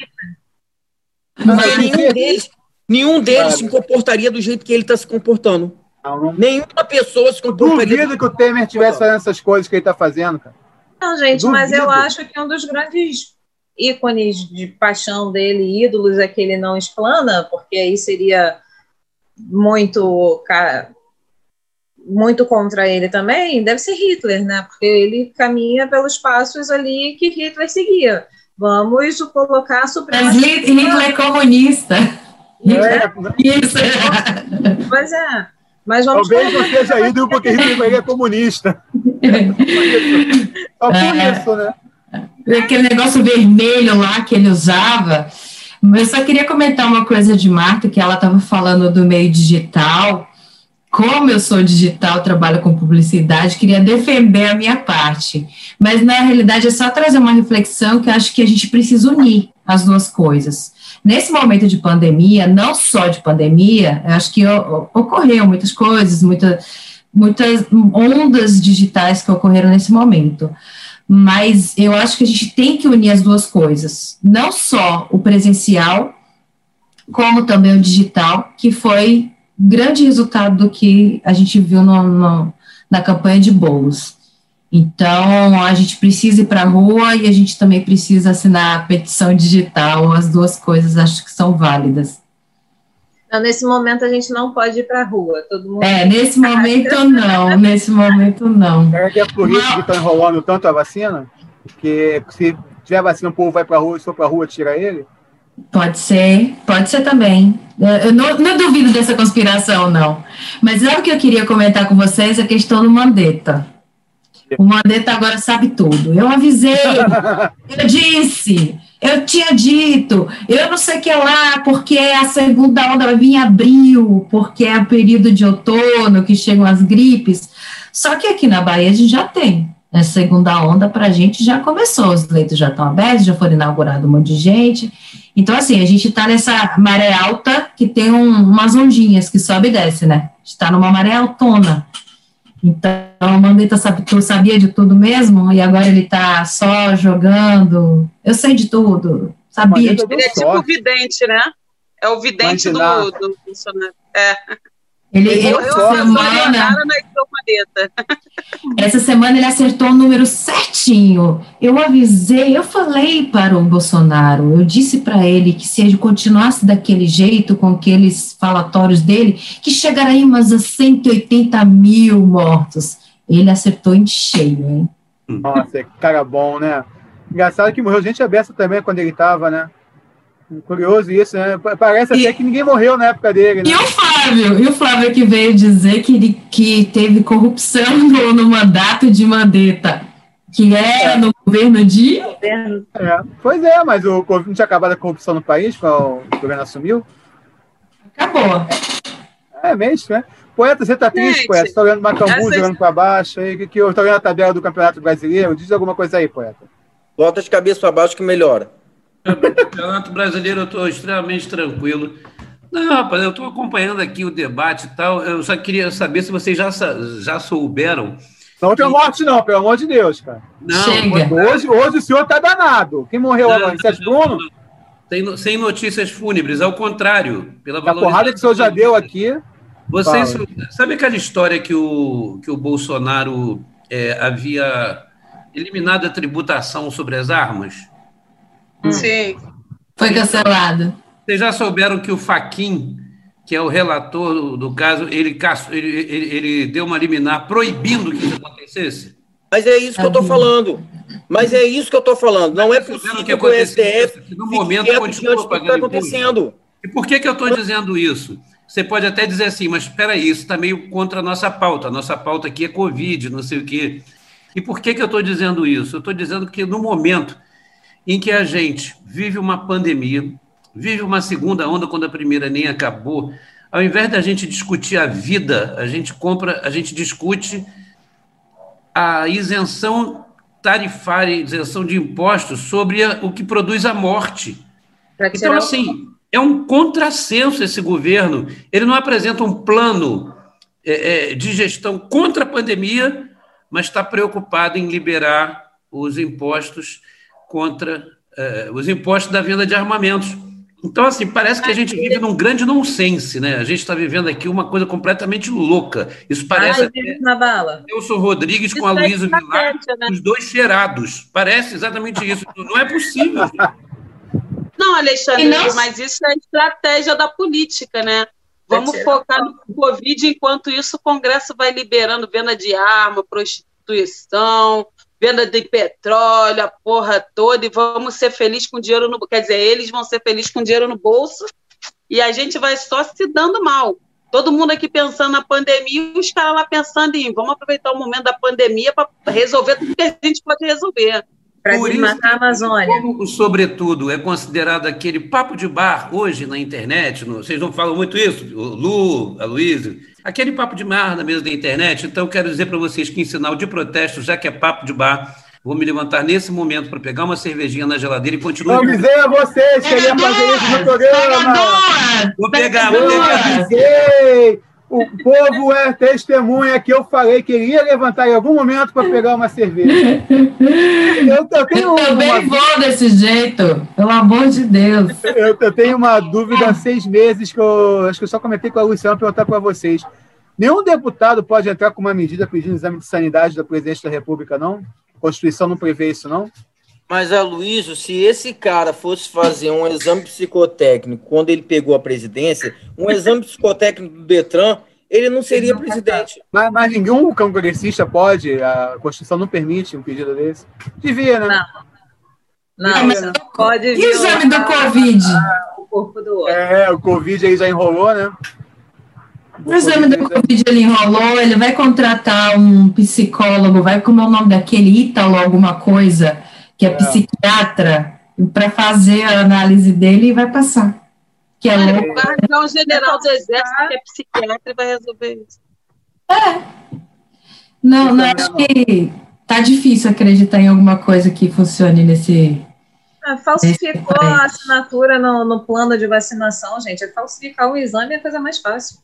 Speaker 2: Mas
Speaker 3: nenhum deles, nenhum deles se comportaria do jeito que ele está se comportando.
Speaker 2: Não, não...
Speaker 3: Nenhuma pessoa se comportaria...
Speaker 2: Duvido que o Temer estivesse fazendo essas coisas que ele está fazendo, cara.
Speaker 5: Não, gente,
Speaker 2: Duvido.
Speaker 5: Mas eu acho que um dos grandes ícones de paixão dele, ídolos, é que ele não explana, porque aí seria muito... Cara, muito contra ele também deve ser Hitler, né? Porque ele caminha pelos passos ali que Hitler seguia. Vamos colocar a supremacia.
Speaker 6: Mas Hitler é comunista.
Speaker 2: É,
Speaker 6: Isso.
Speaker 5: Pois é. Mas vamos
Speaker 2: talvez não seja ídolo porque Hitler é comunista. Só por
Speaker 6: É.
Speaker 2: isso, né?
Speaker 6: Aquele negócio vermelho lá que ele usava. Eu só queria comentar uma coisa de Marta, que ela estava falando do meio digital. Como eu sou digital, trabalho com publicidade, queria defender a minha parte. Mas, na realidade, é só trazer uma reflexão que eu acho que a gente precisa unir as duas coisas. Nesse momento de pandemia, não só de pandemia, eu acho que ocorreram muitas coisas, muita, muitas ondas digitais que ocorreram nesse momento. Mas eu acho que a gente tem que unir as duas coisas. Não só o presencial, como também o digital, que foi grande resultado do que a gente viu no, no, na campanha de bolos. Então, a gente precisa ir para a rua e a gente também precisa assinar a petição digital. As duas coisas acho que são válidas.
Speaker 5: Não, nesse momento, a gente não pode ir para a rua. Todo mundo
Speaker 6: É, nesse momento não, nesse momento não.
Speaker 2: Será que é por isso que estão enrolando tanto a vacina? Porque se tiver vacina, o povo vai para a rua e se for para a rua, tira ele?
Speaker 6: Pode ser, pode ser também. Eu não, não duvido dessa conspiração, não. Mas sabe o que eu queria comentar com vocês? A questão do Mandetta. O Mandetta agora sabe tudo. Eu avisei, eu disse, eu tinha dito, eu não sei o que lá, porque a segunda onda vai vir em abril, porque é o período de outono que chegam as gripes. Só que aqui na Bahia a gente já tem. A segunda onda para a gente já começou, os leitos já estão abertos, já foram inaugurados um monte de gente. Então, assim, a gente está nessa maré alta que tem um, umas ondinhas que sobe e desce, né? A gente está numa maré altona. Então, o Mandetta sabe, sabia de tudo mesmo, e agora ele está só jogando. Eu sei de tudo, sabia de tudo.
Speaker 7: Ele é tipo o vidente, né? É o vidente do, do Bolsonaro. É.
Speaker 6: Ele,
Speaker 7: Ele
Speaker 6: essa semana, essa semana ele acertou o número certinho. Eu avisei, eu falei para o Bolsonaro, eu disse para ele que se ele continuasse daquele jeito, com aqueles falatórios dele, que chegaria umas a cento e oitenta mil mortos. Ele acertou em cheio, hein?
Speaker 2: Nossa, cara bom, né? Engraçado que morreu gente aberta também quando ele estava, né? Curioso isso, né? Parece e, até que ninguém morreu na época dele, né?
Speaker 6: E o Flávio, e o Flávio que veio dizer que, ele, que teve corrupção no, no mandato de Mandetta, que era é. no governo de...
Speaker 2: É. Pois é, mas o não tinha acabado a corrupção no país quando o governo assumiu?
Speaker 6: Acabou.
Speaker 2: É mesmo, né? Poeta, você tá triste, gente, poeta? Você tá olhando Macambu, jogando para baixo, aí, que, que eu tô olhando a tabela do Campeonato Brasileiro, diz alguma coisa aí, poeta.
Speaker 3: Bota de cabeça para baixo que melhora.
Speaker 4: O Campeonato Brasileiro eu estou extremamente tranquilo. Não, rapaz, eu estou acompanhando aqui o debate e tal. Eu só queria saber se vocês já, já souberam.
Speaker 2: Não tem morte, não, pelo amor de Deus, cara.
Speaker 6: Não, Chega.
Speaker 2: Hoje, hoje o senhor tá danado. Quem morreu agora? Sérgio Bruno?
Speaker 4: Sem, sem notícias fúnebres, ao contrário. Pela
Speaker 2: a porrada que o senhor já deu aqui.
Speaker 4: Vocês, sabe aquela história que o, que o Bolsonaro é, havia eliminado a tributação sobre as armas?
Speaker 7: Sim.
Speaker 6: Foi cancelado.
Speaker 4: Vocês já souberam que o Fachin, que é o relator do, do caso, ele, ele, ele, ele deu uma liminar proibindo que isso acontecesse?
Speaker 3: Mas é isso que eu estou falando. Mas é isso que eu estou falando. Não é possível que, que o S T F
Speaker 4: no momento continua pagando
Speaker 3: acontecendo.
Speaker 4: E por que, que eu estou dizendo isso? Você pode até dizer assim, mas espera aí, isso está meio contra a nossa pauta. A nossa pauta aqui é Covid, não sei o quê. E por que, que eu estou dizendo isso? Eu estou dizendo que no momento em que a gente vive uma pandemia, vive uma segunda onda quando a primeira nem acabou, ao invés da gente discutir a vida, a gente compra, a gente discute a isenção tarifária, isenção de impostos sobre a, o que produz a morte. Então, assim, é um contrassenso esse governo. Ele não apresenta um plano é, é, de gestão contra a pandemia, mas está preocupado em liberar os impostos contra uh, os impostos da venda de armamentos. Então, assim, parece que a gente vive num grande nonsense, né? A gente está vivendo aqui uma coisa completamente louca. Isso parece
Speaker 5: Ai, até na bala.
Speaker 4: Nelson Rodrigues com a Luísa Vilar, né? Os dois cheirados. Parece exatamente isso. Não é possível.
Speaker 7: Não, Alexandre, não... mas isso é estratégia da política, né? Vamos focar no Covid, enquanto isso o Congresso vai liberando venda de arma, prostituição, venda de petróleo, a porra toda, e vamos ser felizes com dinheiro no... Quer dizer, eles vão ser felizes com dinheiro no bolso e a gente vai só se dando mal. Todo mundo aqui pensando na pandemia e os caras lá pensando em vamos aproveitar o momento da pandemia para resolver tudo que a gente pode resolver.
Speaker 5: Para desmatar a Amazônia.
Speaker 4: Como, sobretudo, é considerado aquele papo de bar hoje na internet, no, vocês não falam muito isso, o Lu, a Luísa, aquele papo de bar na mesa da internet, então eu quero dizer para vocês que em sinal de protesto, já que é papo de bar, vou me levantar nesse momento para pegar uma cervejinha na geladeira e continuar...
Speaker 2: Não avisei a vocês que ele ia fazer isso no programa!
Speaker 4: Vou pegar, vou
Speaker 2: Não
Speaker 4: pegar.
Speaker 2: avisei! O povo é testemunha que eu falei que ele ia levantar em algum momento para pegar uma cerveja. Eu, eu, tenho
Speaker 6: Eu também
Speaker 2: uma,
Speaker 6: vou desse jeito, pelo amor de Deus.
Speaker 2: eu, eu tenho uma dúvida há seis meses que eu acho que eu só comentei com a Luciana para perguntar para vocês. Nenhum deputado pode entrar com uma medida pedindo exame de sanidade da presidente da República, não? A Constituição não prevê isso, não?
Speaker 3: Mas, Aloysio, se esse cara fosse fazer um exame psicotécnico quando ele pegou a presidência, um exame psicotécnico do Detran, ele não seria presidente.
Speaker 2: Mas, mas nenhum congressista pode, a Constituição não permite um pedido desse. Devia, né?
Speaker 5: Não, não, mas não pode.
Speaker 6: E o exame do Covid?
Speaker 5: O corpo do outro.
Speaker 2: É, o Covid aí já enrolou, né?
Speaker 6: O exame do Covid ele enrolou, ele vai contratar um psicólogo, vai como é o nome daquele Ítalo alguma coisa, que é, é. psiquiatra, para fazer a análise dele e vai passar. Que é
Speaker 7: Olha, louco. Vai um general do exército que é psiquiatra e vai resolver isso.
Speaker 6: É. Não, não, acho que tá difícil acreditar em alguma coisa que funcione nesse...
Speaker 5: Ah, falsificou nesse a assinatura no, no plano de vacinação, gente. Falsificar o exame é a coisa mais fácil.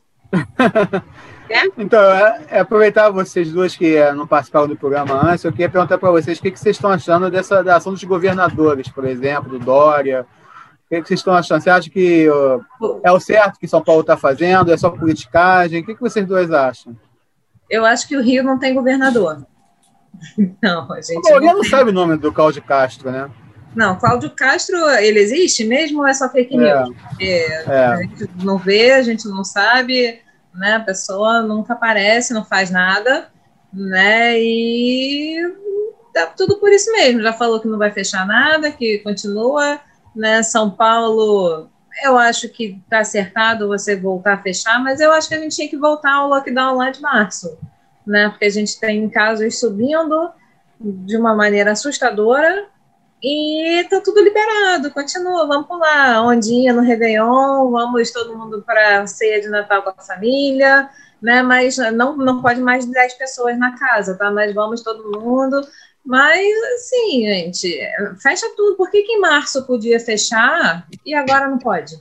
Speaker 2: É? Então, é, é aproveitar vocês duas que é, não participaram do programa antes, eu queria perguntar para vocês o que, que vocês estão achando dessa da ação dos governadores, por exemplo, do Dória. O que, que vocês estão achando? Você acha que uh, é o certo que São Paulo está fazendo? É só politicagem? O que, que vocês dois acham?
Speaker 5: Eu acho que o Rio não tem governador. Não, a gente.
Speaker 2: Alguém não, não sabe o nome do Cláudio Castro, né?
Speaker 5: Não, Cláudio Castro, ele existe mesmo ou é só fake news? É, é. A gente não vê, a gente não sabe, né? A pessoa nunca aparece, não faz nada, né? E tá tudo por isso mesmo. Já falou que não vai fechar nada, que continua, né? São Paulo, eu acho que está acertado você voltar a fechar, mas eu acho que a gente tinha que voltar ao lockdown lá de março, né? Porque a gente tem casos subindo de uma maneira assustadora. E tá tudo liberado, continua, vamos pular, ondinha no Réveillon, vamos todo mundo para a ceia de Natal com a família, né, mas não, não pode mais de dez pessoas na casa, tá, mas vamos todo mundo, mas assim, gente, fecha tudo, por que que em março podia fechar e agora não pode?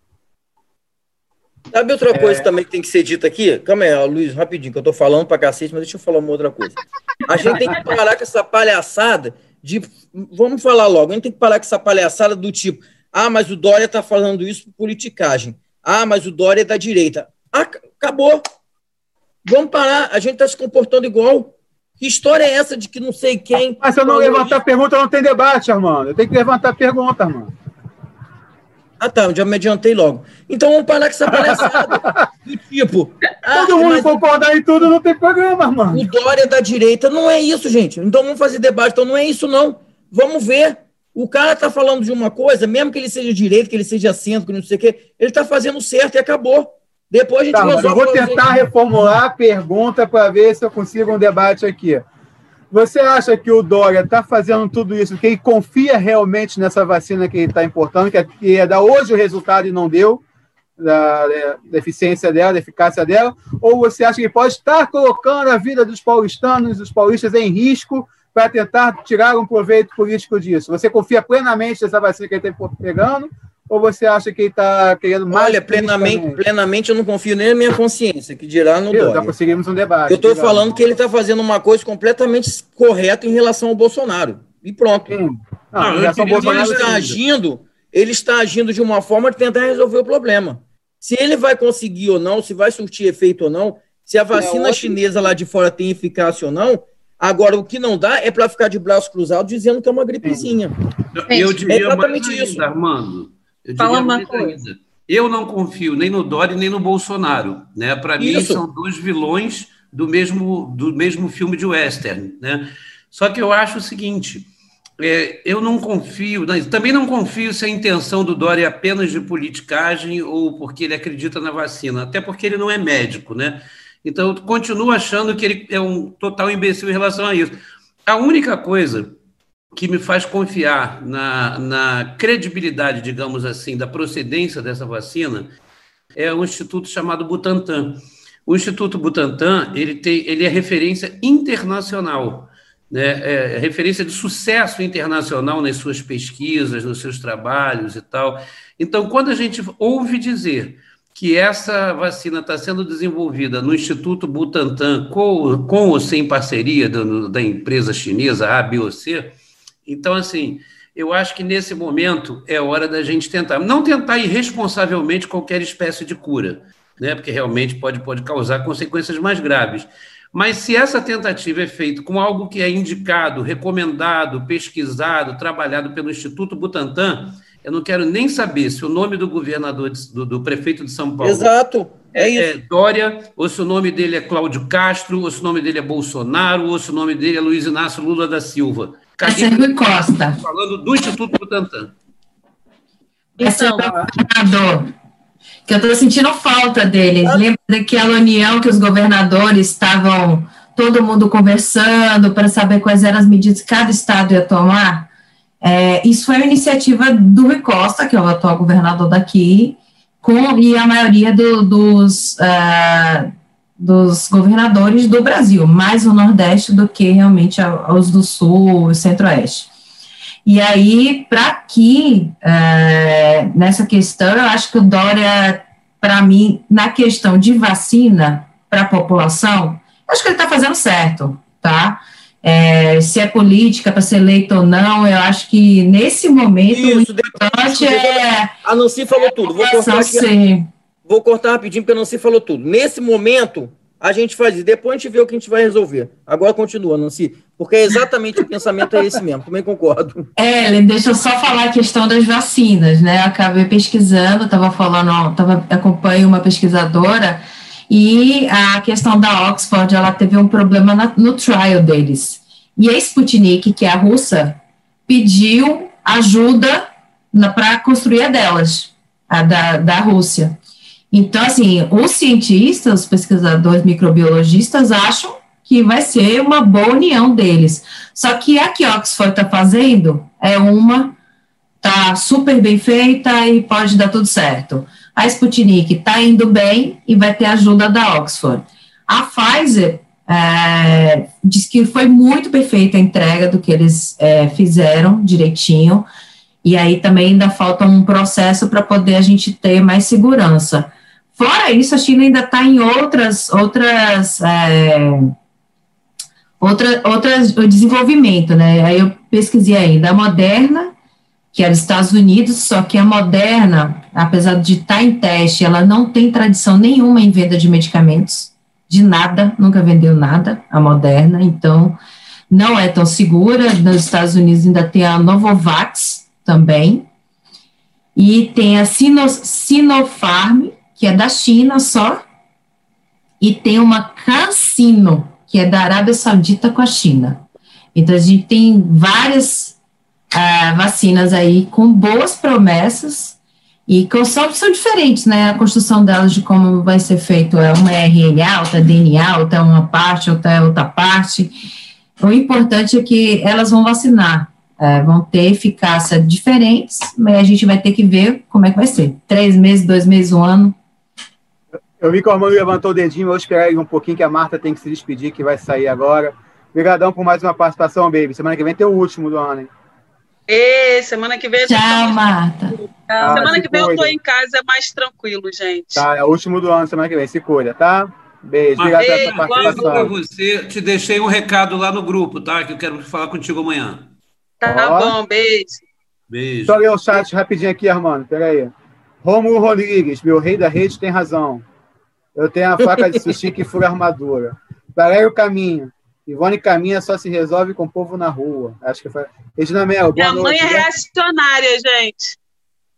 Speaker 3: Sabe outra coisa é... também que tem que ser dita aqui? Calma aí, Luiz, rapidinho, que eu tô falando pra cacete, mas deixa eu falar uma outra coisa. A gente tem que parar com essa palhaçada de... Vamos falar logo, a gente tem que parar com essa palhaçada do tipo, ah, mas o Dória tá falando isso por politicagem. Ah, mas o Dória é da direita. Ah, acabou. Vamos parar, a gente tá se comportando igual. Que história é essa de que não sei quem...
Speaker 2: Mas se eu não levantar pergunta, não tem debate, Armando. Eu tenho que levantar pergunta, Armando.
Speaker 3: Ah, tá, eu já me adiantei logo. Então vamos parar com essa palhaçada. Do tipo...
Speaker 2: Ah, todo mundo concordar em tudo, não tem programa, mano.
Speaker 3: O Dória da direita, não é isso, gente. Então vamos fazer debate, então não é isso, não. Vamos ver. O cara tá falando de uma coisa, mesmo que ele seja direito, que ele seja centro, que não sei o quê, ele tá fazendo certo e acabou. Depois a gente
Speaker 2: tá, resolve. Eu vou tentar fazer... reformular a pergunta para ver se eu consigo um debate aqui. Você acha que o Dória está fazendo tudo isso, que ele confia realmente nessa vacina que ele está importando, que ia dar hoje o resultado e não deu, da, da eficiência dela, da eficácia dela, ou você acha que ele pode estar colocando a vida dos paulistanos, dos paulistas em risco para tentar tirar um proveito político disso? Você confia plenamente nessa vacina que ele está pegando, ou você acha que ele está querendo mais...
Speaker 3: Olha, plenamente, plenamente eu não confio nem na minha consciência, que dirá no Dória.
Speaker 2: Já conseguimos um debate.
Speaker 3: Eu estou falando que ele está fazendo uma coisa completamente correta em relação ao Bolsonaro. E pronto.
Speaker 2: Sim. Não,
Speaker 3: não,
Speaker 2: em relação ao Bolsonaro,
Speaker 3: ele está agindo, ele está agindo de uma forma de tentar resolver o problema. Se ele vai conseguir ou não, se vai surtir efeito ou não, se a vacina é chinesa lá de fora tem eficácia ou não, agora o que não dá é para ficar de braço cruzado dizendo que é uma gripezinha.
Speaker 4: Eu, eu diria é exatamente mais ainda, isso. Armando. Eu
Speaker 5: Fala uma coisa.
Speaker 4: Ainda. eu não confio nem no Dória nem no Bolsonaro, né? Para mim,
Speaker 3: Isso.
Speaker 4: são dois vilões do mesmo, do mesmo filme de western, né? Só que eu acho o seguinte, é, eu não confio, não, também não confio se a intenção do Dória é apenas de politicagem ou porque ele acredita na vacina, até porque ele não é médico, né? Então, eu continuo achando que ele é um total imbecil em relação a isso. A única coisa que me faz confiar na, na credibilidade, digamos assim, da procedência dessa vacina é um instituto chamado Butantan. O Instituto Butantan, ele, tem, ele é referência internacional, né? É referência de sucesso internacional nas suas pesquisas, nos seus trabalhos e tal. Então, quando a gente ouve dizer que essa vacina está sendo desenvolvida no Instituto Butantan com, com ou sem parceria do, da empresa chinesa A, B ou C, então, assim, eu acho que nesse momento é hora da gente tentar, não tentar irresponsavelmente qualquer espécie de cura, né, porque realmente pode, pode causar consequências mais graves. Mas se essa tentativa é feita com algo que é indicado, recomendado, pesquisado, trabalhado pelo Instituto Butantan, eu não quero nem saber se o nome do governador, de, do, do prefeito de São Paulo
Speaker 3: Exato, é,
Speaker 4: é,
Speaker 3: isso.
Speaker 4: é Dória, ou se o nome dele é Cláudio Castro, ou se o nome dele é Bolsonaro, ou se o nome dele é Luiz Inácio Lula da Silva.
Speaker 6: Essa é Rui Costa.
Speaker 4: Falando do Instituto Butantan.
Speaker 6: Esse é o
Speaker 5: Então,
Speaker 6: governador, que eu estou sentindo falta deles.
Speaker 3: Ah.
Speaker 6: Lembra daquela união que os governadores estavam, todo mundo conversando para saber quais eram as medidas que cada estado ia tomar? É, isso foi uma iniciativa do Rui Costa, que é o atual governador daqui, com, e a maioria do, dos, uh, dos governadores do Brasil, mais o Nordeste do que realmente os do Sul e Centro-Oeste. E aí, para aqui, é, nessa questão, eu acho que o Dória, para mim, na questão de vacina para a população, acho que ele está fazendo certo, tá? É, se é política para ser eleito ou não, eu acho que nesse momento
Speaker 3: Isso,
Speaker 6: o importante é...
Speaker 3: A Nancy falou tudo. Vou cortar, aqui, vou cortar rapidinho, porque a Nancy falou tudo. Nesse momento, a gente faz isso. Depois a gente vê o que a gente vai resolver. Agora continua, Nancy, porque é exatamente o pensamento é esse mesmo. Também concordo.
Speaker 6: É, deixa eu só falar a questão das vacinas, né? Eu acabei pesquisando, estava falando, tava, acompanho uma pesquisadora, e a questão da Oxford, ela teve um problema na, no trial deles. E a Sputnik, que é a russa, pediu ajuda para construir a delas, a da, da Rússia. Então, assim, os cientistas, os pesquisadores microbiologistas acham que vai ser uma boa união deles. Só que a que Oxford está fazendo é uma, está super bem feita e pode dar tudo certo. A Sputnik está indo bem e vai ter ajuda da Oxford. A Pfizer é, diz que foi muito perfeita a entrega do que eles é, fizeram direitinho, e aí também ainda falta um processo para poder a gente ter mais segurança. Fora isso, a China ainda está em outras, outras, é, outra, outras desenvolvimento, né? Aí eu pesquisei ainda a Moderna, que é dos Estados Unidos, só que a Moderna, apesar de estar em teste, ela não tem tradição nenhuma em venda de medicamentos, de nada, nunca vendeu nada, a Moderna, então não é tão segura. Nos Estados Unidos ainda tem a Novavax também, e tem a Sino, Sinopharm, que é da China só, e tem uma CanSino, que é da Arábia Saudita com a China. Então a gente tem várias Uh, vacinas aí com boas promessas e que são, são diferentes, né, a construção delas de como vai ser feito, é uma R N A, outra D N A, outra é uma parte, outra é outra parte. O importante é que elas vão vacinar, uh, vão ter eficácia diferentes, mas a gente vai ter que ver como é que vai ser, três meses, dois meses, um ano.
Speaker 2: Eu vi que o Armando levantou o dedinho, vou esperar aí um pouquinho que a Marta tem que se despedir, que vai sair agora. Obrigadão por mais uma participação, baby. Semana que vem tem o último do ano, hein?
Speaker 7: E semana que vem...
Speaker 6: Tchau, mais... Marta.
Speaker 2: Ah,
Speaker 7: semana que vem
Speaker 2: cuida.
Speaker 7: Eu tô em casa, é mais tranquilo, gente.
Speaker 2: Tá, é o último do ano, semana que vem. Se cuida, tá? Beijo. Obrigado pela sua participação.
Speaker 4: Para você, te deixei um recado lá no grupo, tá? Que eu quero falar contigo amanhã.
Speaker 7: Tá Ó. bom, beijo.
Speaker 4: Beijo.
Speaker 2: Só ler o chat rapidinho aqui, Armando. Pera aí. Rômulo Rodrigues, meu rei da rede, tem razão. Eu tenho a faca de sushi que fura armadura. Valério Caminho. Ivone Caminha só se resolve com o povo na rua. Acho que foi. Regina Mel, boa
Speaker 7: Minha
Speaker 2: noite.
Speaker 7: mãe é reacionária, gente.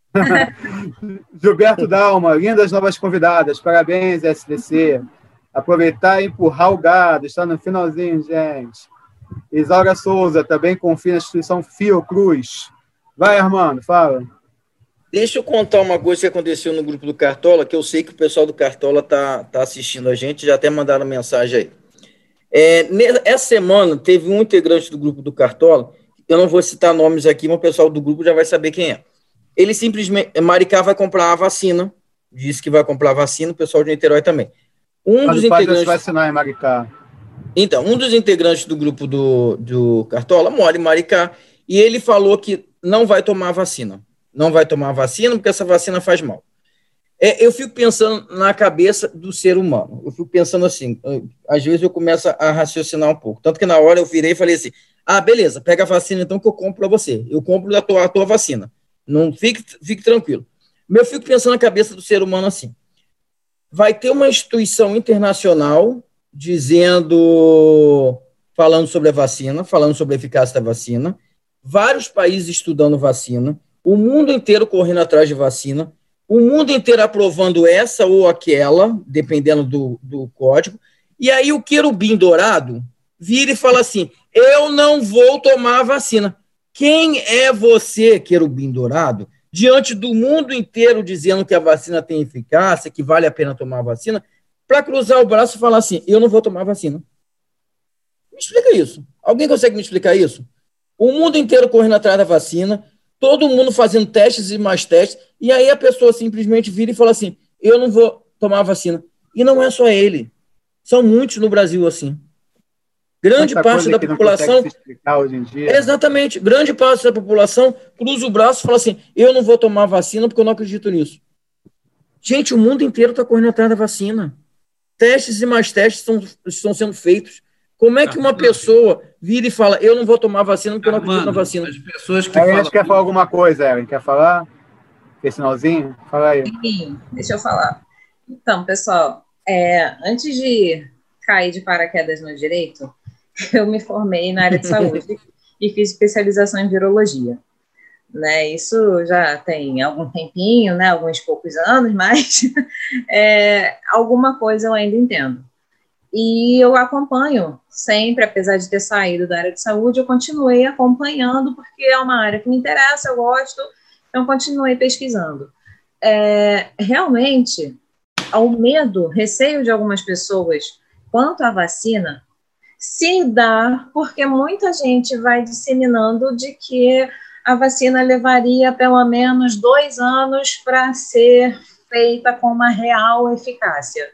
Speaker 2: Gilberto Dalma, lindas novas convidadas, parabéns, S D C. Aproveitar e empurrar o gado, está no finalzinho, gente. Isaura Souza, também confia na instituição Fiocruz. Vai, Armando, fala.
Speaker 3: Deixa eu contar uma coisa que aconteceu no grupo do Cartola, que eu sei que o pessoal do Cartola está tá assistindo a gente, já até mandaram mensagem aí. É, essa semana teve um integrante do grupo do Cartola, eu não vou citar nomes aqui, mas o pessoal do grupo já vai saber quem é. Ele simplesmente, Maricá vai comprar a vacina, disse que vai comprar a vacina, o pessoal de Niterói também. Um
Speaker 2: Mas
Speaker 3: dos
Speaker 2: pode
Speaker 3: integrantes...
Speaker 2: vacinar em Maricá.
Speaker 3: Então, um dos integrantes do grupo do, do Cartola mora em Maricá, e ele falou que não vai tomar vacina. Não vai tomar vacina porque essa vacina faz mal. É, eu fico pensando na cabeça do ser humano. Eu fico pensando assim, eu, às vezes eu começo a raciocinar um pouco. Tanto que na hora eu virei e falei assim, ah, beleza, pega a vacina então que eu compro para você. Eu compro a tua, a tua vacina. Não fique, fique tranquilo. Mas eu fico pensando na cabeça do ser humano assim. Vai ter uma instituição internacional dizendo, falando sobre a vacina, falando sobre a eficácia da vacina, vários países estudando vacina, o mundo inteiro correndo atrás de vacina, o mundo inteiro aprovando essa ou aquela, dependendo do, do código, e aí o querubim dourado vira e fala assim, eu não vou tomar a vacina. Quem é você, querubim dourado, diante do mundo inteiro dizendo que a vacina tem eficácia, que vale a pena tomar a vacina, para cruzar o braço e falar assim, eu não vou tomar a vacina? Me explica isso. Alguém consegue me explicar isso? O mundo inteiro correndo atrás da vacina, todo mundo fazendo testes e mais testes, e aí a pessoa simplesmente vira e fala assim, eu não vou tomar a vacina. E não é só ele. São muitos no Brasil assim. Grande
Speaker 2: Tanta
Speaker 3: parte da população...
Speaker 2: Se explicar hoje em dia.
Speaker 3: Exatamente. Grande parte da população cruza o braço e fala assim, eu não vou tomar a vacina porque eu não acredito nisso. Gente, o mundo inteiro está correndo atrás da vacina. Testes e mais testes estão, estão sendo feitos. Como é que uma pessoa vira e fala, eu não vou tomar vacina porque eu não acredito na vacina?
Speaker 4: As pessoas que
Speaker 2: Aaron,
Speaker 4: falam...
Speaker 2: quer falar alguma coisa, Aaron? Quer falar? Quer sinalzinho? Fala aí.
Speaker 5: Sim, deixa eu falar. Então, pessoal, é, antes de cair de paraquedas no direito, eu me formei na área de saúde e fiz especialização em virologia. Né, isso já tem algum tempinho, né, alguns poucos anos, mas é, alguma coisa eu ainda entendo. E eu acompanho sempre, apesar de ter saído da área de saúde, eu continuei acompanhando, porque é uma área que me interessa, eu gosto, então continuei pesquisando. É, realmente, o medo, receio de algumas pessoas quanto à vacina, se dá porque muita gente vai disseminando de que a vacina levaria pelo menos dois anos para ser feita com uma real eficácia.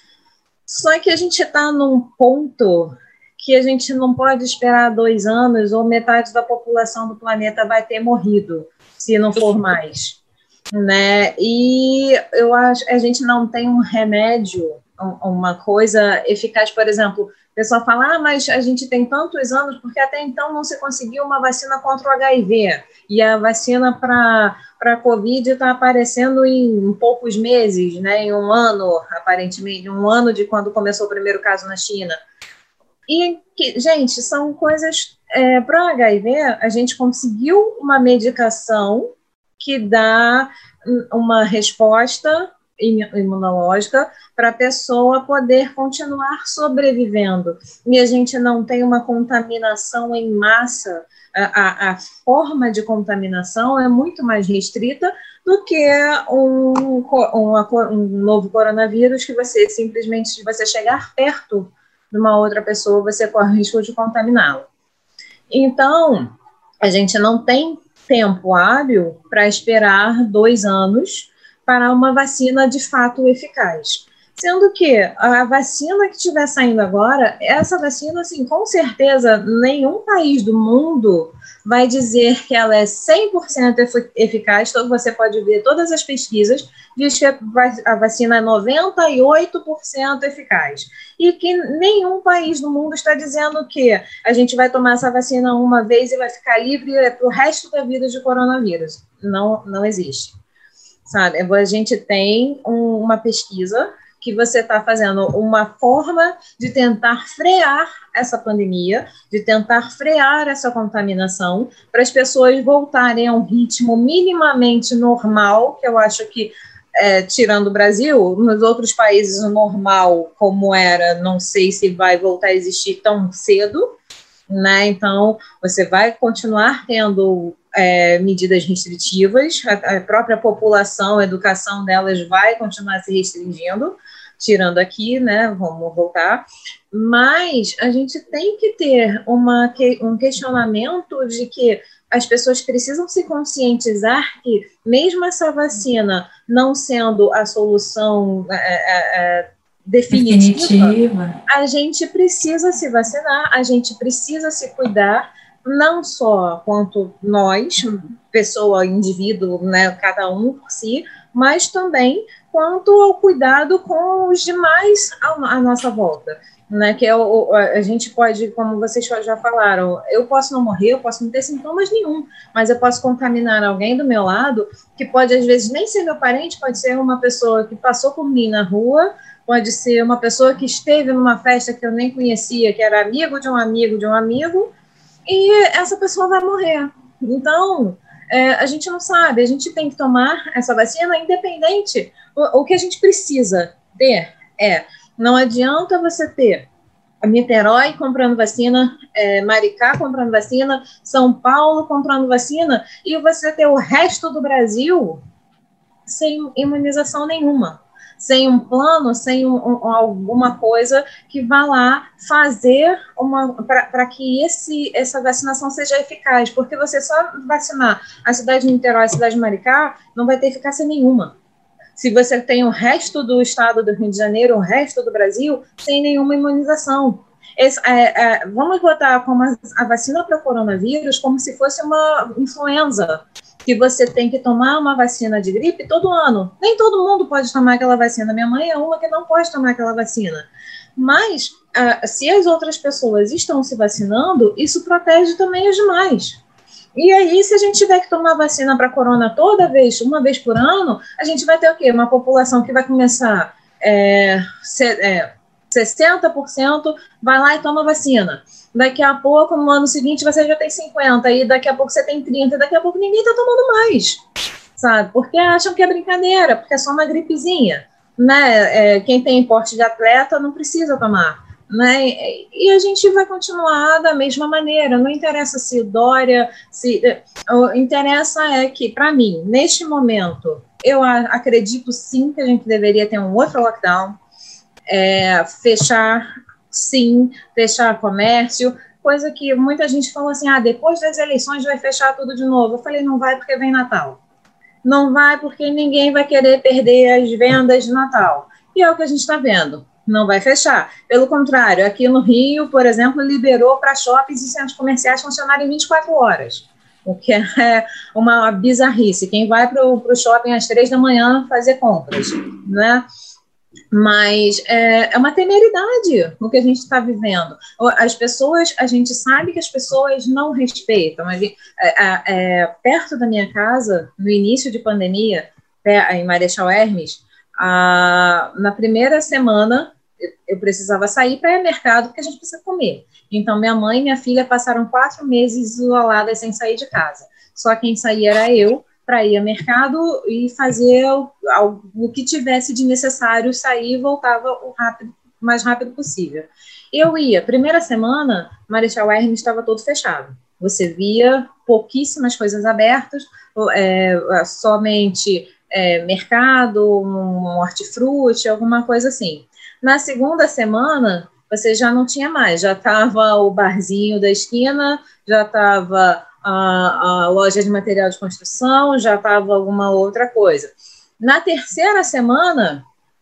Speaker 5: Só que a gente está num ponto que a gente não pode esperar dois anos ou metade da população do planeta vai ter morrido, se não for mais. Né? E eu acho que a gente não tem um remédio, uma coisa eficaz. Por exemplo, o pessoal fala, ah, mas a gente tem tantos anos porque até então não se conseguiu uma vacina contra o H I V e a vacina para a Covid está aparecendo em poucos meses, né? Em um ano, aparentemente, um ano de quando começou o primeiro caso na China. E, que, gente, são coisas... É, para o H I V, a gente conseguiu uma medicação que dá uma resposta imunológica para a pessoa poder continuar sobrevivendo. E a gente não tem uma contaminação em massa. A, a forma de contaminação é muito mais restrita do que um, um, um novo coronavírus que você simplesmente, se você chegar perto de uma outra pessoa, você corre risco de contaminá-la. Então, a gente não tem tempo hábil para esperar dois anos para uma vacina de fato eficaz. Sendo que a vacina que estiver saindo agora, essa vacina, assim, com certeza, nenhum país do mundo vai dizer que ela é cem por cento eficaz. Então, você pode ver todas as pesquisas, diz que a vacina é noventa e oito por cento eficaz. E que nenhum país do mundo está dizendo que a gente vai tomar essa vacina uma vez e vai ficar livre para o resto da vida de coronavírus. Não, não existe. Sabe? A gente tem um, uma pesquisa que você está fazendo uma forma de tentar frear essa pandemia, de tentar frear essa contaminação, para as pessoas voltarem a um ritmo minimamente normal, que eu acho que, é, tirando o Brasil, nos outros países o normal, como era, não sei se vai voltar a existir tão cedo, né? Então, você vai continuar tendo é, medidas restritivas, a, a própria população, a educação delas vai continuar se restringindo, tirando aqui, né? Vamos voltar. Mas a gente tem que ter uma, um questionamento de que as pessoas precisam se conscientizar que, mesmo essa vacina não sendo a solução é, é, definitiva, definitiva, a gente precisa se vacinar, a gente precisa se cuidar, não só quanto nós, pessoa, indivíduo, né, cada um por si, mas também quanto ao cuidado com os demais à nossa volta. Né, que é o, a gente pode, como vocês já falaram, eu posso não morrer, eu posso não ter sintomas nenhum, mas eu posso contaminar alguém do meu lado, que pode às vezes nem ser meu parente, pode ser uma pessoa que passou por mim na rua, pode ser uma pessoa que esteve numa festa que eu nem conhecia, que era amigo de um amigo de um amigo, e essa pessoa vai morrer. Então, é, a gente não sabe, a gente tem que tomar essa vacina independente. O, o que a gente precisa ter é, não adianta você ter a Niterói comprando vacina, é, Maricá comprando vacina, São Paulo comprando vacina, e você ter o resto do Brasil sem imunização nenhuma, sem um plano, sem um, um, alguma coisa que vá lá fazer para que esse, essa vacinação seja eficaz, porque você só vacinar a cidade de Niterói e a cidade de Maricá não vai ter eficácia nenhuma. Se você tem o resto do estado do Rio de Janeiro, o resto do Brasil, sem nenhuma imunização. Esse, é, é, vamos botar como a, a vacina para o coronavírus como se fosse uma influenza, que você tem que tomar uma vacina de gripe todo ano. Nem todo mundo pode tomar aquela vacina. Minha mãe é uma que não pode tomar aquela vacina. Mas, uh, se as outras pessoas estão se vacinando, isso protege também os demais. E aí, se a gente tiver que tomar vacina para corona toda vez, uma vez por ano, a gente vai ter o quê? Uma população que vai começar é, se, é, sessenta por cento vai lá e toma vacina. Daqui a pouco, no ano seguinte, você já tem cinquenta, e daqui a pouco você tem trinta, e daqui a pouco ninguém está tomando mais, sabe? Porque acham que é brincadeira, porque é só uma gripezinha, né? É, quem tem porte de atleta não precisa tomar. Né? E a gente vai continuar da mesma maneira, não interessa se Dória, se o interessa é que, para mim, neste momento, eu acredito sim que a gente deveria ter um outro lockdown, é, fechar, sim, fechar comércio, coisa que muita gente falou assim, ah, depois das eleições vai fechar tudo de novo. Eu falei, não vai porque vem Natal, não vai porque ninguém vai querer perder as vendas de Natal, e é o que a gente está vendo. Não vai fechar. Pelo contrário, aqui no Rio, por exemplo, liberou para shoppings e centros comerciais funcionarem vinte e quatro horas, o que é uma bizarrice. Quem vai para o shopping às três da manhã fazer compras, né? Mas é, é uma temeridade o que a gente está vivendo. As pessoas, a gente sabe que as pessoas não respeitam. É, é, é, perto da minha casa, no início de pandemia, em Marechal Hermes, a, na primeira semana, eu precisava sair para ir ao mercado, porque a gente precisa comer. Então, minha mãe e minha filha passaram quatro meses isoladas sem sair de casa. Só quem saía era eu, para ir ao mercado e fazer o, o que tivesse de necessário, sair e voltava o rápido, mais rápido possível. Eu ia, primeira semana, Marechal Hermes estava todo fechado. Você via pouquíssimas coisas abertas, é, somente é, mercado, um hortifruti, alguma coisa assim. Na segunda semana, você já não tinha mais, já estava o barzinho da esquina, já estava a, a loja de material de construção, já estava alguma outra coisa. Na terceira semana,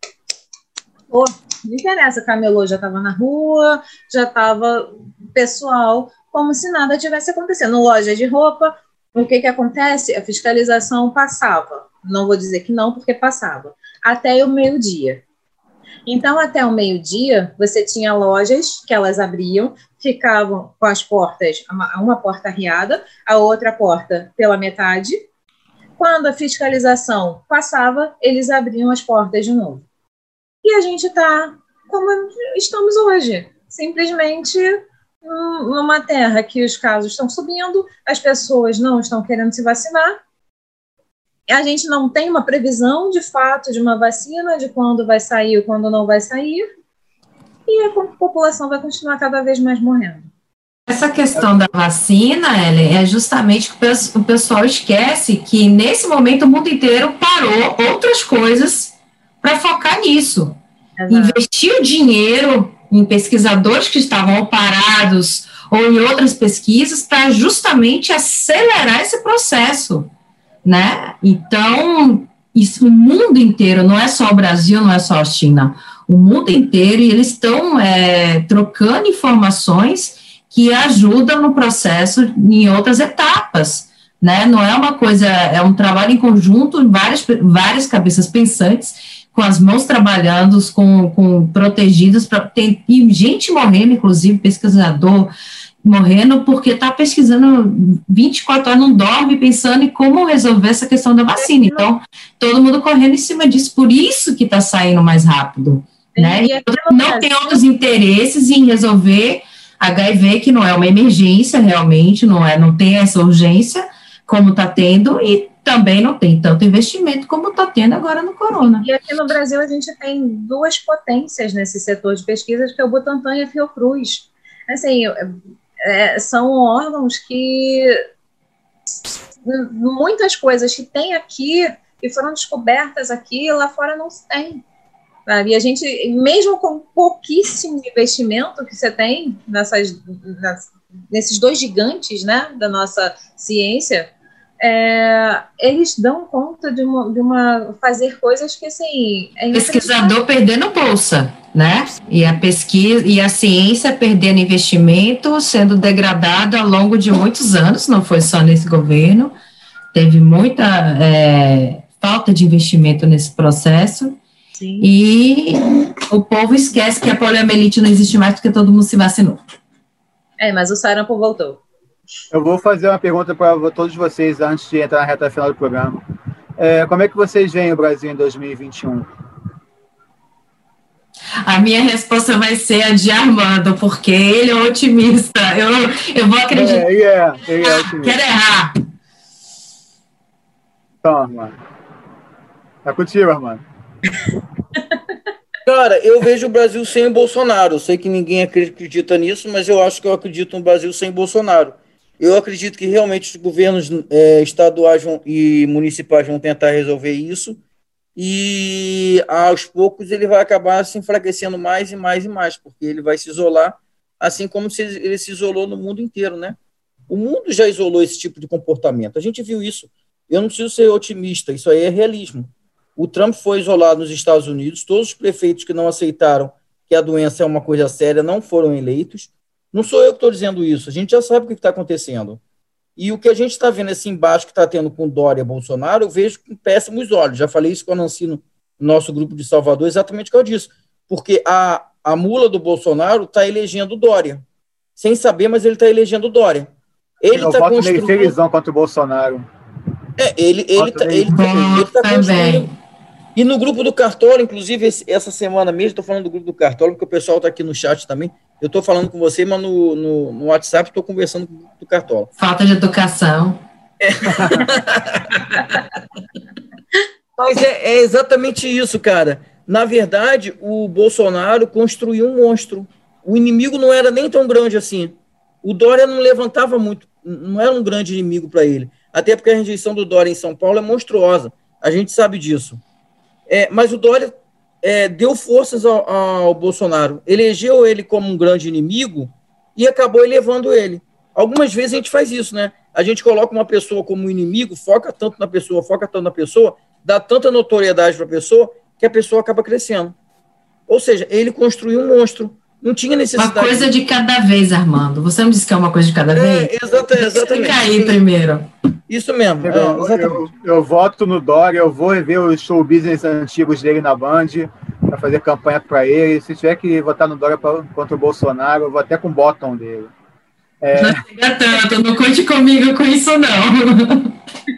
Speaker 5: oh, não interessa, camelô já estava na rua, já estava pessoal, como se nada tivesse acontecendo. Loja de roupa, o que que acontece? A fiscalização passava, não vou dizer que não, porque passava, até o meio-dia. Então, até o meio-dia, você tinha lojas que elas abriam, ficavam com as portas, uma, uma porta arriada, a outra porta pela metade. Quando a fiscalização passava, eles abriam as portas de novo. e a gente está como estamos hoje, simplesmente numa terra que os casos estão subindo, as pessoas não estão querendo se vacinar, a gente não tem uma previsão de fato de uma vacina, de quando vai sair ou quando não vai sair, e a população vai continuar cada vez mais morrendo.
Speaker 6: Essa questão da vacina, Ellen, é justamente que o pessoal esquece que nesse momento o mundo inteiro parou outras coisas para focar nisso. Exato. Investiu dinheiro em pesquisadores que estavam parados ou em outras pesquisas para justamente acelerar esse processo, né? Então, isso, o mundo inteiro, não é só o Brasil, não é só a China, o mundo inteiro, e eles estão é, trocando informações que ajudam no processo em outras etapas, né? Não é uma coisa, é um trabalho em conjunto, várias, várias cabeças pensantes, com as mãos trabalhando, com, com protegidas, pra, tem e gente morrendo, inclusive, pesquisador morrendo, porque está pesquisando vinte e quatro horas, não dorme, pensando em como resolver essa questão da vacina. Então, todo mundo correndo em cima disso, por isso que está saindo mais rápido, né? E não tem outros interesses em resolver H I V, que não é uma emergência, realmente, não, é, não tem essa urgência, como está tendo, e também não tem tanto investimento como está tendo agora no corona.
Speaker 5: E aqui no Brasil a gente tem duas potências nesse setor de pesquisas, que é o Butantan e a Fiocruz. Assim, é, são órgãos que muitas coisas que tem aqui, que foram descobertas aqui, lá fora não se tem. Sabe? E a gente, mesmo com pouquíssimo investimento que você tem nessas, nas, nesses dois gigantes, né, da nossa ciência, É, eles dão conta de uma, de uma fazer coisas que, assim... É
Speaker 6: pesquisador perdendo bolsa, né? E a pesquisa e a ciência perdendo investimento, sendo degradada ao longo de muitos anos, não foi só nesse governo, teve muita é, falta de investimento nesse processo. Sim. E o povo esquece que a poliomielite não existe mais porque todo mundo se vacinou.
Speaker 5: É, mas o sarampo voltou.
Speaker 2: Eu vou fazer uma pergunta para todos vocês antes de entrar na reta final do programa. É, como é que vocês veem o Brasil em dois mil e vinte e um?
Speaker 6: A minha resposta vai ser a de Armando, porque ele é otimista. Eu, eu vou acreditar.
Speaker 2: É, yeah, ele é otimista.
Speaker 6: Quero errar.
Speaker 2: Então, Armando. Tá contigo, Armando.
Speaker 3: Cara, eu vejo o Brasil sem o Bolsonaro. Eu sei que ninguém acredita nisso, mas eu acho que eu acredito no Brasil sem Bolsonaro. Eu acredito que realmente os governos é, estaduais vão, e municipais vão tentar resolver isso, e aos poucos ele vai acabar se enfraquecendo mais e mais e mais, porque ele vai se isolar, assim como se ele se isolou no mundo inteiro, né? O mundo já isolou esse tipo de comportamento. A gente viu isso. Eu não preciso ser otimista, isso aí é realismo. O Trump foi isolado nos Estados Unidos, todos os prefeitos que não aceitaram que a doença é uma coisa séria não foram eleitos. Não sou eu que estou dizendo isso, a gente já sabe o que está acontecendo. E o que a gente está vendo, esse embate que está tendo com Dória e Bolsonaro, eu vejo com péssimos olhos. Já falei isso com a Nancy no nosso grupo de Salvador, exatamente por causa disso. Porque a, a mula do Bolsonaro está elegendo Dória. Sem saber, mas ele está elegendo Dória. Ele
Speaker 2: eu
Speaker 3: tá
Speaker 2: voto
Speaker 3: construindo...
Speaker 2: meio felizão contra o Bolsonaro.
Speaker 3: É, ele ele está ele, ele, ele tá construindo... E no grupo do Cartola, inclusive, esse, essa semana mesmo, estou falando do grupo do Cartola, porque o pessoal está aqui no chat também. Eu estou falando com você, mas no, no, no WhatsApp estou conversando com o grupo do Cartola.
Speaker 6: Falta de educação.
Speaker 3: É. Mas é, é exatamente isso, cara. Na verdade, o Bolsonaro construiu um monstro. O inimigo não era nem tão grande assim. O Dória não levantava muito, não era um grande inimigo para ele. Até porque a rejeição do Dória em São Paulo é monstruosa. A gente sabe disso. É, mas o Dória é, deu forças ao, ao Bolsonaro, elegeu ele como um grande inimigo e acabou elevando ele. Algumas vezes a gente faz isso, né? A gente coloca uma pessoa como inimigo, foca tanto na pessoa, foca tanto na pessoa, dá tanta notoriedade para a pessoa, que a pessoa acaba crescendo. Ou seja, ele construiu um monstro. Não tinha necessidade.
Speaker 6: Uma coisa de cada vez, Armando. Você não disse que é uma coisa de cada vez?
Speaker 3: É, exatamente. exatamente.
Speaker 6: Fica aí primeiro.
Speaker 3: Isso mesmo.
Speaker 2: Eu,
Speaker 3: é,
Speaker 2: eu, eu voto no Dória, eu vou rever os show business antigos dele na Band para fazer campanha para ele. Se tiver que votar no Dória pra, contra o Bolsonaro, eu vou até com o bottom dele. É...
Speaker 6: Não chega tanto, não conte comigo com isso, não.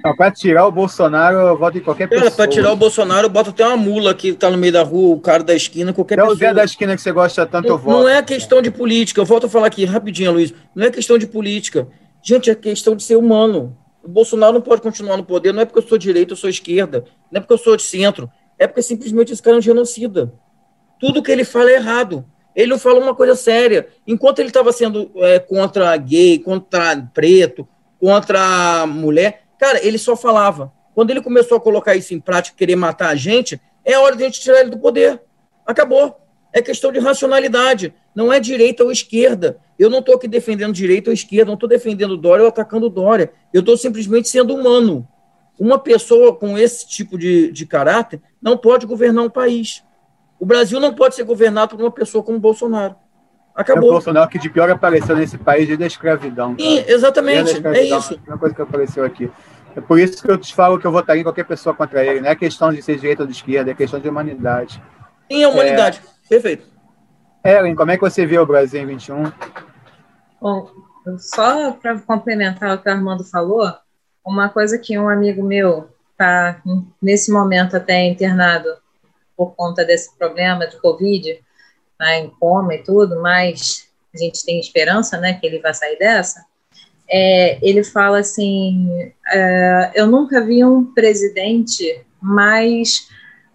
Speaker 2: Para tirar o Bolsonaro, eu voto em qualquer pessoa.
Speaker 3: Para tirar o Bolsonaro, eu boto até uma mula que tá no meio da rua, o cara da esquina, qualquer
Speaker 2: é
Speaker 3: pessoa.
Speaker 2: É o Zé da esquina que você gosta tanto,
Speaker 3: não,
Speaker 2: eu voto.
Speaker 3: Não é questão de política, eu volto a falar aqui rapidinho, Luiz, não é questão de política. Gente, é questão de ser humano. O Bolsonaro não pode continuar no poder, não é porque eu sou direita, eu sou esquerda, não é porque eu sou de centro, é porque simplesmente esse cara é um genocida. Tudo que ele fala é errado. Ele não fala uma coisa séria. Enquanto ele estava sendo é, contra gay, contra preto, contra mulher, cara, ele só falava. Quando ele começou a colocar isso em prática, querer matar a gente, é hora de a gente tirar ele do poder. Acabou. É questão de racionalidade. Não é direita ou esquerda. Eu não estou aqui defendendo direita ou esquerda, não estou defendendo Dória ou atacando Dória. Eu estou simplesmente sendo humano. Uma pessoa com esse tipo de, de caráter não pode governar um país. O Brasil não pode ser governado por uma pessoa como Bolsonaro. Acabou.
Speaker 2: É o Bolsonaro que de pior apareceu nesse país desde a escravidão.
Speaker 3: Sim, exatamente, é isso.
Speaker 2: É uma coisa que apareceu aqui. É por isso que eu te falo que eu votaria em qualquer pessoa contra ele. Não é questão de ser direita ou de esquerda, é questão de humanidade.
Speaker 3: Sim, é humanidade. É... Perfeito.
Speaker 2: Ellen, como é que você vê o Brasil em vinte e um?
Speaker 5: Bom, só para complementar o que o Armando falou, uma coisa que um amigo meu está, nesse momento, até internado por conta desse problema de Covid, tá, em coma e tudo, mas a gente tem esperança, né, que ele vai sair dessa. É, ele fala assim, é, eu nunca vi um presidente mais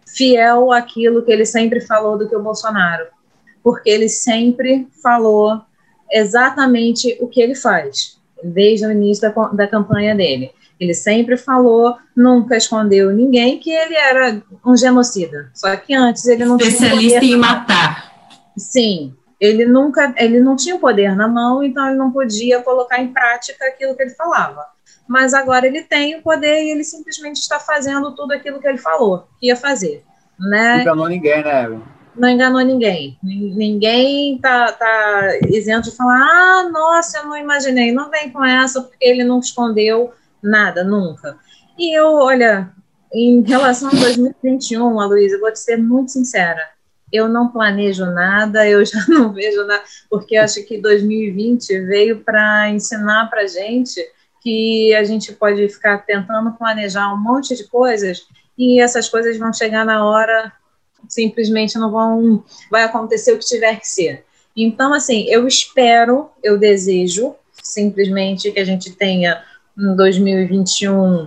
Speaker 5: fiel àquilo que ele sempre falou do que o Bolsonaro, porque ele sempre falou exatamente o que ele faz, desde o início da, da campanha dele. Ele sempre falou, nunca escondeu ninguém, que ele era um genocida. Só que antes ele não tinha
Speaker 6: especialista em matar.
Speaker 5: Sim, ele nunca, ele não tinha poder na mão, então ele não podia colocar em prática aquilo que ele falava. Mas agora ele tem o poder e ele simplesmente está fazendo tudo aquilo que ele falou que ia fazer. Né?
Speaker 2: Não enganou ninguém, né, Evelyn?
Speaker 5: Não enganou ninguém. Ninguém tá, tá isento de falar, ah, nossa, eu não imaginei. Não vem com essa, porque ele não escondeu nada, nunca. E eu, olha, em relação a dois mil e vinte e um, Aloysio, eu vou te ser muito sincera, eu não planejo nada, eu já não vejo nada, porque eu acho que dois mil e vinte veio para ensinar para gente que a gente pode ficar tentando planejar um monte de coisas e essas coisas vão chegar na hora, simplesmente não vão, vai acontecer o que tiver que ser. Então, assim, eu espero, eu desejo, simplesmente que a gente tenha em dois mil e vinte e um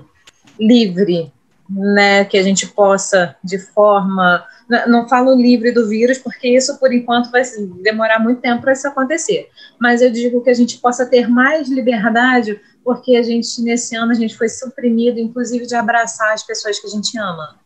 Speaker 5: livre, né, que a gente possa de forma, não falo livre do vírus, porque isso por enquanto vai demorar muito tempo para isso acontecer, mas eu digo que a gente possa ter mais liberdade, porque a gente, nesse ano, a gente foi suprimido, inclusive de abraçar as pessoas que a gente ama,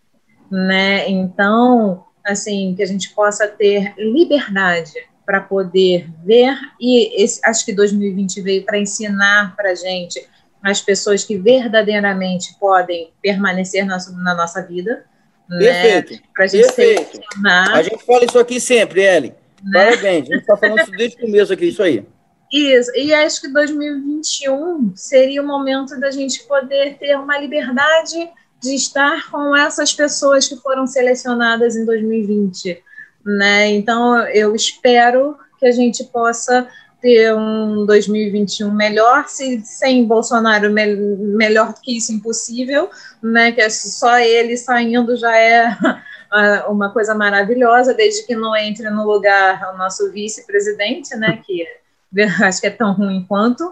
Speaker 5: né, então, assim, que a gente possa ter liberdade para poder ver, e esse, acho que dois mil e vinte veio para ensinar para a gente as pessoas que verdadeiramente podem permanecer na, na nossa vida.
Speaker 3: Perfeito.
Speaker 5: Né? Pra gente
Speaker 3: Perfeito.
Speaker 5: selecionar.
Speaker 3: A gente fala isso aqui sempre, Ellen. Né? Parabéns, a gente está falando isso desde o começo aqui, isso aí.
Speaker 5: Isso, e acho que dois mil e vinte e um seria o momento da gente poder ter uma liberdade de estar com essas pessoas que foram selecionadas em dois mil e vinte. Né? Então, eu espero que a gente possa ter um dois mil e vinte e um melhor, se sem Bolsonaro me, melhor do que isso impossível, né, que só ele saindo já é uma coisa maravilhosa, desde que não entre no lugar o nosso vice-presidente, né, que acho que é tão ruim quanto,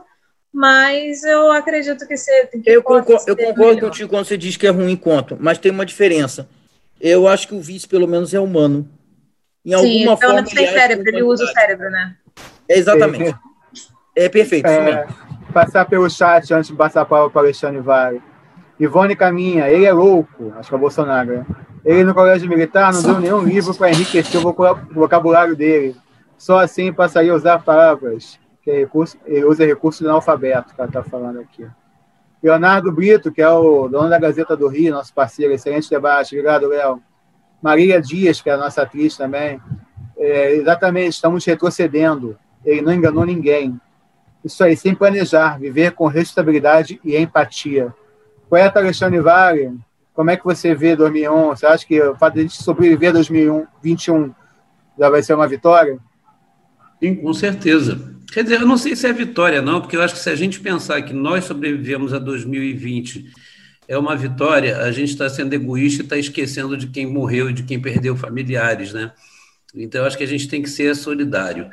Speaker 5: mas eu acredito que você tem que
Speaker 3: eu concordo, eu concordo contigo quando você diz que é ruim quanto, mas tem uma diferença. Eu acho que o vice pelo menos é humano. Em
Speaker 5: Sim,
Speaker 3: alguma
Speaker 5: então
Speaker 3: forma
Speaker 5: não tem cérebro, ele usa o cérebro, né?
Speaker 3: É exatamente. É perfeito.
Speaker 2: É, passar pelo chat antes de passar para o Alexandre Vale. Ivone Caminha, ele é louco, acho que é o Bolsonaro. Né? Ele no colégio militar não deu nenhum livro para enriquecer o vocabulário dele. Só assim passaria a usar palavras. Que é recurso, ele usa recurso do analfabeto, que ela está falando aqui. Leonardo Brito, que é o dono da Gazeta do Rio, nosso parceiro, excelente debate. Obrigado, Léo. Marília Dias, que é a nossa atriz também. É, exatamente, estamos retrocedendo. Ele não enganou ninguém. Isso aí, sem planejar, viver com responsabilidade e empatia. Poeta Alexandre Vale, como é que você vê dois mil e um? Você acha que o fato de a gente sobreviver a dois mil e vinte e um já vai ser uma vitória?
Speaker 4: Sim, com certeza. Quer dizer, eu não sei se é vitória, não, porque eu acho que se a gente pensar que nós sobrevivemos a dois mil e vinte é uma vitória, a gente está sendo egoísta e está esquecendo de quem morreu e de quem perdeu familiares, né? Então, eu acho que a gente tem que ser solidário.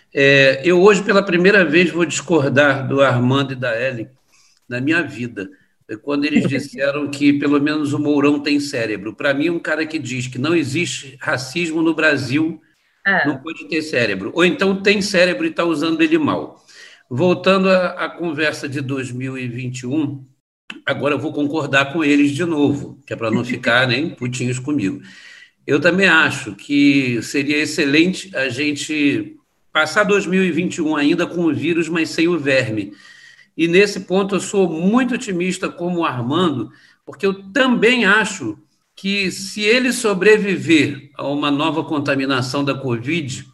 Speaker 4: É, eu hoje, pela primeira vez, vou discordar do Armando e da Ellen na minha vida, quando eles disseram que pelo menos o Mourão tem cérebro. Para mim, um cara que diz que não existe racismo no Brasil é. não pode ter cérebro. Ou então tem cérebro e está usando ele mal. Voltando à, à conversa de dois mil e vinte e um, agora eu vou concordar com eles de novo, que é para não ficarem putinhos comigo. Eu também acho que seria excelente a gente passar dois mil e vinte e um ainda com o vírus, mas sem o verme. E nesse ponto eu sou muito otimista como o Armando, porque eu também acho que se ele sobreviver a uma nova contaminação da Covid,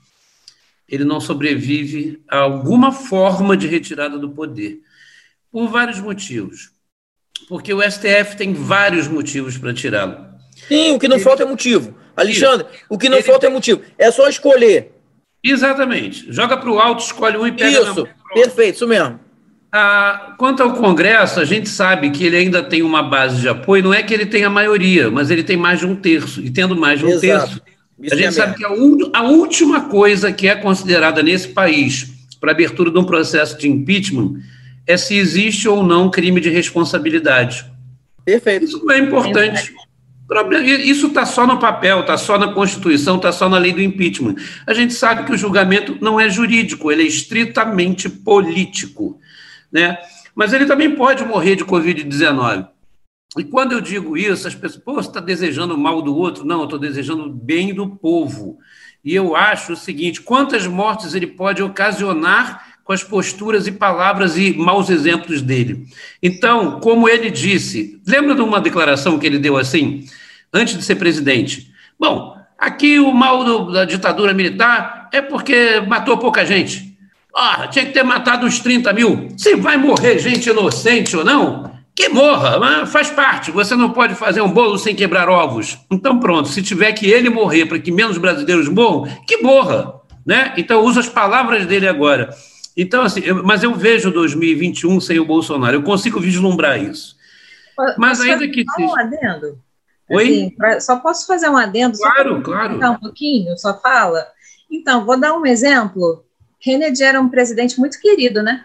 Speaker 4: ele não sobrevive a alguma forma de retirada do poder, por vários motivos. Porque o S T F tem vários motivos para tirá-lo.
Speaker 3: Sim, o que não ele... falta é motivo. Alexandre, isso. o que não ele... falta é motivo. É só escolher.
Speaker 4: Exatamente. Joga para o alto, escolhe um e pega
Speaker 3: isso, na mão. Perfeito, isso mesmo.
Speaker 4: Ah, quanto ao Congresso, a gente sabe que ele ainda tem uma base de apoio, não é que ele tenha a maioria, mas ele tem mais de um terço. E tendo mais de um Exato. terço, isso a gente é sabe mesmo. que a, a última coisa que é considerada nesse país para abertura de um processo de impeachment é se existe ou não crime de responsabilidade.
Speaker 3: Perfeito.
Speaker 4: Isso é importante. Isso está só no papel, está só na Constituição, está só na lei do impeachment. A gente sabe que o julgamento não é jurídico, ele é estritamente político, né? Mas ele também pode morrer de covid dezenove. E quando eu digo isso, as pessoas, pô, você está desejando o mal do outro? Não, eu estou desejando o bem do povo. E eu acho o seguinte, quantas mortes ele pode ocasionar com as posturas e palavras e maus exemplos dele. Então, como ele disse, lembra de uma declaração que ele deu assim, antes de ser presidente? Bom, aqui o mal do, da ditadura militar é porque matou pouca gente. Ah, tinha que ter matado uns trinta mil. Se vai morrer gente inocente ou não, que morra, mas faz parte. Você não pode fazer um bolo sem quebrar ovos. Então, pronto, se tiver que ele morrer para que menos brasileiros morram, que morra, né? Então, usa as palavras dele agora. Então, assim, eu, mas eu vejo dois mil e vinte e um sem o Bolsonaro, eu consigo vislumbrar isso. Mas
Speaker 5: posso
Speaker 4: ainda que
Speaker 5: seja... um adendo?
Speaker 4: Oi?
Speaker 5: Assim, pra, só posso fazer um adendo?
Speaker 4: Claro,
Speaker 5: só
Speaker 4: claro.
Speaker 5: Um pouquinho, só fala. Então, vou dar um exemplo. Kennedy era um presidente muito querido, né?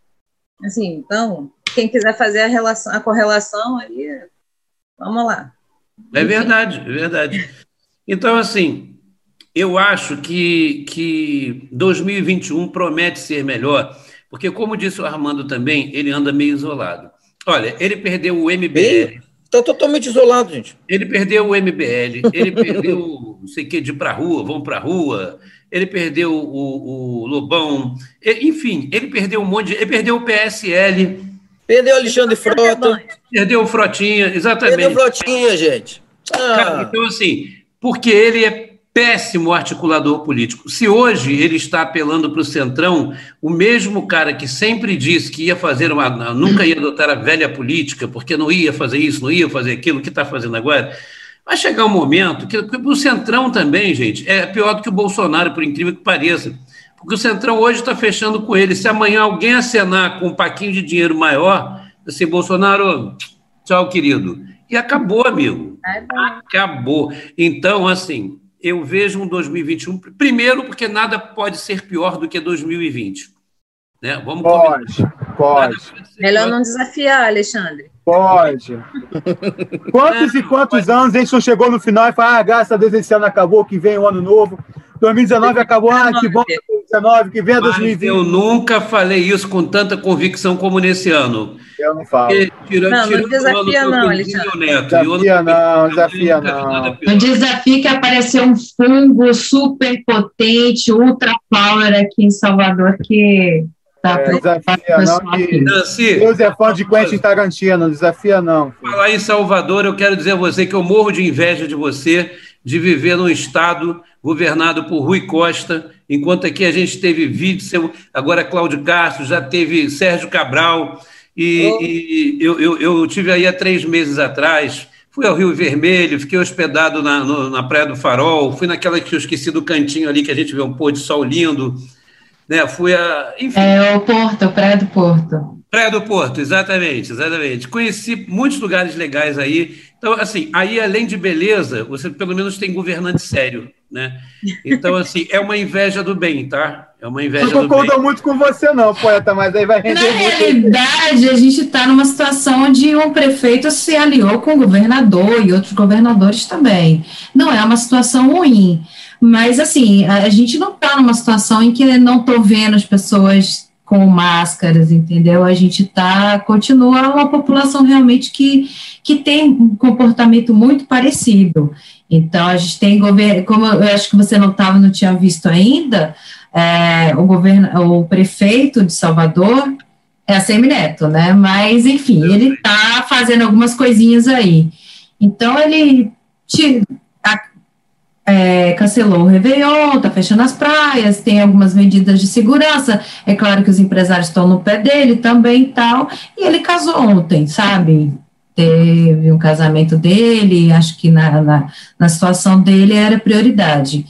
Speaker 5: Assim, então, quem quiser fazer a, relação, a correlação, aí, vamos lá.
Speaker 4: É Enfim. verdade, é verdade. Então, assim... Eu acho que, que dois mil e vinte e um promete ser melhor, porque, como disse o Armando também, ele anda meio isolado. Olha, ele perdeu o M B L.
Speaker 3: Está totalmente isolado, gente.
Speaker 4: Ele perdeu o M B L, ele perdeu, não sei o que, de ir para a rua, vão para a rua, ele perdeu o, o Lobão, enfim, ele perdeu um monte de... Ele perdeu o P S L.
Speaker 3: Perdeu o Alexandre Frota.
Speaker 4: Perdeu o Frotinha, exatamente.
Speaker 3: Perdeu o Frotinha, gente.
Speaker 4: Ah. Cara, então, assim, porque ele é péssimo articulador político. Se hoje ele está apelando para o Centrão, o mesmo cara que sempre disse que ia fazer uma, nunca ia adotar a velha política, porque não ia fazer isso, não ia fazer aquilo, o que está fazendo agora, vai chegar um momento que, que o Centrão também, gente, é pior do que o Bolsonaro, por incrível que pareça, porque o Centrão hoje está fechando com ele. Se amanhã alguém acenar com um paquinho de dinheiro maior, assim, Bolsonaro, tchau, querido. E acabou, amigo. Acabou. Então, assim... Eu vejo um dois mil e vinte e um, primeiro porque nada pode ser pior do que dois mil e vinte. Né? Vamos
Speaker 2: pode, pode. pode
Speaker 5: Melhor não desafiar, Alexandre.
Speaker 2: Pode. Quantos é, e quantos pode. anos a gente não chegou no final e fala, ah, graças a Deus esse ano acabou, que vem o ano novo. dois mil e dezenove acabou, ah, que bom, dois mil e dezenove, que vem dois mil e vinte.
Speaker 4: Eu nunca falei isso com tanta convicção como nesse ano.
Speaker 2: Eu não falo.
Speaker 5: Porque, tira, não, não desafia não, Alexandre.
Speaker 2: Neto, desafia não, desafia não.
Speaker 6: O desafio que apareceu um fungo super potente, ultra power aqui em Salvador, que tá
Speaker 2: é, desafia não, que Nancy, Deus é fã de Quentin Tarantino, não desafia não.
Speaker 4: Falar em Salvador, eu quero dizer a você que eu morro de inveja de você, de viver num estado governado por Rui Costa, enquanto aqui a gente teve Witzel, agora Cláudio Castro, já teve Sérgio Cabral, e, oh. e eu, eu, eu tive aí há três meses atrás, fui ao Rio Vermelho, fiquei hospedado na, no, na Praia do Farol, fui naquela que eu esqueci do cantinho ali, que a gente vê um pôr de sol lindo. né? Fui a, enfim.
Speaker 6: É o Porto, Praia do Porto.
Speaker 4: Praia do Porto, exatamente, exatamente. Conheci muitos lugares legais aí. Então, assim, aí além de beleza, você pelo menos tem governante sério, né? Então, assim, é uma inveja do bem, tá? É uma inveja do bem.
Speaker 2: Não concordo muito com você não, poeta, mas aí vai render
Speaker 6: Na
Speaker 2: muito.
Speaker 6: realidade, a gente está numa situação onde um prefeito se aliou com o governador e outros governadores também. Não é uma situação ruim, mas, assim, a gente não está numa situação em que não estou vendo as pessoas com máscaras, entendeu? A gente tá, continua uma população realmente que, que tem um comportamento muito parecido. Então, a gente tem governo, como eu acho que você não estava, não tinha visto ainda, é, o, governo, o prefeito de Salvador é a Semineto, né? Mas, enfim, ele está fazendo algumas coisinhas aí. Então, ele te, a, É, cancelou o Réveillon, está fechando as praias, tem algumas medidas de segurança, é claro que os empresários estão no pé dele também e tal, e ele casou ontem, sabe? Teve um casamento dele, acho que na, na, na situação dele era prioridade.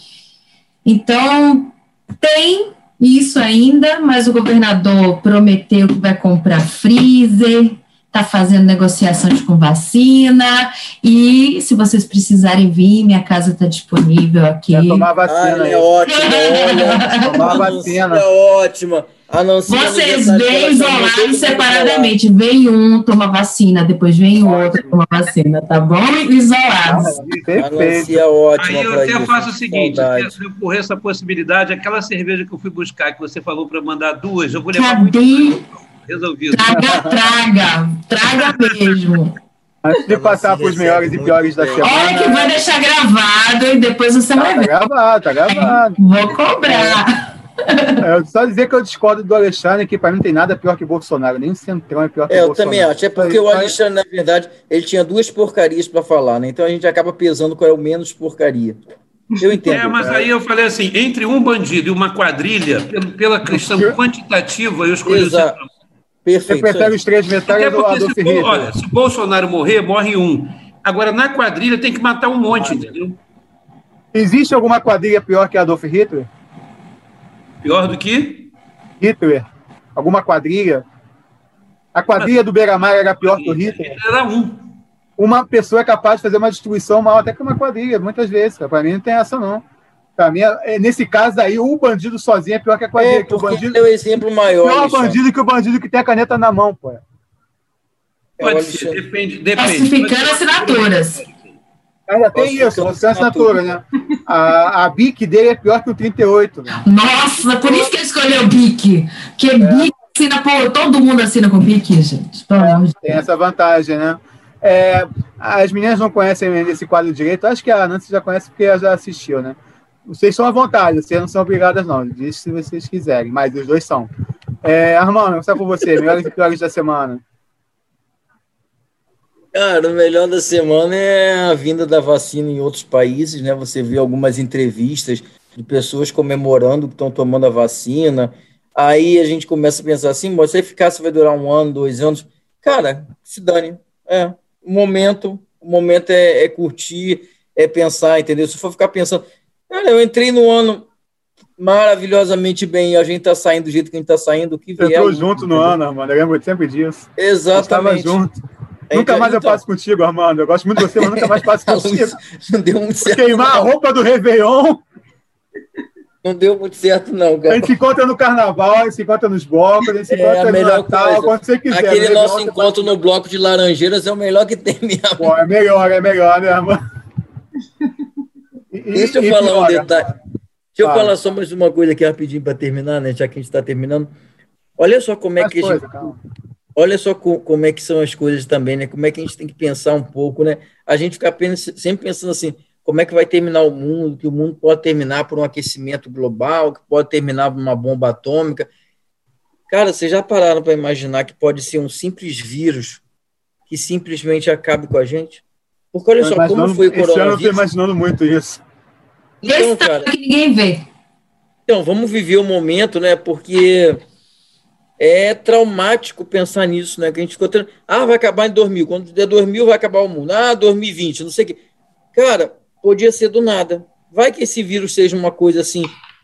Speaker 6: Então, tem isso ainda, mas o governador prometeu que vai comprar freezer, está fazendo negociações com vacina, e se vocês precisarem vir, minha casa está disponível aqui.
Speaker 2: É tomar vacina.
Speaker 3: Ah, é ótimo, olha.
Speaker 2: Tomar vacina.
Speaker 3: É ótima.
Speaker 6: Vocês vêm isolados separadamente, vem um, toma vacina, depois vem outro, toma vacina, tá bom? Isolados.
Speaker 3: Perfeito. É ótima.
Speaker 4: Aí eu até isso. faço o seguinte, se eu correr essa possibilidade, aquela cerveja que eu fui buscar, que você falou para mandar duas, eu vou levar
Speaker 6: Cadê?
Speaker 4: muito. Resolvido.
Speaker 6: Traga, traga, traga mesmo.
Speaker 2: Antes de passar para os melhores e piores da semana.
Speaker 6: Olha que vai deixar gravado e depois você vai ver.
Speaker 2: Tá gravado, tá gravado.
Speaker 6: Vou cobrar.
Speaker 2: É, só dizer que eu discordo do Alexandre, que para mim não tem nada pior que Bolsonaro, nem o Centrão é pior que
Speaker 3: é,
Speaker 2: Bolsonaro.
Speaker 3: Eu também acho, é porque o Alexandre, na verdade, ele tinha duas porcarias para falar, né? Então a gente acaba pesando qual é o menos porcaria. Eu entendo.
Speaker 4: É, mas aí eu falei assim, entre um bandido e uma quadrilha, pela questão quantitativa, eu escolhi
Speaker 3: Exato.
Speaker 4: o Centrão.
Speaker 3: Perfeito.
Speaker 2: Você prefere os três metais do Adolfo Hitler?
Speaker 4: Olha, se o Bolsonaro morrer, morre um. Agora, na quadrilha, tem que matar um monte, ah, entendeu?
Speaker 2: Existe alguma quadrilha pior que a Adolf Hitler?
Speaker 4: Pior do que?
Speaker 2: Hitler. Alguma quadrilha? A quadrilha do Beira-Mar era pior que o Hitler?
Speaker 4: Era um.
Speaker 2: Uma pessoa é capaz de fazer uma destruição maior até que uma quadrilha, muitas vezes. Para mim não tem essa, não. Para mim, nesse caso aí, o bandido sozinho é pior que a quadrilha.
Speaker 3: É,
Speaker 2: que o bandido
Speaker 3: é o exemplo maior.
Speaker 2: Pior bandido que o bandido que tem a caneta na mão, pô.
Speaker 4: Pode ser, depende. depende.
Speaker 6: Falsificando assinaturas.
Speaker 2: Ainda tem isso, falsificando assinatura, né? A, a B I C dele é pior que o trinta e oito. Né?
Speaker 6: Nossa, por isso que ele escolheu o B I C. Porque é. B I C assina, pô, todo mundo assina com o B I C, gente.
Speaker 2: É, tem essa vantagem, né? É, as meninas não conhecem esse quadro direito, acho que a Nancy já conhece porque ela já assistiu, né? Vocês são à vontade, vocês não são obrigadas, não. Diz se vocês quiserem, mas os dois são. É, Armando, só por você, melhores e piores da semana.
Speaker 3: Cara, o melhor da semana é a vinda da vacina em outros países, né? Você vê algumas entrevistas de pessoas comemorando que estão tomando a vacina. Aí a gente começa a pensar assim, mas se eficácia vai durar um ano, dois anos. Cara, se dane. É, o momento, o momento é, é curtir, é pensar, entendeu? Se for ficar pensando... Cara, eu entrei no ano maravilhosamente bem e a gente tá saindo do jeito que a gente tá saindo. Que vier,
Speaker 2: eu tô junto no ano, Armando. Eu lembro sempre disso.
Speaker 3: Exatamente.
Speaker 2: Junto. Nunca mais então... eu passo contigo, Armando. Eu gosto muito de você, mas nunca mais passo contigo.
Speaker 3: Não deu muito certo.
Speaker 2: Queimar não. A roupa do Réveillon.
Speaker 3: Não deu muito certo, não, cara.
Speaker 2: A gente se encontra no carnaval, a gente se encontra nos blocos, a gente se encontra
Speaker 3: é a melhor
Speaker 2: no Natal,
Speaker 3: coisa.
Speaker 2: Quando você quiser.
Speaker 3: Aquele no nosso encontro no bloco de Laranjeiras é o melhor que tem mesmo.
Speaker 2: Pô, é melhor, é melhor, né, Armando?
Speaker 3: E, Deixa eu falar piora. um detalhe. Deixa eu Fala. falar só mais uma coisa aqui rapidinho para terminar, né? Já que a gente está terminando. Olha só como é Faz que coisa, a gente... Calma. Olha só como é que são as coisas também, né? Como é que a gente tem que pensar um pouco, né? A gente fica sempre pensando assim, como é que vai terminar o mundo, que o mundo pode terminar por um aquecimento global, que pode terminar por uma bomba atômica. Cara, vocês já pararam para imaginar que pode ser um simples vírus que simplesmente acabe com a gente? Porque olha só como foi o coronavírus.
Speaker 2: Esse ano eu estou imaginando muito isso.
Speaker 6: Então, cara, que ninguém vê.
Speaker 3: Então, vamos viver o momento, né? Porque é traumático pensar nisso, né? Que a gente ficou tendo... Ah, vai acabar em dois mil. Quando der dois mil, vai acabar o mundo. Ah, dois mil e vinte, não sei o quê. Cara, podia ser do nada. Vai que esse vírus seja uma coisa assim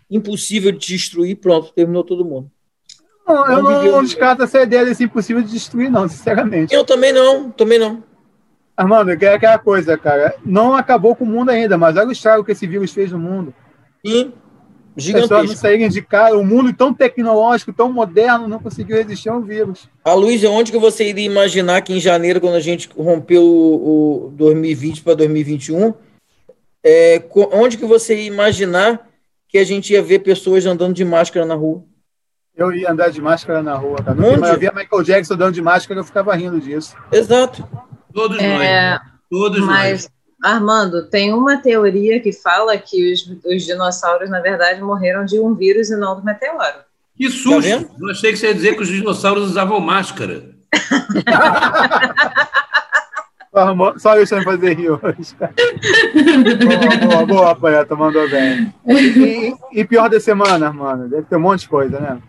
Speaker 3: impossível de destruir, pronto, terminou todo mundo.
Speaker 2: Não, eu não, não descarto essa ideia desse impossível de destruir, não, sinceramente.
Speaker 3: Eu também não, também não.
Speaker 2: Armando, é aquela coisa, cara. Não acabou com o mundo ainda, mas olha o estrago que esse vírus fez no mundo.
Speaker 3: Sim,
Speaker 2: as pessoas não saírem de cara, o mundo tão tecnológico, tão moderno, não conseguiu resistir ao vírus.
Speaker 3: A Luísa, onde que você iria imaginar que em janeiro, quando a gente rompeu o, o dois mil e vinte para dois mil e vinte e um, é, onde que você ia imaginar que a gente ia ver pessoas andando de máscara na rua?
Speaker 2: Eu ia andar de máscara na rua, cara. Eu via Michael Jackson andando de máscara, eu ficava rindo disso.
Speaker 3: Exato.
Speaker 4: Todos
Speaker 5: é,
Speaker 4: nós. Né? Todos
Speaker 5: mas,
Speaker 4: nós.
Speaker 5: Armando, tem uma teoria que fala que os, os dinossauros, na verdade, morreram de um vírus e não do meteoro.
Speaker 4: Que susto! Tá, eu achei que você ia dizer que os dinossauros usavam máscara.
Speaker 2: Só deixa eu fazer rir hoje. Boa, boa, boa, Poeta, mandou bem. E, e pior da semana, mano? Deve ter um monte de coisa, né?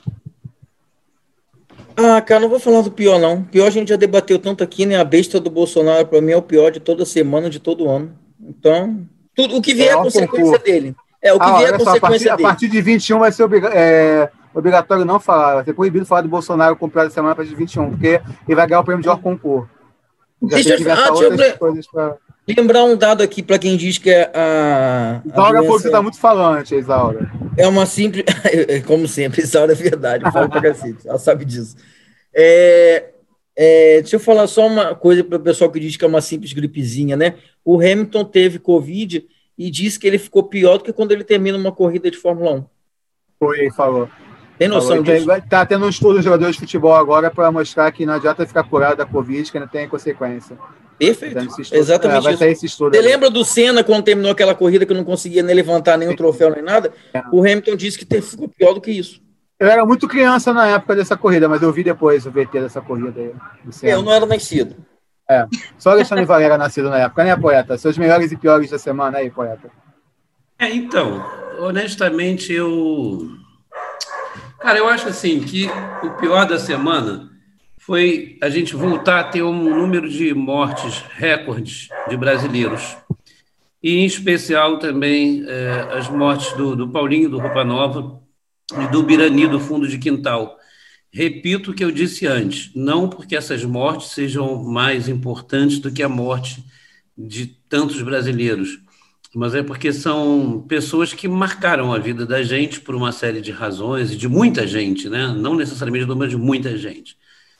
Speaker 3: Ah, cara, não vou falar do pior, não. Pior a gente já debateu tanto aqui, né? A besta do Bolsonaro, para mim, é o pior de toda semana, de todo ano. Então, tudo, o que vier é a consequência concurso. dele. É, o que
Speaker 2: ah,
Speaker 3: vier é a consequência
Speaker 2: só, a partir,
Speaker 3: dele.
Speaker 2: A partir de vinte e um vai ser obriga é, obrigatório não falar. Vai ser proibido falar do Bolsonaro com o pior da semana a partir de vinte e um, porque ele vai ganhar o prêmio de hor concurso.
Speaker 3: Deixa eu, ah, deixa eu pra... lembrar um dado aqui para quem diz que é a.
Speaker 2: Isaura, doença... você está muito falante, Isaura.
Speaker 3: É uma simples. Como sempre, Isaura é verdade, eu falo pra cacete, ela sabe disso. É, é, deixa eu falar só uma coisa para o pessoal que diz que é uma simples gripezinha, né? O Hamilton teve Covid e disse que ele ficou pior do que quando ele termina uma corrida de Fórmula um.
Speaker 2: Foi, ele falou.
Speaker 3: Tem noção
Speaker 2: falou.
Speaker 3: disso?
Speaker 2: Está tendo um estudo de jogadores de futebol agora para mostrar que não adianta ficar curado da Covid, que não tem consequência.
Speaker 3: Perfeito. Exatamente.
Speaker 2: É, vai sair esse estudo.
Speaker 3: Você aí. Lembra do Senna quando terminou aquela corrida que não conseguia nem levantar nenhum troféu nem nada? É. O Hamilton disse que ficou pior do que isso.
Speaker 2: Eu era muito criança na época dessa corrida, mas eu vi depois o V T dessa corrida aí.
Speaker 3: Eu não era nascido.
Speaker 2: É, só Alexandre Varela era nascido na época, né, Poeta? Seus melhores e piores da semana aí, Poeta.
Speaker 4: É, então, honestamente, eu... Cara, eu acho assim que o pior da semana foi a gente voltar a ter um número de mortes recordes de brasileiros. E, em especial, também é, as mortes do, do Paulinho, do Roupa Nova, e do Birani, do Fundo de Quintal. Repito o que eu disse antes, não porque essas mortes sejam mais importantes do que a morte de tantos brasileiros, mas é porque são pessoas que marcaram a vida da gente por uma série de razões, e de muita gente, né? Não necessariamente do número de muita gente.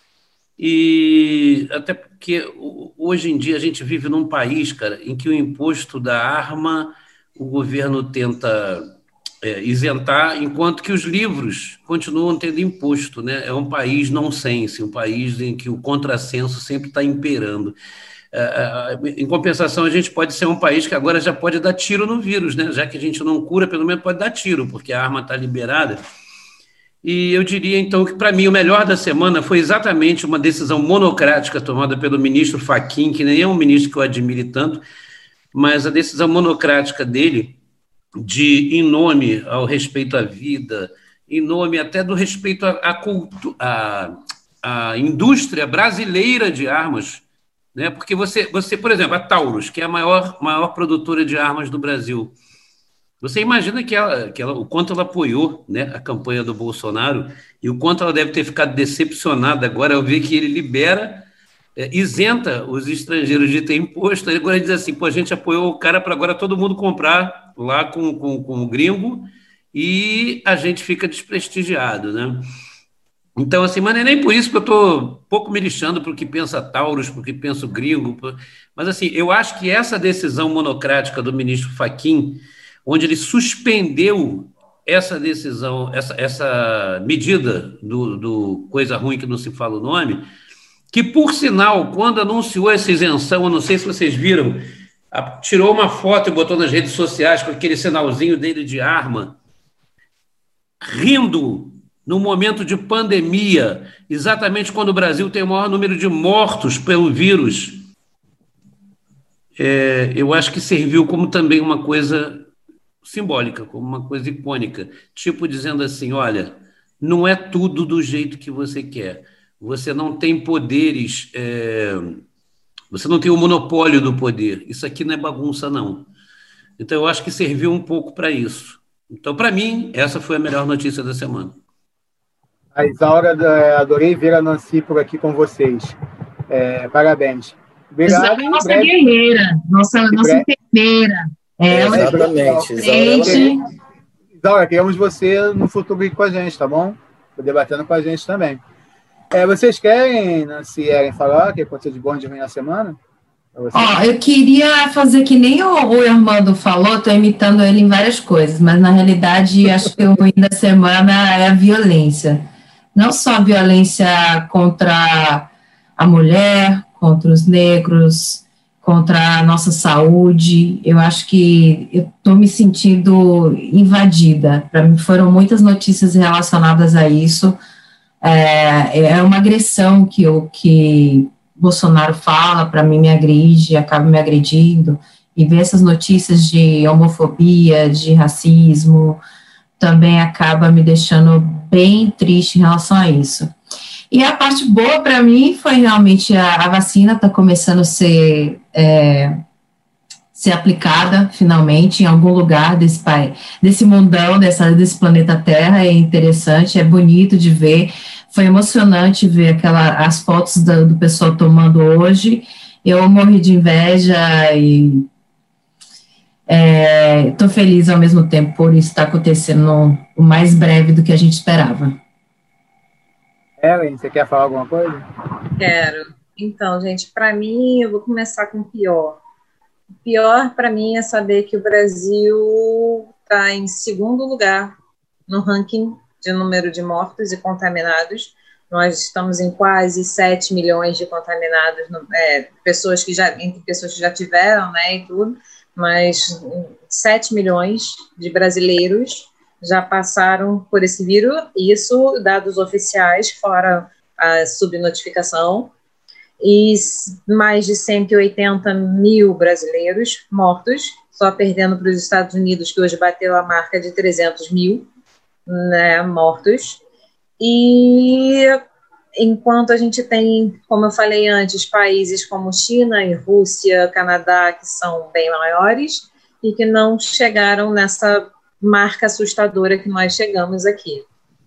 Speaker 4: E até porque hoje em dia a gente vive num país, cara, em que o imposto da arma o governo tenta... É, isentar, enquanto que os livros continuam tendo imposto, né? É um país nonsense, um país em que o contrassenso sempre está imperando. É, é, em compensação, a gente pode ser um país que agora já pode dar tiro no vírus, né? Já que a gente não cura, pelo menos pode dar tiro, porque a arma está liberada. E eu diria, então, que para mim o melhor da semana foi exatamente uma decisão monocrática tomada pelo ministro Fachin, que nem é um ministro que eu admire tanto, mas a decisão monocrática dele de, em nome ao respeito à vida, em nome até do respeito à, à, cultu- à, à indústria brasileira de armas, né? Porque você, você, por exemplo, a Taurus, que é a maior, maior produtora de armas do Brasil, você imagina que ela, que ela, o quanto ela apoiou, né, a campanha do Bolsonaro e o quanto ela deve ter ficado decepcionada agora ao ver que ele libera, é, isenta os estrangeiros de ter imposto. Ele agora diz assim, pô, a gente apoiou o cara para agora todo mundo comprar lá com, com, com o gringo e a gente fica desprestigiado, né? Então, assim, mas não é nem por isso que eu estou pouco me lixando para o que pensa Taurus, para o que pensa o gringo, mas, assim, eu acho que essa decisão monocrática do ministro Fachin, onde ele suspendeu essa decisão, essa, essa medida do, do coisa ruim que não se fala o nome, que, por sinal, quando anunciou essa isenção, eu não sei se vocês viram, tirou uma foto e botou nas redes sociais com aquele sinalzinho dele de arma, rindo no momento de pandemia, exatamente quando o Brasil tem o maior número de mortos pelo vírus. É, eu acho que serviu como também uma coisa simbólica, como uma coisa icônica, tipo dizendo assim, olha, não é tudo do jeito que você quer, você não tem poderes... É, você não tem o monopólio do poder. Isso aqui não é bagunça, não. Então, eu acho que serviu um pouco para isso. Então, para mim, essa foi a melhor notícia da semana.
Speaker 2: A Isaura, adorei ver a Nancy por aqui com vocês. É, parabéns. Obrigado.
Speaker 6: Nossa breve... guerreira, nossa, nossa enfermeira.
Speaker 3: É, ela exatamente.
Speaker 2: Isaura, Isaura, queremos você no futuro aqui com a gente, tá bom? Debatendo com a gente também. É, vocês querem, Nancy e Eren, falar o que aconteceu de bom de ruim na semana?
Speaker 6: Ó, oh, eu queria fazer que nem o, o Armando falou, estou imitando ele em várias coisas, mas na realidade acho que o ruim da semana é a violência. Não só a violência contra a mulher, contra os negros, contra a nossa saúde. Eu acho que eu estou me sentindo invadida. Para mim foram muitas notícias relacionadas a isso. É, é uma agressão que eu... Que, Bolsonaro fala, para mim me agride, acaba me agredindo, e ver essas notícias de homofobia, de racismo, também acaba me deixando bem triste em relação a isso. E a parte boa para mim foi realmente a, a vacina está começando a ser, é, ser aplicada, finalmente, em algum lugar desse, desse mundão, dessa, desse planeta Terra. É interessante, é bonito de ver. Foi emocionante ver aquela, as fotos do, do pessoal tomando hoje. Eu morri de inveja e estou é, feliz ao mesmo tempo por isso estar acontecendo no, o mais breve do que a gente esperava.
Speaker 2: Ellen, você quer falar alguma coisa?
Speaker 5: Quero. Então, gente, para mim, eu vou começar com o pior. O pior para mim é saber que o Brasil está em segundo lugar no ranking de número de mortos e contaminados. Nós estamos em quase sete milhões de contaminados, é, pessoas que já, entre pessoas que já tiveram, né, e tudo, mas sete milhões de brasileiros já passaram por esse vírus, isso dados oficiais, fora a subnotificação, e mais de cento e oitenta mil brasileiros mortos, só perdendo para os Estados Unidos, que hoje bateu a marca de trezentos mil, né, mortos. E enquanto a gente tem, como eu falei antes, países como China e Rússia, Canadá, que são bem maiores e que não chegaram nessa marca assustadora que nós chegamos aqui.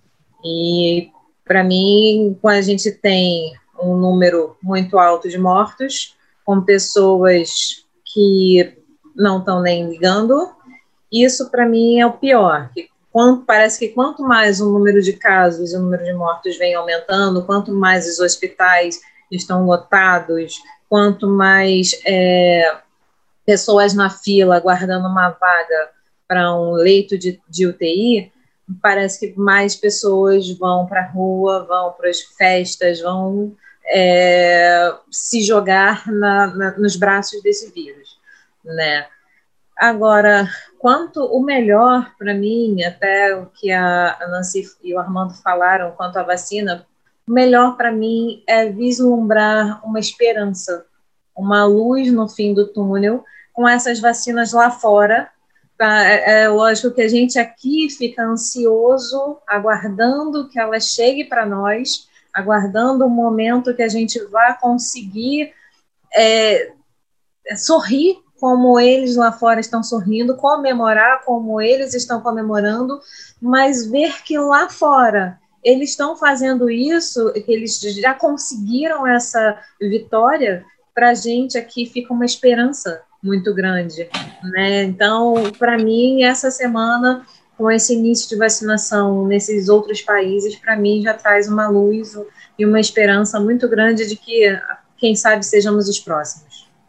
Speaker 5: E, para mim, quando a gente tem um número muito alto de mortos, com pessoas que não estão nem ligando, isso, para mim, é o pior. Quanto, parece que quanto mais o número de casos e o número de mortos vem aumentando, quanto mais os hospitais estão lotados, quanto mais é, pessoas na fila aguardando uma vaga para um leito de, de U T I, parece que mais pessoas vão para a rua, vão para as festas, vão é, se jogar na, na, nos braços desse vírus, né? Agora, quanto o melhor para mim, até o que a Nancy e o Armando falaram quanto à vacina, o melhor para mim é vislumbrar uma esperança, uma luz no fim do túnel, com essas vacinas lá fora. Tá? É, é lógico que a gente aqui fica ansioso, aguardando que ela chegue para nós, aguardando o momento que a gente vai conseguir é, sorrir como eles lá fora estão sorrindo, comemorar como eles estão comemorando, mas ver que lá fora eles estão fazendo isso, que eles já conseguiram essa vitória, para a gente aqui fica uma esperança muito grande, né? Então, para mim, essa semana, com esse início de vacinação nesses outros países, para mim já traz uma luz e uma esperança muito grande de que, quem sabe, sejamos os próximos.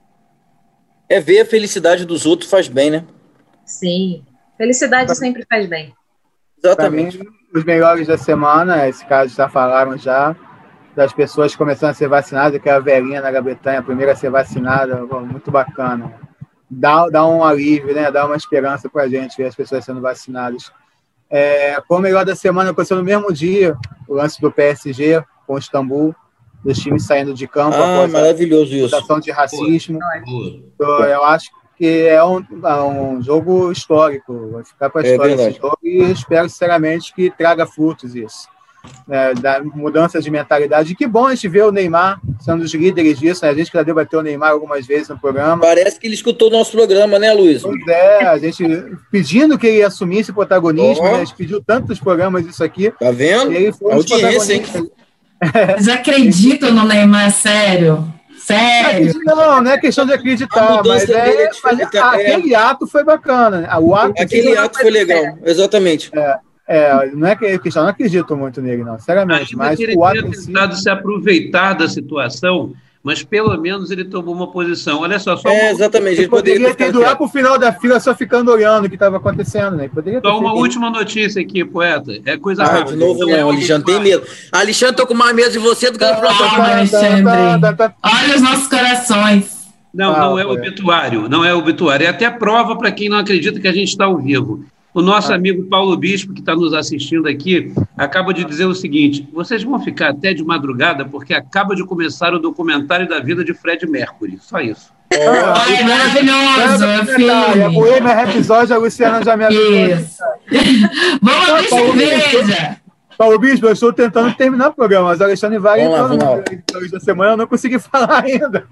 Speaker 3: É ver a felicidade dos outros faz bem, né?
Speaker 5: Sim. Felicidade sempre faz bem.
Speaker 3: Exatamente.
Speaker 2: Para mim, os melhores da semana, esse caso já falaram já, das pessoas começando a ser vacinadas, que é a velhinha na Grã-Bretanha, a primeira a ser vacinada, muito bacana. Dá, dá um alívio, né? Dá uma esperança para a gente ver as pessoas sendo vacinadas. É, como melhor da semana, aconteceu no mesmo dia, o lance do P S G com o Istambul, dos times saindo de campo
Speaker 3: ah,
Speaker 2: após
Speaker 3: maravilhoso
Speaker 2: a acusação de racismo.
Speaker 4: Boa.
Speaker 2: Então, eu acho que é um, é um jogo histórico, vai ficar para a história é esse jogo, e eu espero sinceramente que traga frutos isso. né, da mudança de mentalidade. E que bom a gente ver o Neymar sendo os líderes disso, né? A gente já debateu o Neymar algumas vezes no programa.
Speaker 3: Parece que ele escutou o nosso programa, né, Luiz?
Speaker 2: Pois é, a gente pedindo que ele assumisse protagonismo,
Speaker 3: oh.
Speaker 2: né? A gente pediu tantos programas isso aqui.
Speaker 3: Tá vendo?
Speaker 2: E ele foi um dos protagonistas.
Speaker 6: Vocês acreditam no Neymar, sério? Sério?
Speaker 2: Não, não é questão de acreditar, mas, é, é mas aquele ato foi bacana. Né? O ato
Speaker 3: aquele ato foi legal, é. exatamente.
Speaker 2: É, é, não é questão, não acredito muito nele, não, sinceramente. Mas
Speaker 4: ele
Speaker 2: o ato
Speaker 4: tinha tentado si... se aproveitar da situação, mas pelo menos ele tomou uma posição. Olha só, só
Speaker 3: é,
Speaker 4: uma...
Speaker 3: exatamente.
Speaker 2: Ele poderia, poderia ter ido lá para o final da fila só ficando olhando o que estava acontecendo, né? Poderia
Speaker 4: só uma
Speaker 2: feito.
Speaker 4: última notícia aqui, poeta. É coisa
Speaker 3: ah,
Speaker 4: rápida.
Speaker 3: De novo, não, Alexandre, tem medo. Alexandre, tô com mais medo de você do que do
Speaker 6: próprio. Alexandre, olha os nossos corações.
Speaker 4: Não, não é obituário, não é obituário. É até prova para quem não acredita que a gente está ao vivo. O nosso ah. amigo Paulo Bispo, que está nos assistindo aqui, acaba de dizer o seguinte: vocês vão ficar até de madrugada porque acaba de começar o documentário da vida de Fred Mercury. Só isso.
Speaker 6: É, é maravilhoso, é filme.
Speaker 2: O Emer episódio, a Luciana já me avisou.
Speaker 6: Vamos abrir cerveja.
Speaker 2: Paulo Bispo, eu estou tentando terminar o programa, mas o Alexandre vai entrando no da semana, eu não consegui falar ainda.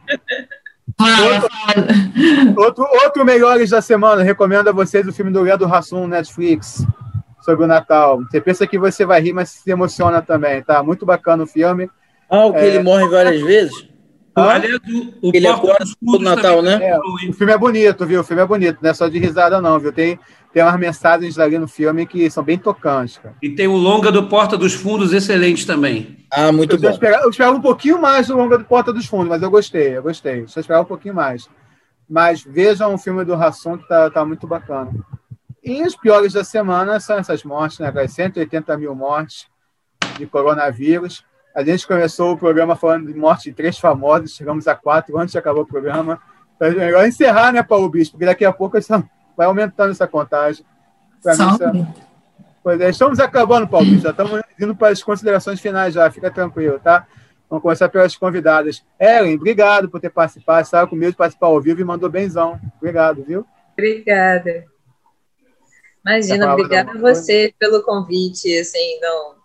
Speaker 2: Outro, outro, outro Melhores da Semana, recomendo a vocês o filme do Leandro Hassum no Netflix, sobre o Natal. Você pensa que você vai rir, mas se emociona também, tá? Muito bacana o filme.
Speaker 3: Ah, o que é... ele morre várias vezes?
Speaker 2: Ah,
Speaker 4: Aliás, o, o
Speaker 3: ele acorda no Natal, né?
Speaker 2: É, o filme é bonito, viu? O filme é bonito, não é só de risada não, viu? Tem, tem umas mensagens ali no filme que são bem tocantes, cara.
Speaker 4: E tem o longa do Porta dos Fundos excelente também.
Speaker 3: Ah, muito
Speaker 2: eu
Speaker 3: bom.
Speaker 2: Esperava, eu esperava um pouquinho mais do longa do Porta dos Fundos, mas eu gostei, eu gostei. Só esperava um pouquinho mais. Mas vejam o filme do Hassum, que tá, tá muito bacana. E os piores da semana são essas mortes, né? As cento e oitenta mil mortes de coronavírus. A gente começou o programa falando de morte de três famosos, chegamos a quatro antes de acabar o programa. Então, é melhor encerrar, né, Paulo Bispo? Porque daqui a pouco vai aumentando essa contagem. Mim, pois é, estamos acabando, Paulo Bispo. Já estamos indo para as considerações finais já. Fica tranquilo, tá? Vamos começar pelas convidadas. Ellen, obrigado por ter participado. Estava com medo de participar ao vivo e mandou benzão. Obrigado, viu?
Speaker 5: Obrigada. Imagina, obrigada a você pelo convite. Assim, não...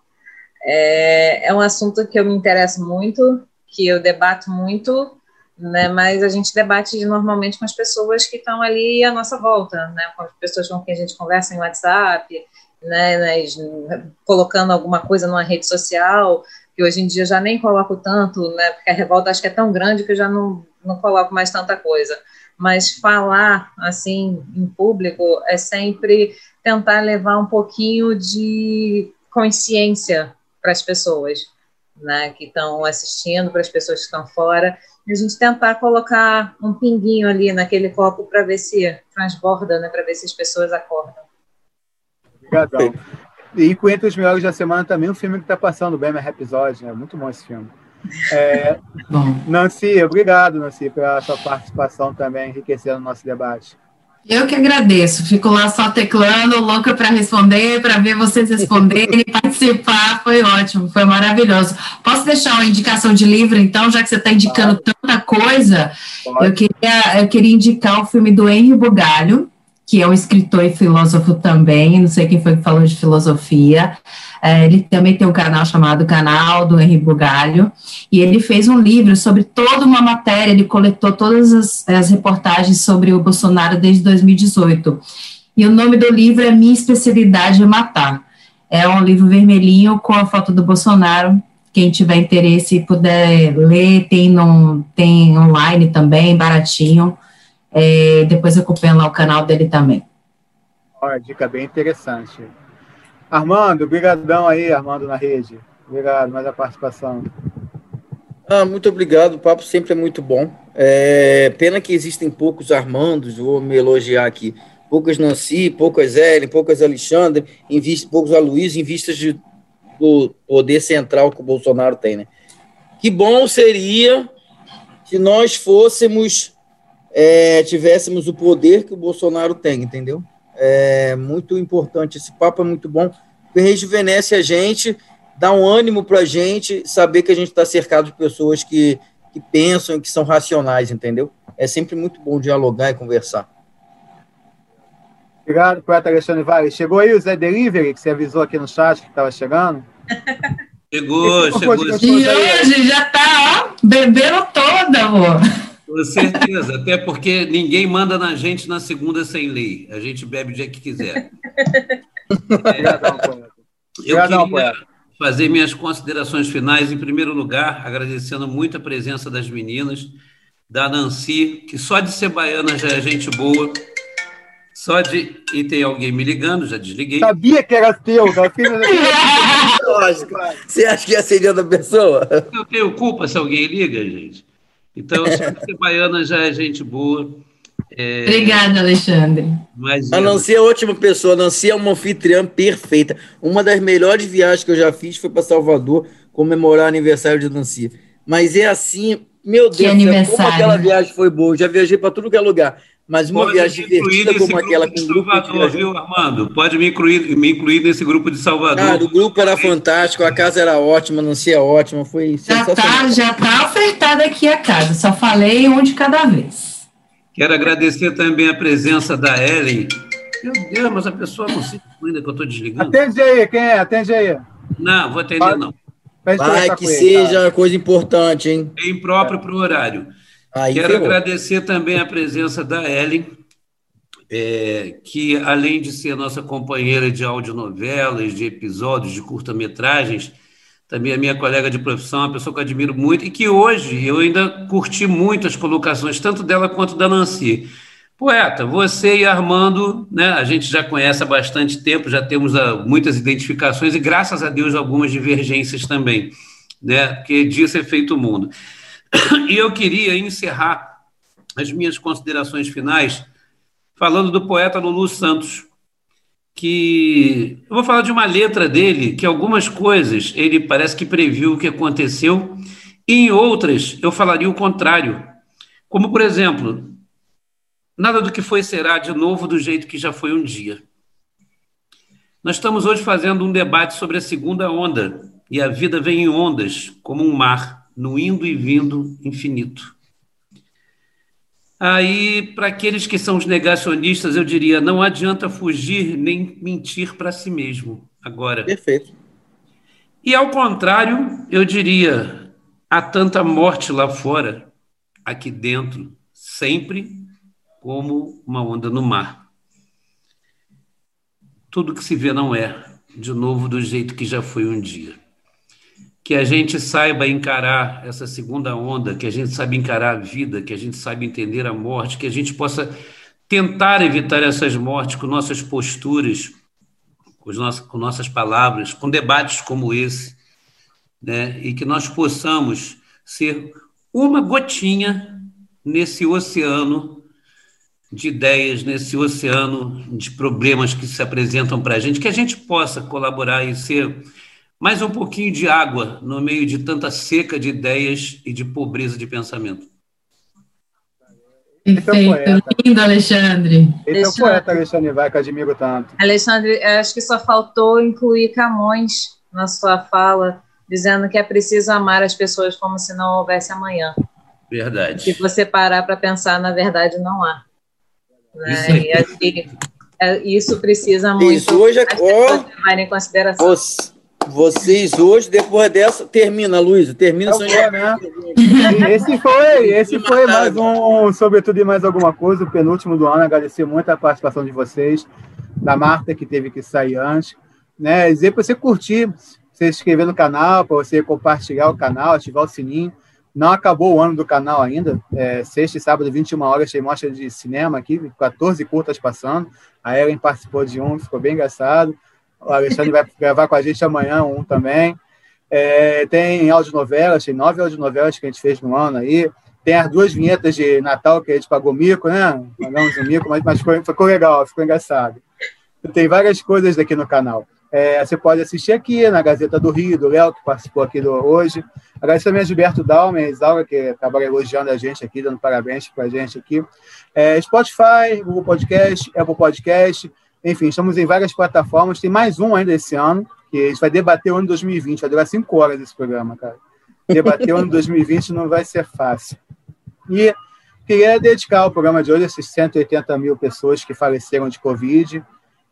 Speaker 5: É, é um assunto que eu me interesso muito, que eu debato muito, né, mas a gente debate normalmente com as pessoas que estão ali à nossa volta, né, com as pessoas com quem a gente conversa em WhatsApp, né, né, colocando alguma coisa numa rede social, que hoje em dia eu já nem coloco tanto, né, porque a revolta acho que é tão grande que eu já não, não coloco mais tanta coisa. Mas falar, assim, em público é sempre tentar levar um pouquinho de consciência para as pessoas, né, que estão assistindo, para as pessoas que estão fora, e a gente tentar colocar um pinguinho ali naquele copo para ver se transborda, né, para ver se as pessoas acordam.
Speaker 2: Obrigadão. E com Entre os Melhores da Semana também um filme que está passando bem, mais episódio, né? Muito bom esse filme. É, Nancy, obrigado, Nancy, pela sua participação também, enriquecendo o nosso debate.
Speaker 6: Eu que agradeço, fico lá só teclando, louca para responder, para ver vocês responderem, participar, foi ótimo, foi maravilhoso. Posso deixar uma indicação de livro, então, já que você está indicando Pode. tanta coisa? Eu queria, eu queria indicar o filme do Henri Bugalho, que é um escritor e filósofo também, não sei quem foi que falou de filosofia. É, ele também tem um canal chamado Canal do Henri Bugalho, e ele fez um livro sobre toda uma matéria, ele coletou todas as, as reportagens sobre o Bolsonaro desde dois mil e dezoito, e o nome do livro é Minha Especialidade é Matar. É um livro vermelhinho com a foto do Bolsonaro, quem tiver interesse e puder ler, tem, no, tem online também, baratinho, é, depois acompanha lá o canal dele também.
Speaker 2: Olha, dica bem interessante. Armando, brigadão aí, Armando na rede. Obrigado, mais a participação.
Speaker 3: Ah, muito obrigado, o papo sempre é muito bom. É, pena que existem poucos Armandos, vou me elogiar aqui. Poucas Nancy, poucas Ellen, poucas Alexandre, em vista, poucos Aloysio, em vista de, do poder central que o Bolsonaro tem, né? Que bom seria se nós fôssemos, é, tivéssemos o poder que o Bolsonaro tem, entendeu? É muito importante, esse papo é muito bom, porque rejuvenesce a gente, dá um ânimo para a gente saber que a gente está cercado de pessoas que, que pensam e que são racionais, entendeu? É sempre muito bom dialogar e conversar.
Speaker 2: Obrigado, poeta Alexandre Vale. Chegou aí o Zé Delivery, que você avisou aqui no chat que estava chegando?
Speaker 4: Chegou, chegou.
Speaker 6: E hoje já tá, ó, bebendo toda, amor.
Speaker 4: Com certeza, até porque ninguém manda na gente na segunda sem lei. A gente bebe o dia que quiser.
Speaker 2: Obrigadão, poeta.
Speaker 4: Eu
Speaker 2: Obrigadão,
Speaker 4: queria
Speaker 2: poeta.
Speaker 4: fazer minhas considerações finais, em primeiro lugar, agradecendo muito a presença das meninas, da Nancy, que só de ser baiana já é gente boa, só de... E tem alguém me ligando, já desliguei.
Speaker 2: Sabia que era teu, cara.
Speaker 3: Lógico. Você acha que ia ser dia da pessoa?
Speaker 4: Eu tenho culpa se alguém liga, gente. Então, só de ser baiana já é gente boa. É...
Speaker 6: Obrigada, Alexandre.
Speaker 3: A Nancy é ótima pessoa, a Nancy é uma anfitriã perfeita. Uma das melhores viagens que eu já fiz foi para Salvador comemorar o aniversário de Nancy. Mas é assim, meu Deus, como aquela viagem foi boa. Eu já viajei para tudo que é lugar, mas uma
Speaker 4: Pode
Speaker 3: viagem divertida como aquela com
Speaker 4: o grupo de Salvador, viu, Armando? Pode me incluir, me incluir nesse grupo de Salvador.
Speaker 3: Cara, o grupo era fantástico, a casa era ótima, a Nancy é ótima, foi sensacional.
Speaker 6: Já tá, já tá ofertada aqui a casa, só falei um de cada vez.
Speaker 4: Quero agradecer também a presença da Ellen. Meu Deus, mas a pessoa não se ainda que eu estou desligando.
Speaker 2: Atende aí, quem é? Atende aí.
Speaker 4: Não, vou atender não.
Speaker 3: Vai que seja coisa importante, hein?
Speaker 4: É impróprio para o horário.
Speaker 3: Aí
Speaker 4: Quero
Speaker 3: ferrou.
Speaker 4: agradecer também a presença da Ellen, é, que além de ser nossa companheira de audionovelas, de episódios, de curta-metragens, também é minha colega de profissão, uma pessoa que eu admiro muito, e que hoje eu ainda curti muito as colocações, tanto dela quanto da Nancy. Poeta, você e Armando, né, a gente já conhece há bastante tempo, já temos uh, muitas identificações e, graças a Deus, algumas divergências também, né, porque disso é feito o mundo. E eu queria encerrar as minhas considerações finais falando do poeta Lulu Santos, que eu vou falar de uma letra dele, que algumas coisas ele parece que previu o que aconteceu, e em outras eu falaria o contrário. Como, por exemplo, nada do que foi será de novo do jeito que já foi um dia. Nós estamos hoje fazendo um debate sobre a segunda onda, e a vida vem em ondas, como um mar, no indo e vindo infinito. Aí, para aqueles que são os negacionistas, eu diria, não adianta fugir nem mentir para si mesmo agora.
Speaker 3: Perfeito.
Speaker 4: E, ao contrário, eu diria, há tanta morte lá fora, aqui dentro, sempre como uma onda no mar. Tudo que se vê não é, de novo, do jeito que já foi um dia. Que a gente saiba encarar essa segunda onda, que a gente saiba encarar a vida, que a gente saiba entender a morte, que a gente possa tentar evitar essas mortes com nossas posturas, com, os nossos, com nossas palavras, com debates como esse, né? E que nós possamos ser uma gotinha nesse oceano de ideias, nesse oceano de problemas que se apresentam para a gente, que a gente possa colaborar e ser mais um pouquinho de água no meio de tanta seca de ideias e de pobreza de pensamento.
Speaker 6: Perfeito, lindo, Alexandre.
Speaker 2: Esse é o poeta Alexandre Vai, que eu admiro tanto.
Speaker 5: Alexandre, acho que só faltou incluir Camões na sua fala, dizendo que é preciso amar as pessoas como se não houvesse amanhã.
Speaker 4: Verdade.
Speaker 5: Se você parar para pensar, na verdade, não há. Né? Isso, e acho que isso precisa muito
Speaker 3: isso, hoje é...
Speaker 5: as pessoas levarem em consideração.
Speaker 3: Você... Vocês hoje, depois dessa, termina, Luísa, termina.
Speaker 2: É bom, né? Esse foi, esse foi mais um, sobretudo e mais alguma coisa, o penúltimo do ano. Agradecer muito a participação de vocês, da Marta, que teve que sair antes, né? Dizer para você curtir, você se inscrever no canal, para você compartilhar o canal, ativar o sininho. Não acabou o ano do canal ainda, é, sexta e sábado, vinte e uma horas, tem mostra de cinema aqui, quatorze curtas passando. A Ellen participou de um, ficou bem engraçado. O Alexandre vai gravar com a gente amanhã, um também. É, tem audionovelas, tem nove audionovelas que a gente fez no ano aí. Tem as duas vinhetas de Natal que a gente pagou mico, né? Pagamos um mico, mas, mas ficou, ficou legal, ficou engraçado. Tem várias coisas aqui no canal. É, você pode assistir aqui na Gazeta do Rio, do Léo, que participou aqui do, hoje. Agradeço também a Gilberto Dalma e a Isaura, que acabaram elogiando a gente aqui, dando parabéns para a gente aqui. É, Spotify, Google Podcast, Apple Podcast. Enfim, estamos em várias plataformas. Tem mais um ainda esse ano, que a gente vai debater o ano de dois mil e vinte. Vai durar cinco horas esse programa, cara. Debater o ano de dois mil e vinte não vai ser fácil. E queria dedicar o programa de hoje a essas cento e oitenta mil pessoas que faleceram de Covid.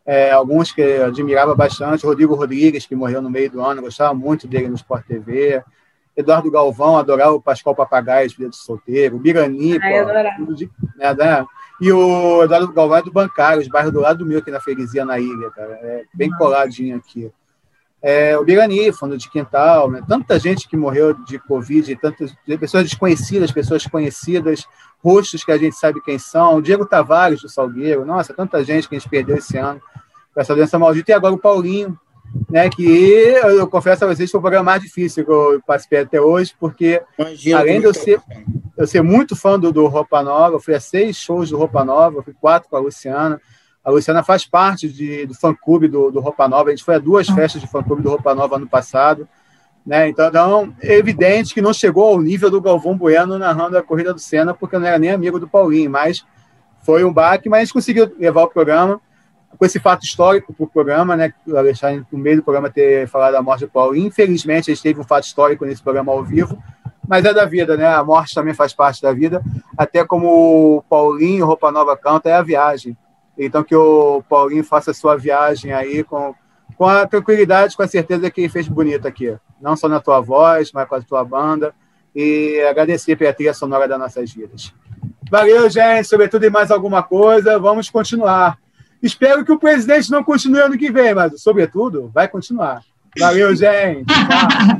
Speaker 2: é, alguns que eu admirava bastante, Rodrigo Rodrigues, que morreu no meio do ano, gostava muito dele no Sport T V, Eduardo Galvão, adorava o Pascoal Papagaio, Vida de Solteiro, o Birani,
Speaker 5: Ai,
Speaker 2: pô, de, né, né? E o Eduardo Galvão é do Bancários, bairro do lado do meu, aqui na freguesia, na ilha, cara, é bem coladinho aqui. É, o Birani, fundo de quintal, né? Tanta gente que morreu de Covid, tantas pessoas desconhecidas, pessoas conhecidas, rostos que a gente sabe quem são, o Diego Tavares, do Salgueiro, nossa, tanta gente que a gente perdeu esse ano com essa doença maldita, e agora o Paulinho, né, que eu confesso a vocês que foi o programa mais difícil que eu participei até hoje, porque Imagina, além de eu ser, eu ser muito fã do, do Roupa Nova, eu fui a seis shows do Roupa Nova, eu fui quatro com a Luciana. A Luciana faz parte de, do fã-clube do, do Roupa Nova, a gente foi a duas festas de fã-clube do Roupa Nova ano passado, né? Então, então, é evidente que não chegou ao nível do Galvão Bueno narrando a corrida do Senna, porque eu não era nem amigo do Paulinho, mas foi um baque, mas a gente conseguiu levar o programa com esse fato histórico para o programa, né? O Alexandre, no meio do programa, ter falado da morte do Paulinho. Infelizmente, a gente teve um fato histórico nesse programa ao vivo, mas é da vida, né? A morte também faz parte da vida, até como o Paulinho, Roupa Nova canta, é a viagem. Então, que o Paulinho faça a sua viagem aí com, com a tranquilidade, com a certeza que ele fez bonito aqui. Não só na tua voz, mas com a tua banda. E agradecer pela trilha sonora das nossas vidas. Valeu, gente. Sobretudo, e mais alguma coisa, vamos continuar. Espero que o presidente não continue ano que vem, mas, sobretudo, vai continuar. Valeu, gente. Tchau.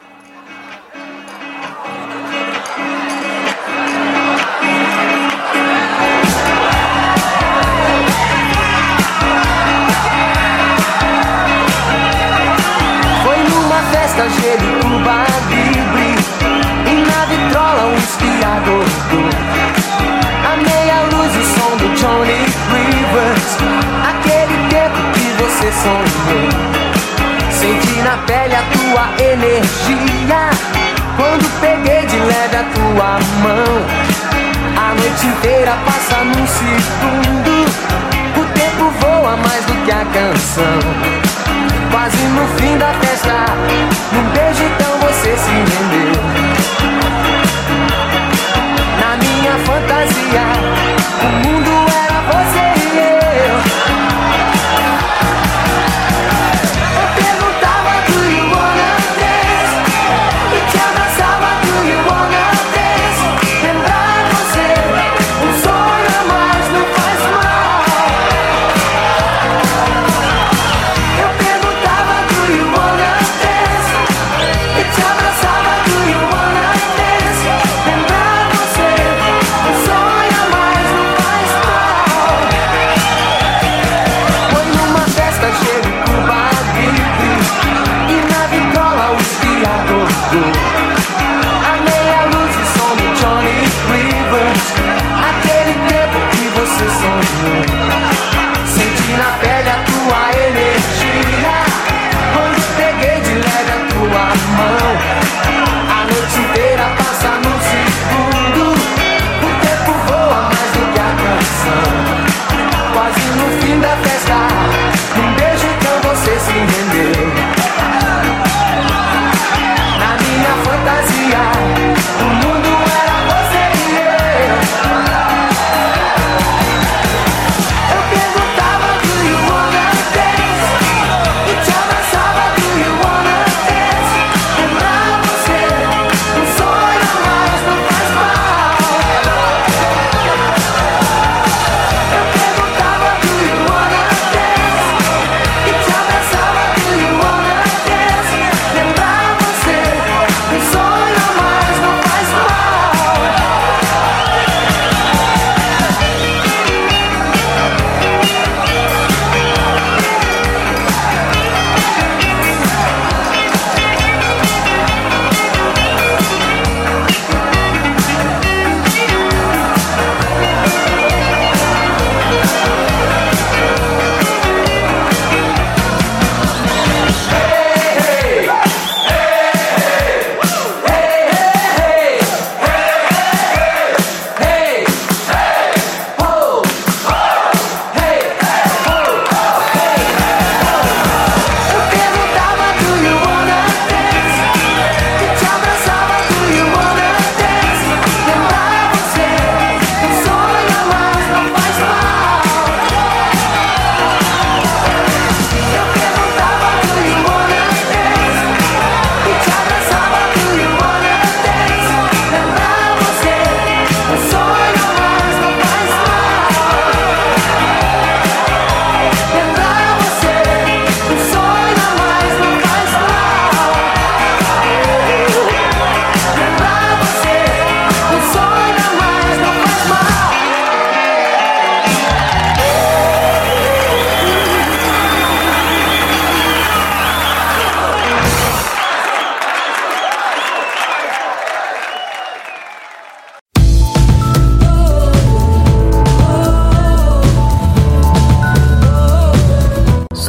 Speaker 8: Jeruba Libre e na vitrola um esquiador. A meia luz e o som do Johnny Rivers, aquele tempo que você sonhou. Senti na pele a tua energia quando peguei de leve a tua mão. A noite inteira passa num segundo, o tempo voa mais do que a canção. Quase no fim da festa, num beijo então você se rendeu. Na minha fantasia, o mundo era você e eu. Eu perguntava, do you wanna dance? E te abraçava, do you wanna dance? Lembrar você, um sonho a mais não faz mal. Eu perguntava, do you wanna dance? E te abraçava, do you wanna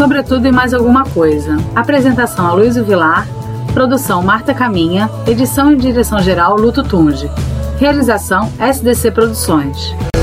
Speaker 1: Sobretudo e Mais Alguma Coisa. Apresentação Aloysio Vilar. Produção Marta Caminha. Edição e direção geral Luto Tunge. Realização S D C Produções.